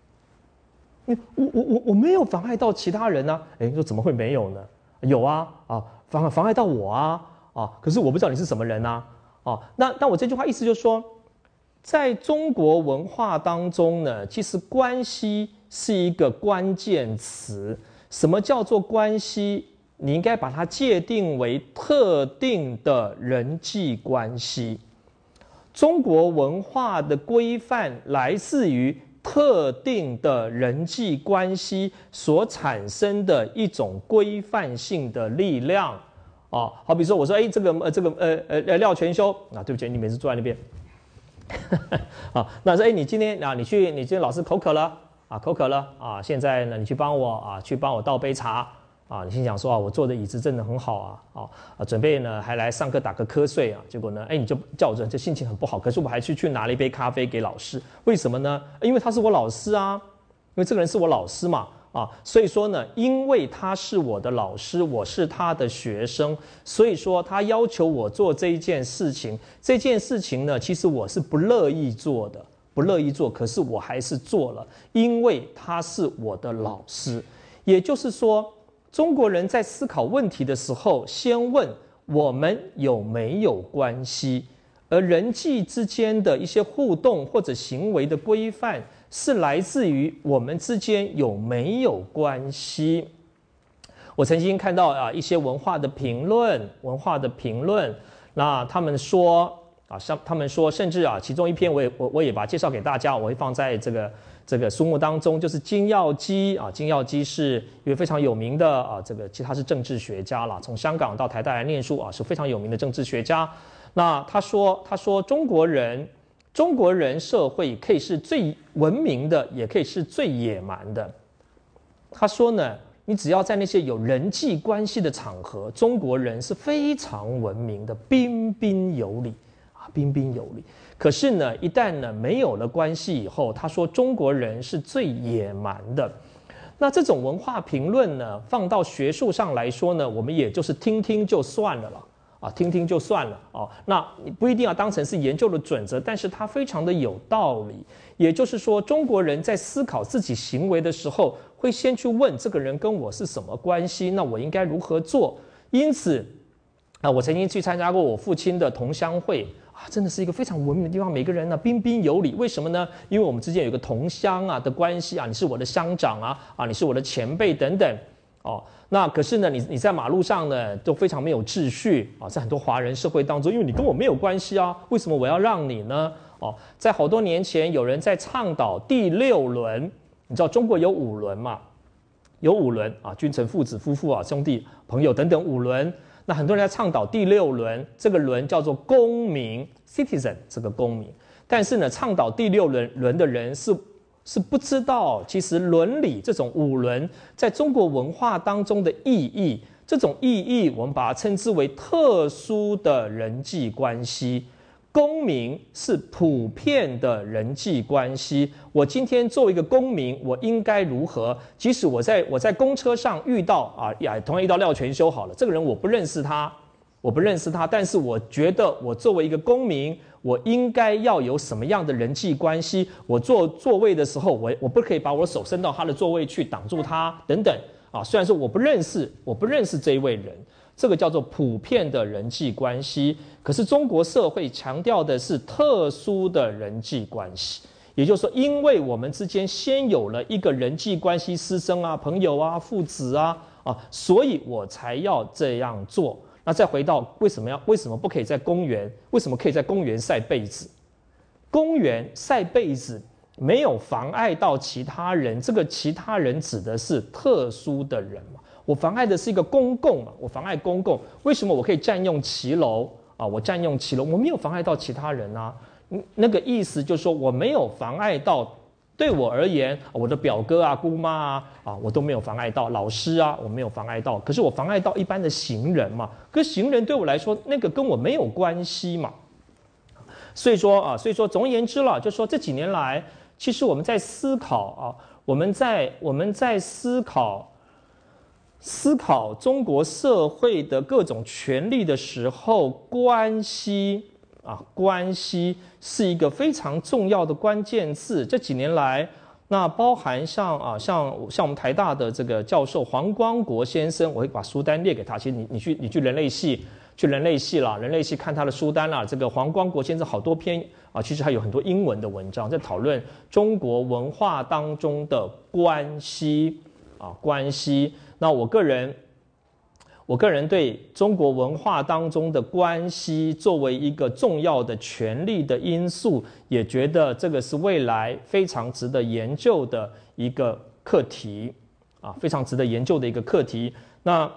我没有妨碍到其他人啊。说怎么会没有呢？有啊，妨碍到我啊，可是我不知道你是什么人啊。那我这句话意思就是说，在中国文化当中呢，其实关系是一个关键词。什么叫做关系？你应该把它界定为特定的人际关系。中国文化的规范来自于特定的人际关系所产生的一种规范性的力量。好比说我说廖全修啊，对不起，你每次坐在那边。那说你今天老师口渴了啊，现在呢你去帮我倒杯茶。你心想说我坐的椅子真的很好准备呢还来上课打个瞌睡啊，结果呢你就叫着，这心情很不好，可是我还去拿了一杯咖啡给老师，为什么呢？因为他是我老师啊，因为这个人是我老师嘛所以说呢，因为他是我的老师，我是他的学生，所以说他要求我做这一件事情，这件事情呢其实我是不乐意做，可是我还是做了，因为他是我的老师。也就是说，中国人在思考问题的时候，先问我们有没有关系，而人际之间的一些互动或者行为的规范，是来自于我们之间有没有关系。我曾经看到一些文化的评论，那他们说甚至其中一篇我也把它介绍给大家，我会放在这个书目当中，就是金耀基金耀基是一位非常有名的其实他是政治学家啦，从香港到台大来念书是非常有名的政治学家。那他说中国人社会可以是最文明的，也可以是最野蛮的。他说呢，你只要在那些有人际关系的场合，中国人是非常文明的，彬彬有礼。可是呢，一旦呢没有了关系以后，他说中国人是最野蛮的。那这种文化评论呢，放到学术上来说呢，我们也就是听听就算了那你不一定要当成是研究的准则，但是它非常的有道理。也就是说，中国人在思考自己行为的时候，会先去问这个人跟我是什么关系，那我应该如何做。因此我曾经去参加过我父亲的同乡会真的是一个非常文明的地方，每个人呢彬彬有礼。为什么呢？因为我们之间有一个同乡啊的关系啊，你是我的乡长啊，你是我的前辈等等哦。那可是呢，你在马路上呢都非常没有秩序啊，在很多华人社会当中，因为你跟我没有关系啊，为什么我要让你呢？哦，在好多年前，有人在倡导第6轮，你知道中国有5轮嘛？有5轮啊，君臣父子夫妇啊，兄弟朋友等等5轮。那很多人在倡导第6轮，这个轮叫做公民 （citizen） 这个公民。但是呢，倡导第6轮的人是不知道，其实伦理这种5轮在中国文化当中的意义。这种意义，我们把它称之为特殊的人际关系。公民是普遍的人际关系。我今天作为一个公民，我应该如何？即使我在公车上遇到同样遇到廖全修好了，这个人我不认识他，但是我觉得我作为一个公民，我应该要有什么样的人际关系？我坐座位的时候，我不可以把我的手伸到他的座位去挡住他，等等啊。虽然说我不认识这一位人。这个叫做普遍的人际关系，可是中国社会强调的是特殊的人际关系，也就是说，因为我们之间先有了一个人际关系，师生啊、朋友啊、父子啊，所以我才要这样做。那再回到为什么不可以在公园？为什么可以在公园晒被子？公园晒被子没有妨碍到其他人，这个其他人指的是特殊的人嘛？我妨碍的是一个公共嘛，我妨碍公共，为什么我可以占用骑楼啊？我占用骑楼，我没有妨碍到其他人啊。那个意思就是说我没有妨碍到，对我而言，我的表哥啊、姑妈啊，我都没有妨碍到，老师啊，我没有妨碍到，可是我妨碍到一般的行人嘛。可是行人对我来说，那个跟我没有关系嘛。所以说总而言之了，就是说这几年来，其实我们在思考啊，我们在思考中国社会的各种权利的时候，关系是一个非常重要的关键字。这几年来，那包含像我们台大的这个教授黄光国先生，我会把书单列给他。其实你去人类系啦，人类系看他的书单啦。这个黄光国先生好多篇其实还有很多英文的文章在讨论中国文化当中的关系。那我个人对中国文化当中的关系作为一个重要的权力的因素，也觉得这个是未来非常值得研究的一个课题非常值得研究的一个课题。那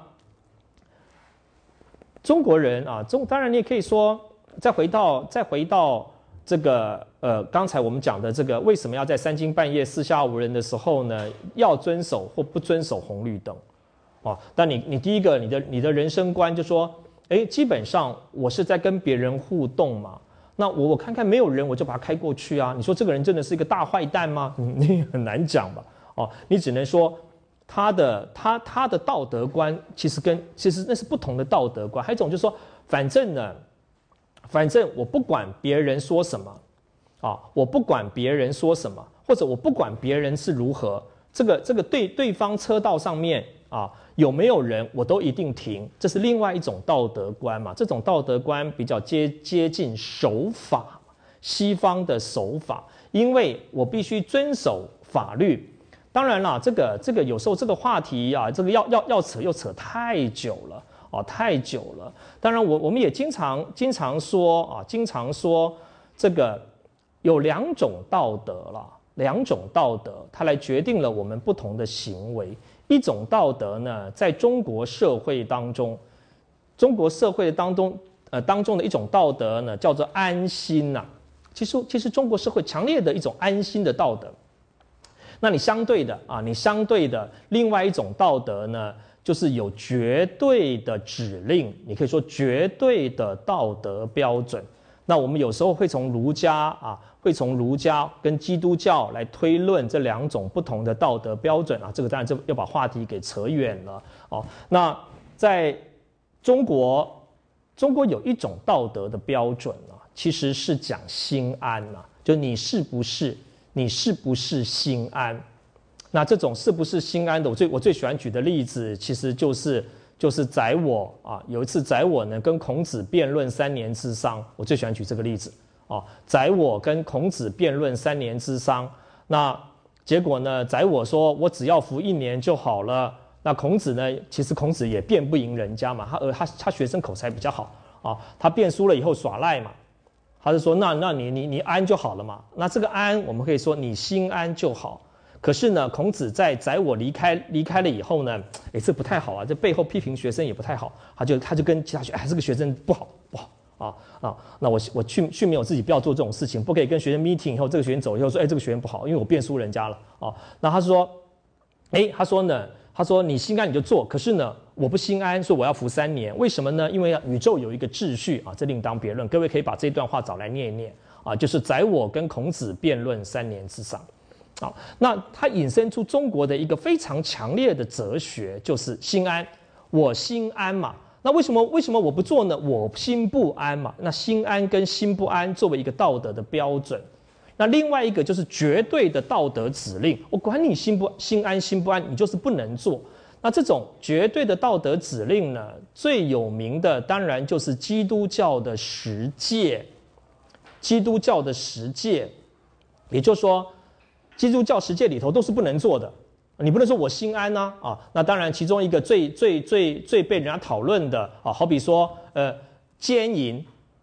中国人当然你也可以说，再回到这个刚才我们讲的这个为什么要在3更半夜四下无人的时候呢，要遵守或不遵守红绿灯但你第一个你的人生观就说，基本上我是在跟别人互动嘛，那我看看没有人我就把它开过去啊。你说这个人真的是一个大坏蛋吗？你很难讲吧你只能说他的道德观其实那是不同的道德观。还有一种就是说，反正我不管别人说什么我不管别人说什么，或者我不管别人是如何，这个对方车道上面有没有人我都一定停，这是另外一种道德观嘛。这种道德观比较接近守法，西方的守法，因为我必须遵守法律。当然啦，这个有时候这个话题这个要扯又扯太久了太久了。当然我们也经常说这个有2种道德啦，2种道德它来决定了我们不同的行为。一种道德呢，在中国社会当中当中的一种道德呢，叫做安心其实中国社会强烈的一种安心的道德。那你相对的另外一种道德呢，就是有绝对的指令，你可以说绝对的道德标准。那我们有时候会从儒家跟基督教来推论这2种不同的道德标准这个当然就要把话题给扯远了那在中国有一种道德的标准其实是讲心安就你是不是心安。那这种是不是心安的，我最喜欢举的例子其实就是就是宰我啊，有一次宰我呢跟孔子辩论3年之丧，我最喜欢举这个例子啊，宰我跟孔子辩论3年之丧，那结果呢，宰我说我只要服1年就好了，那孔子呢，其实孔子也辩不赢人家嘛，他学生口才比较好啊，他辩输了以后耍赖嘛，他就说那你安就好了嘛，那这个安我们可以说你心安就好。可是呢，孔子在宰我离开了以后呢，这不太好啊，这背后批评学生也不太好，他就跟其他学这个学生不好那我训勉我自己不要做这种事情，不可以跟学生 meeting 以后这个学生走以后说这个学生不好，因为我辩输人家了那他说他说你心安你就做，可是呢我不心安，所以我要服3年，为什么呢？因为宇宙有一个秩序这另当别论，各位可以把这段话找来念一念就是宰我跟孔子辩论3年之丧。好，那它引申出中国的一个非常强烈的哲学，就是心安。我心安嘛，那为什么我不做呢？我心不安嘛。那心安跟心不安作为一个道德的标准，那另外一个就是绝对的道德指令，我管你心安心不安，你就是不能做。那这种绝对的道德指令呢，最有名的当然就是基督教的十诫。基督教的十诫，也就是说，基督教十诫里头都是不能做的，你不能说我心安那当然其中一个最被人家讨论的好比说奸淫，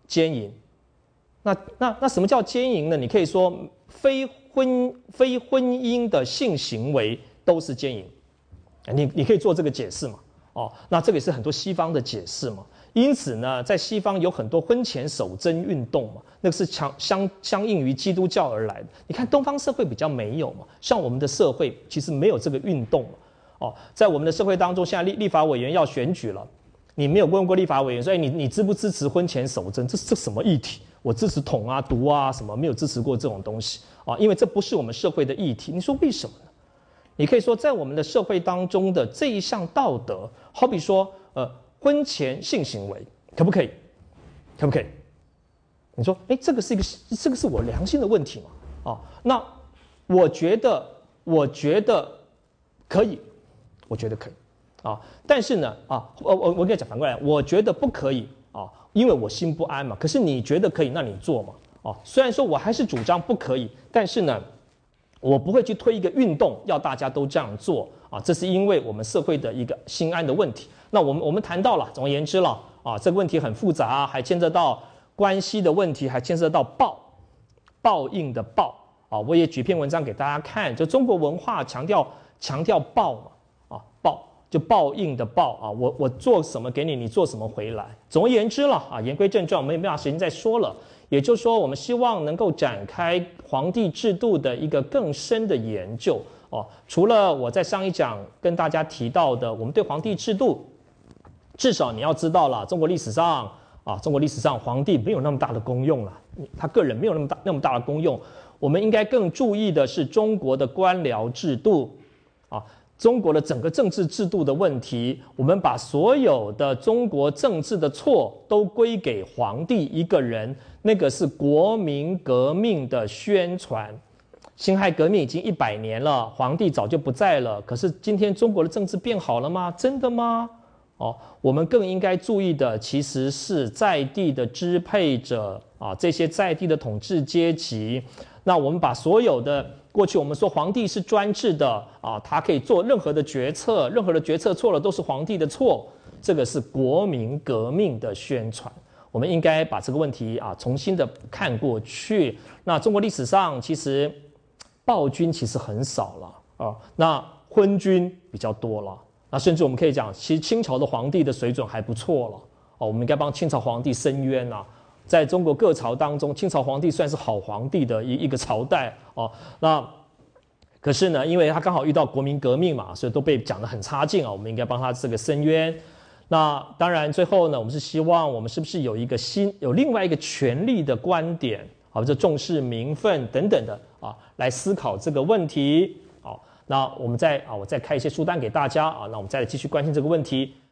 那什么叫奸淫呢？你可以说非婚姻的性行为都是奸淫，你可以做这个解释嘛那这个也是很多西方的解释嘛。因此呢，在西方有很多婚前守贞运动嘛，那个是相应于基督教而来的。你看东方社会比较没有嘛，像我们的社会其实没有这个运动嘛。在我们的社会当中，现在立法委员要选举了，你没有问过立法委员说，你支不支持婚前守贞？这什么议题？我支持统独什么，没有支持过这种东西因为这不是我们社会的议题。你说为什么呢？你可以说在我们的社会当中的这一项道德，好比说婚前性行为可不可以？你说，这个是我良心的问题嘛？那我觉得可以，但是呢，我跟你讲反过来，我觉得不可以因为我心不安嘛。可是你觉得可以，那你做嘛？虽然说我还是主张不可以，但是呢，我不会去推一个运动要大家都这样做这是因为我们社会的一个心安的问题。那我们谈到了，总而言之了这个问题很复杂还牵涉到关系的问题，还牵涉到报应的报我也举篇文章给大家看，就中国文化强调报嘛报就报应的报我做什么给你，你做什么回来。总而言之了言归正传，我们也没有时间再说了。也就是说，我们希望能够展开皇帝制度的一个更深的研究除了我在上一讲跟大家提到的，我们对皇帝制度，至少你要知道了，中国历史上皇帝没有那么大的功用了，他个人没有那么大的功用。我们应该更注意的是中国的官僚制度中国的整个政治制度的问题。我们把所有的中国政治的错都归给皇帝一个人，那个是国民革命的宣传。辛亥革命已经100年了，皇帝早就不在了，可是今天中国的政治变好了吗？真的吗？我们更应该注意的其实是在地的支配者这些在地的统治阶级。那我们把所有的过去我们说皇帝是专制的他可以做任何的决策，任何的决策错了都是皇帝的错，这个是国民革命的宣传。我们应该把这个问题重新的看过去。那中国历史上其实暴君其实很少了那昏君比较多了。那甚至我们可以讲，其实清朝的皇帝的水准还不错了我们应该帮清朝皇帝申冤在中国各朝当中，清朝皇帝算是好皇帝的一个朝代那可是呢，因为他刚好遇到国民革命嘛，所以都被讲得很差劲我们应该帮他这个申冤。那当然最后呢，我们是希望我们是不是有另外一个权力的观点这重视名分等等的来思考这个问题那我再开一些书单给大家那我们再继续关心这个问题。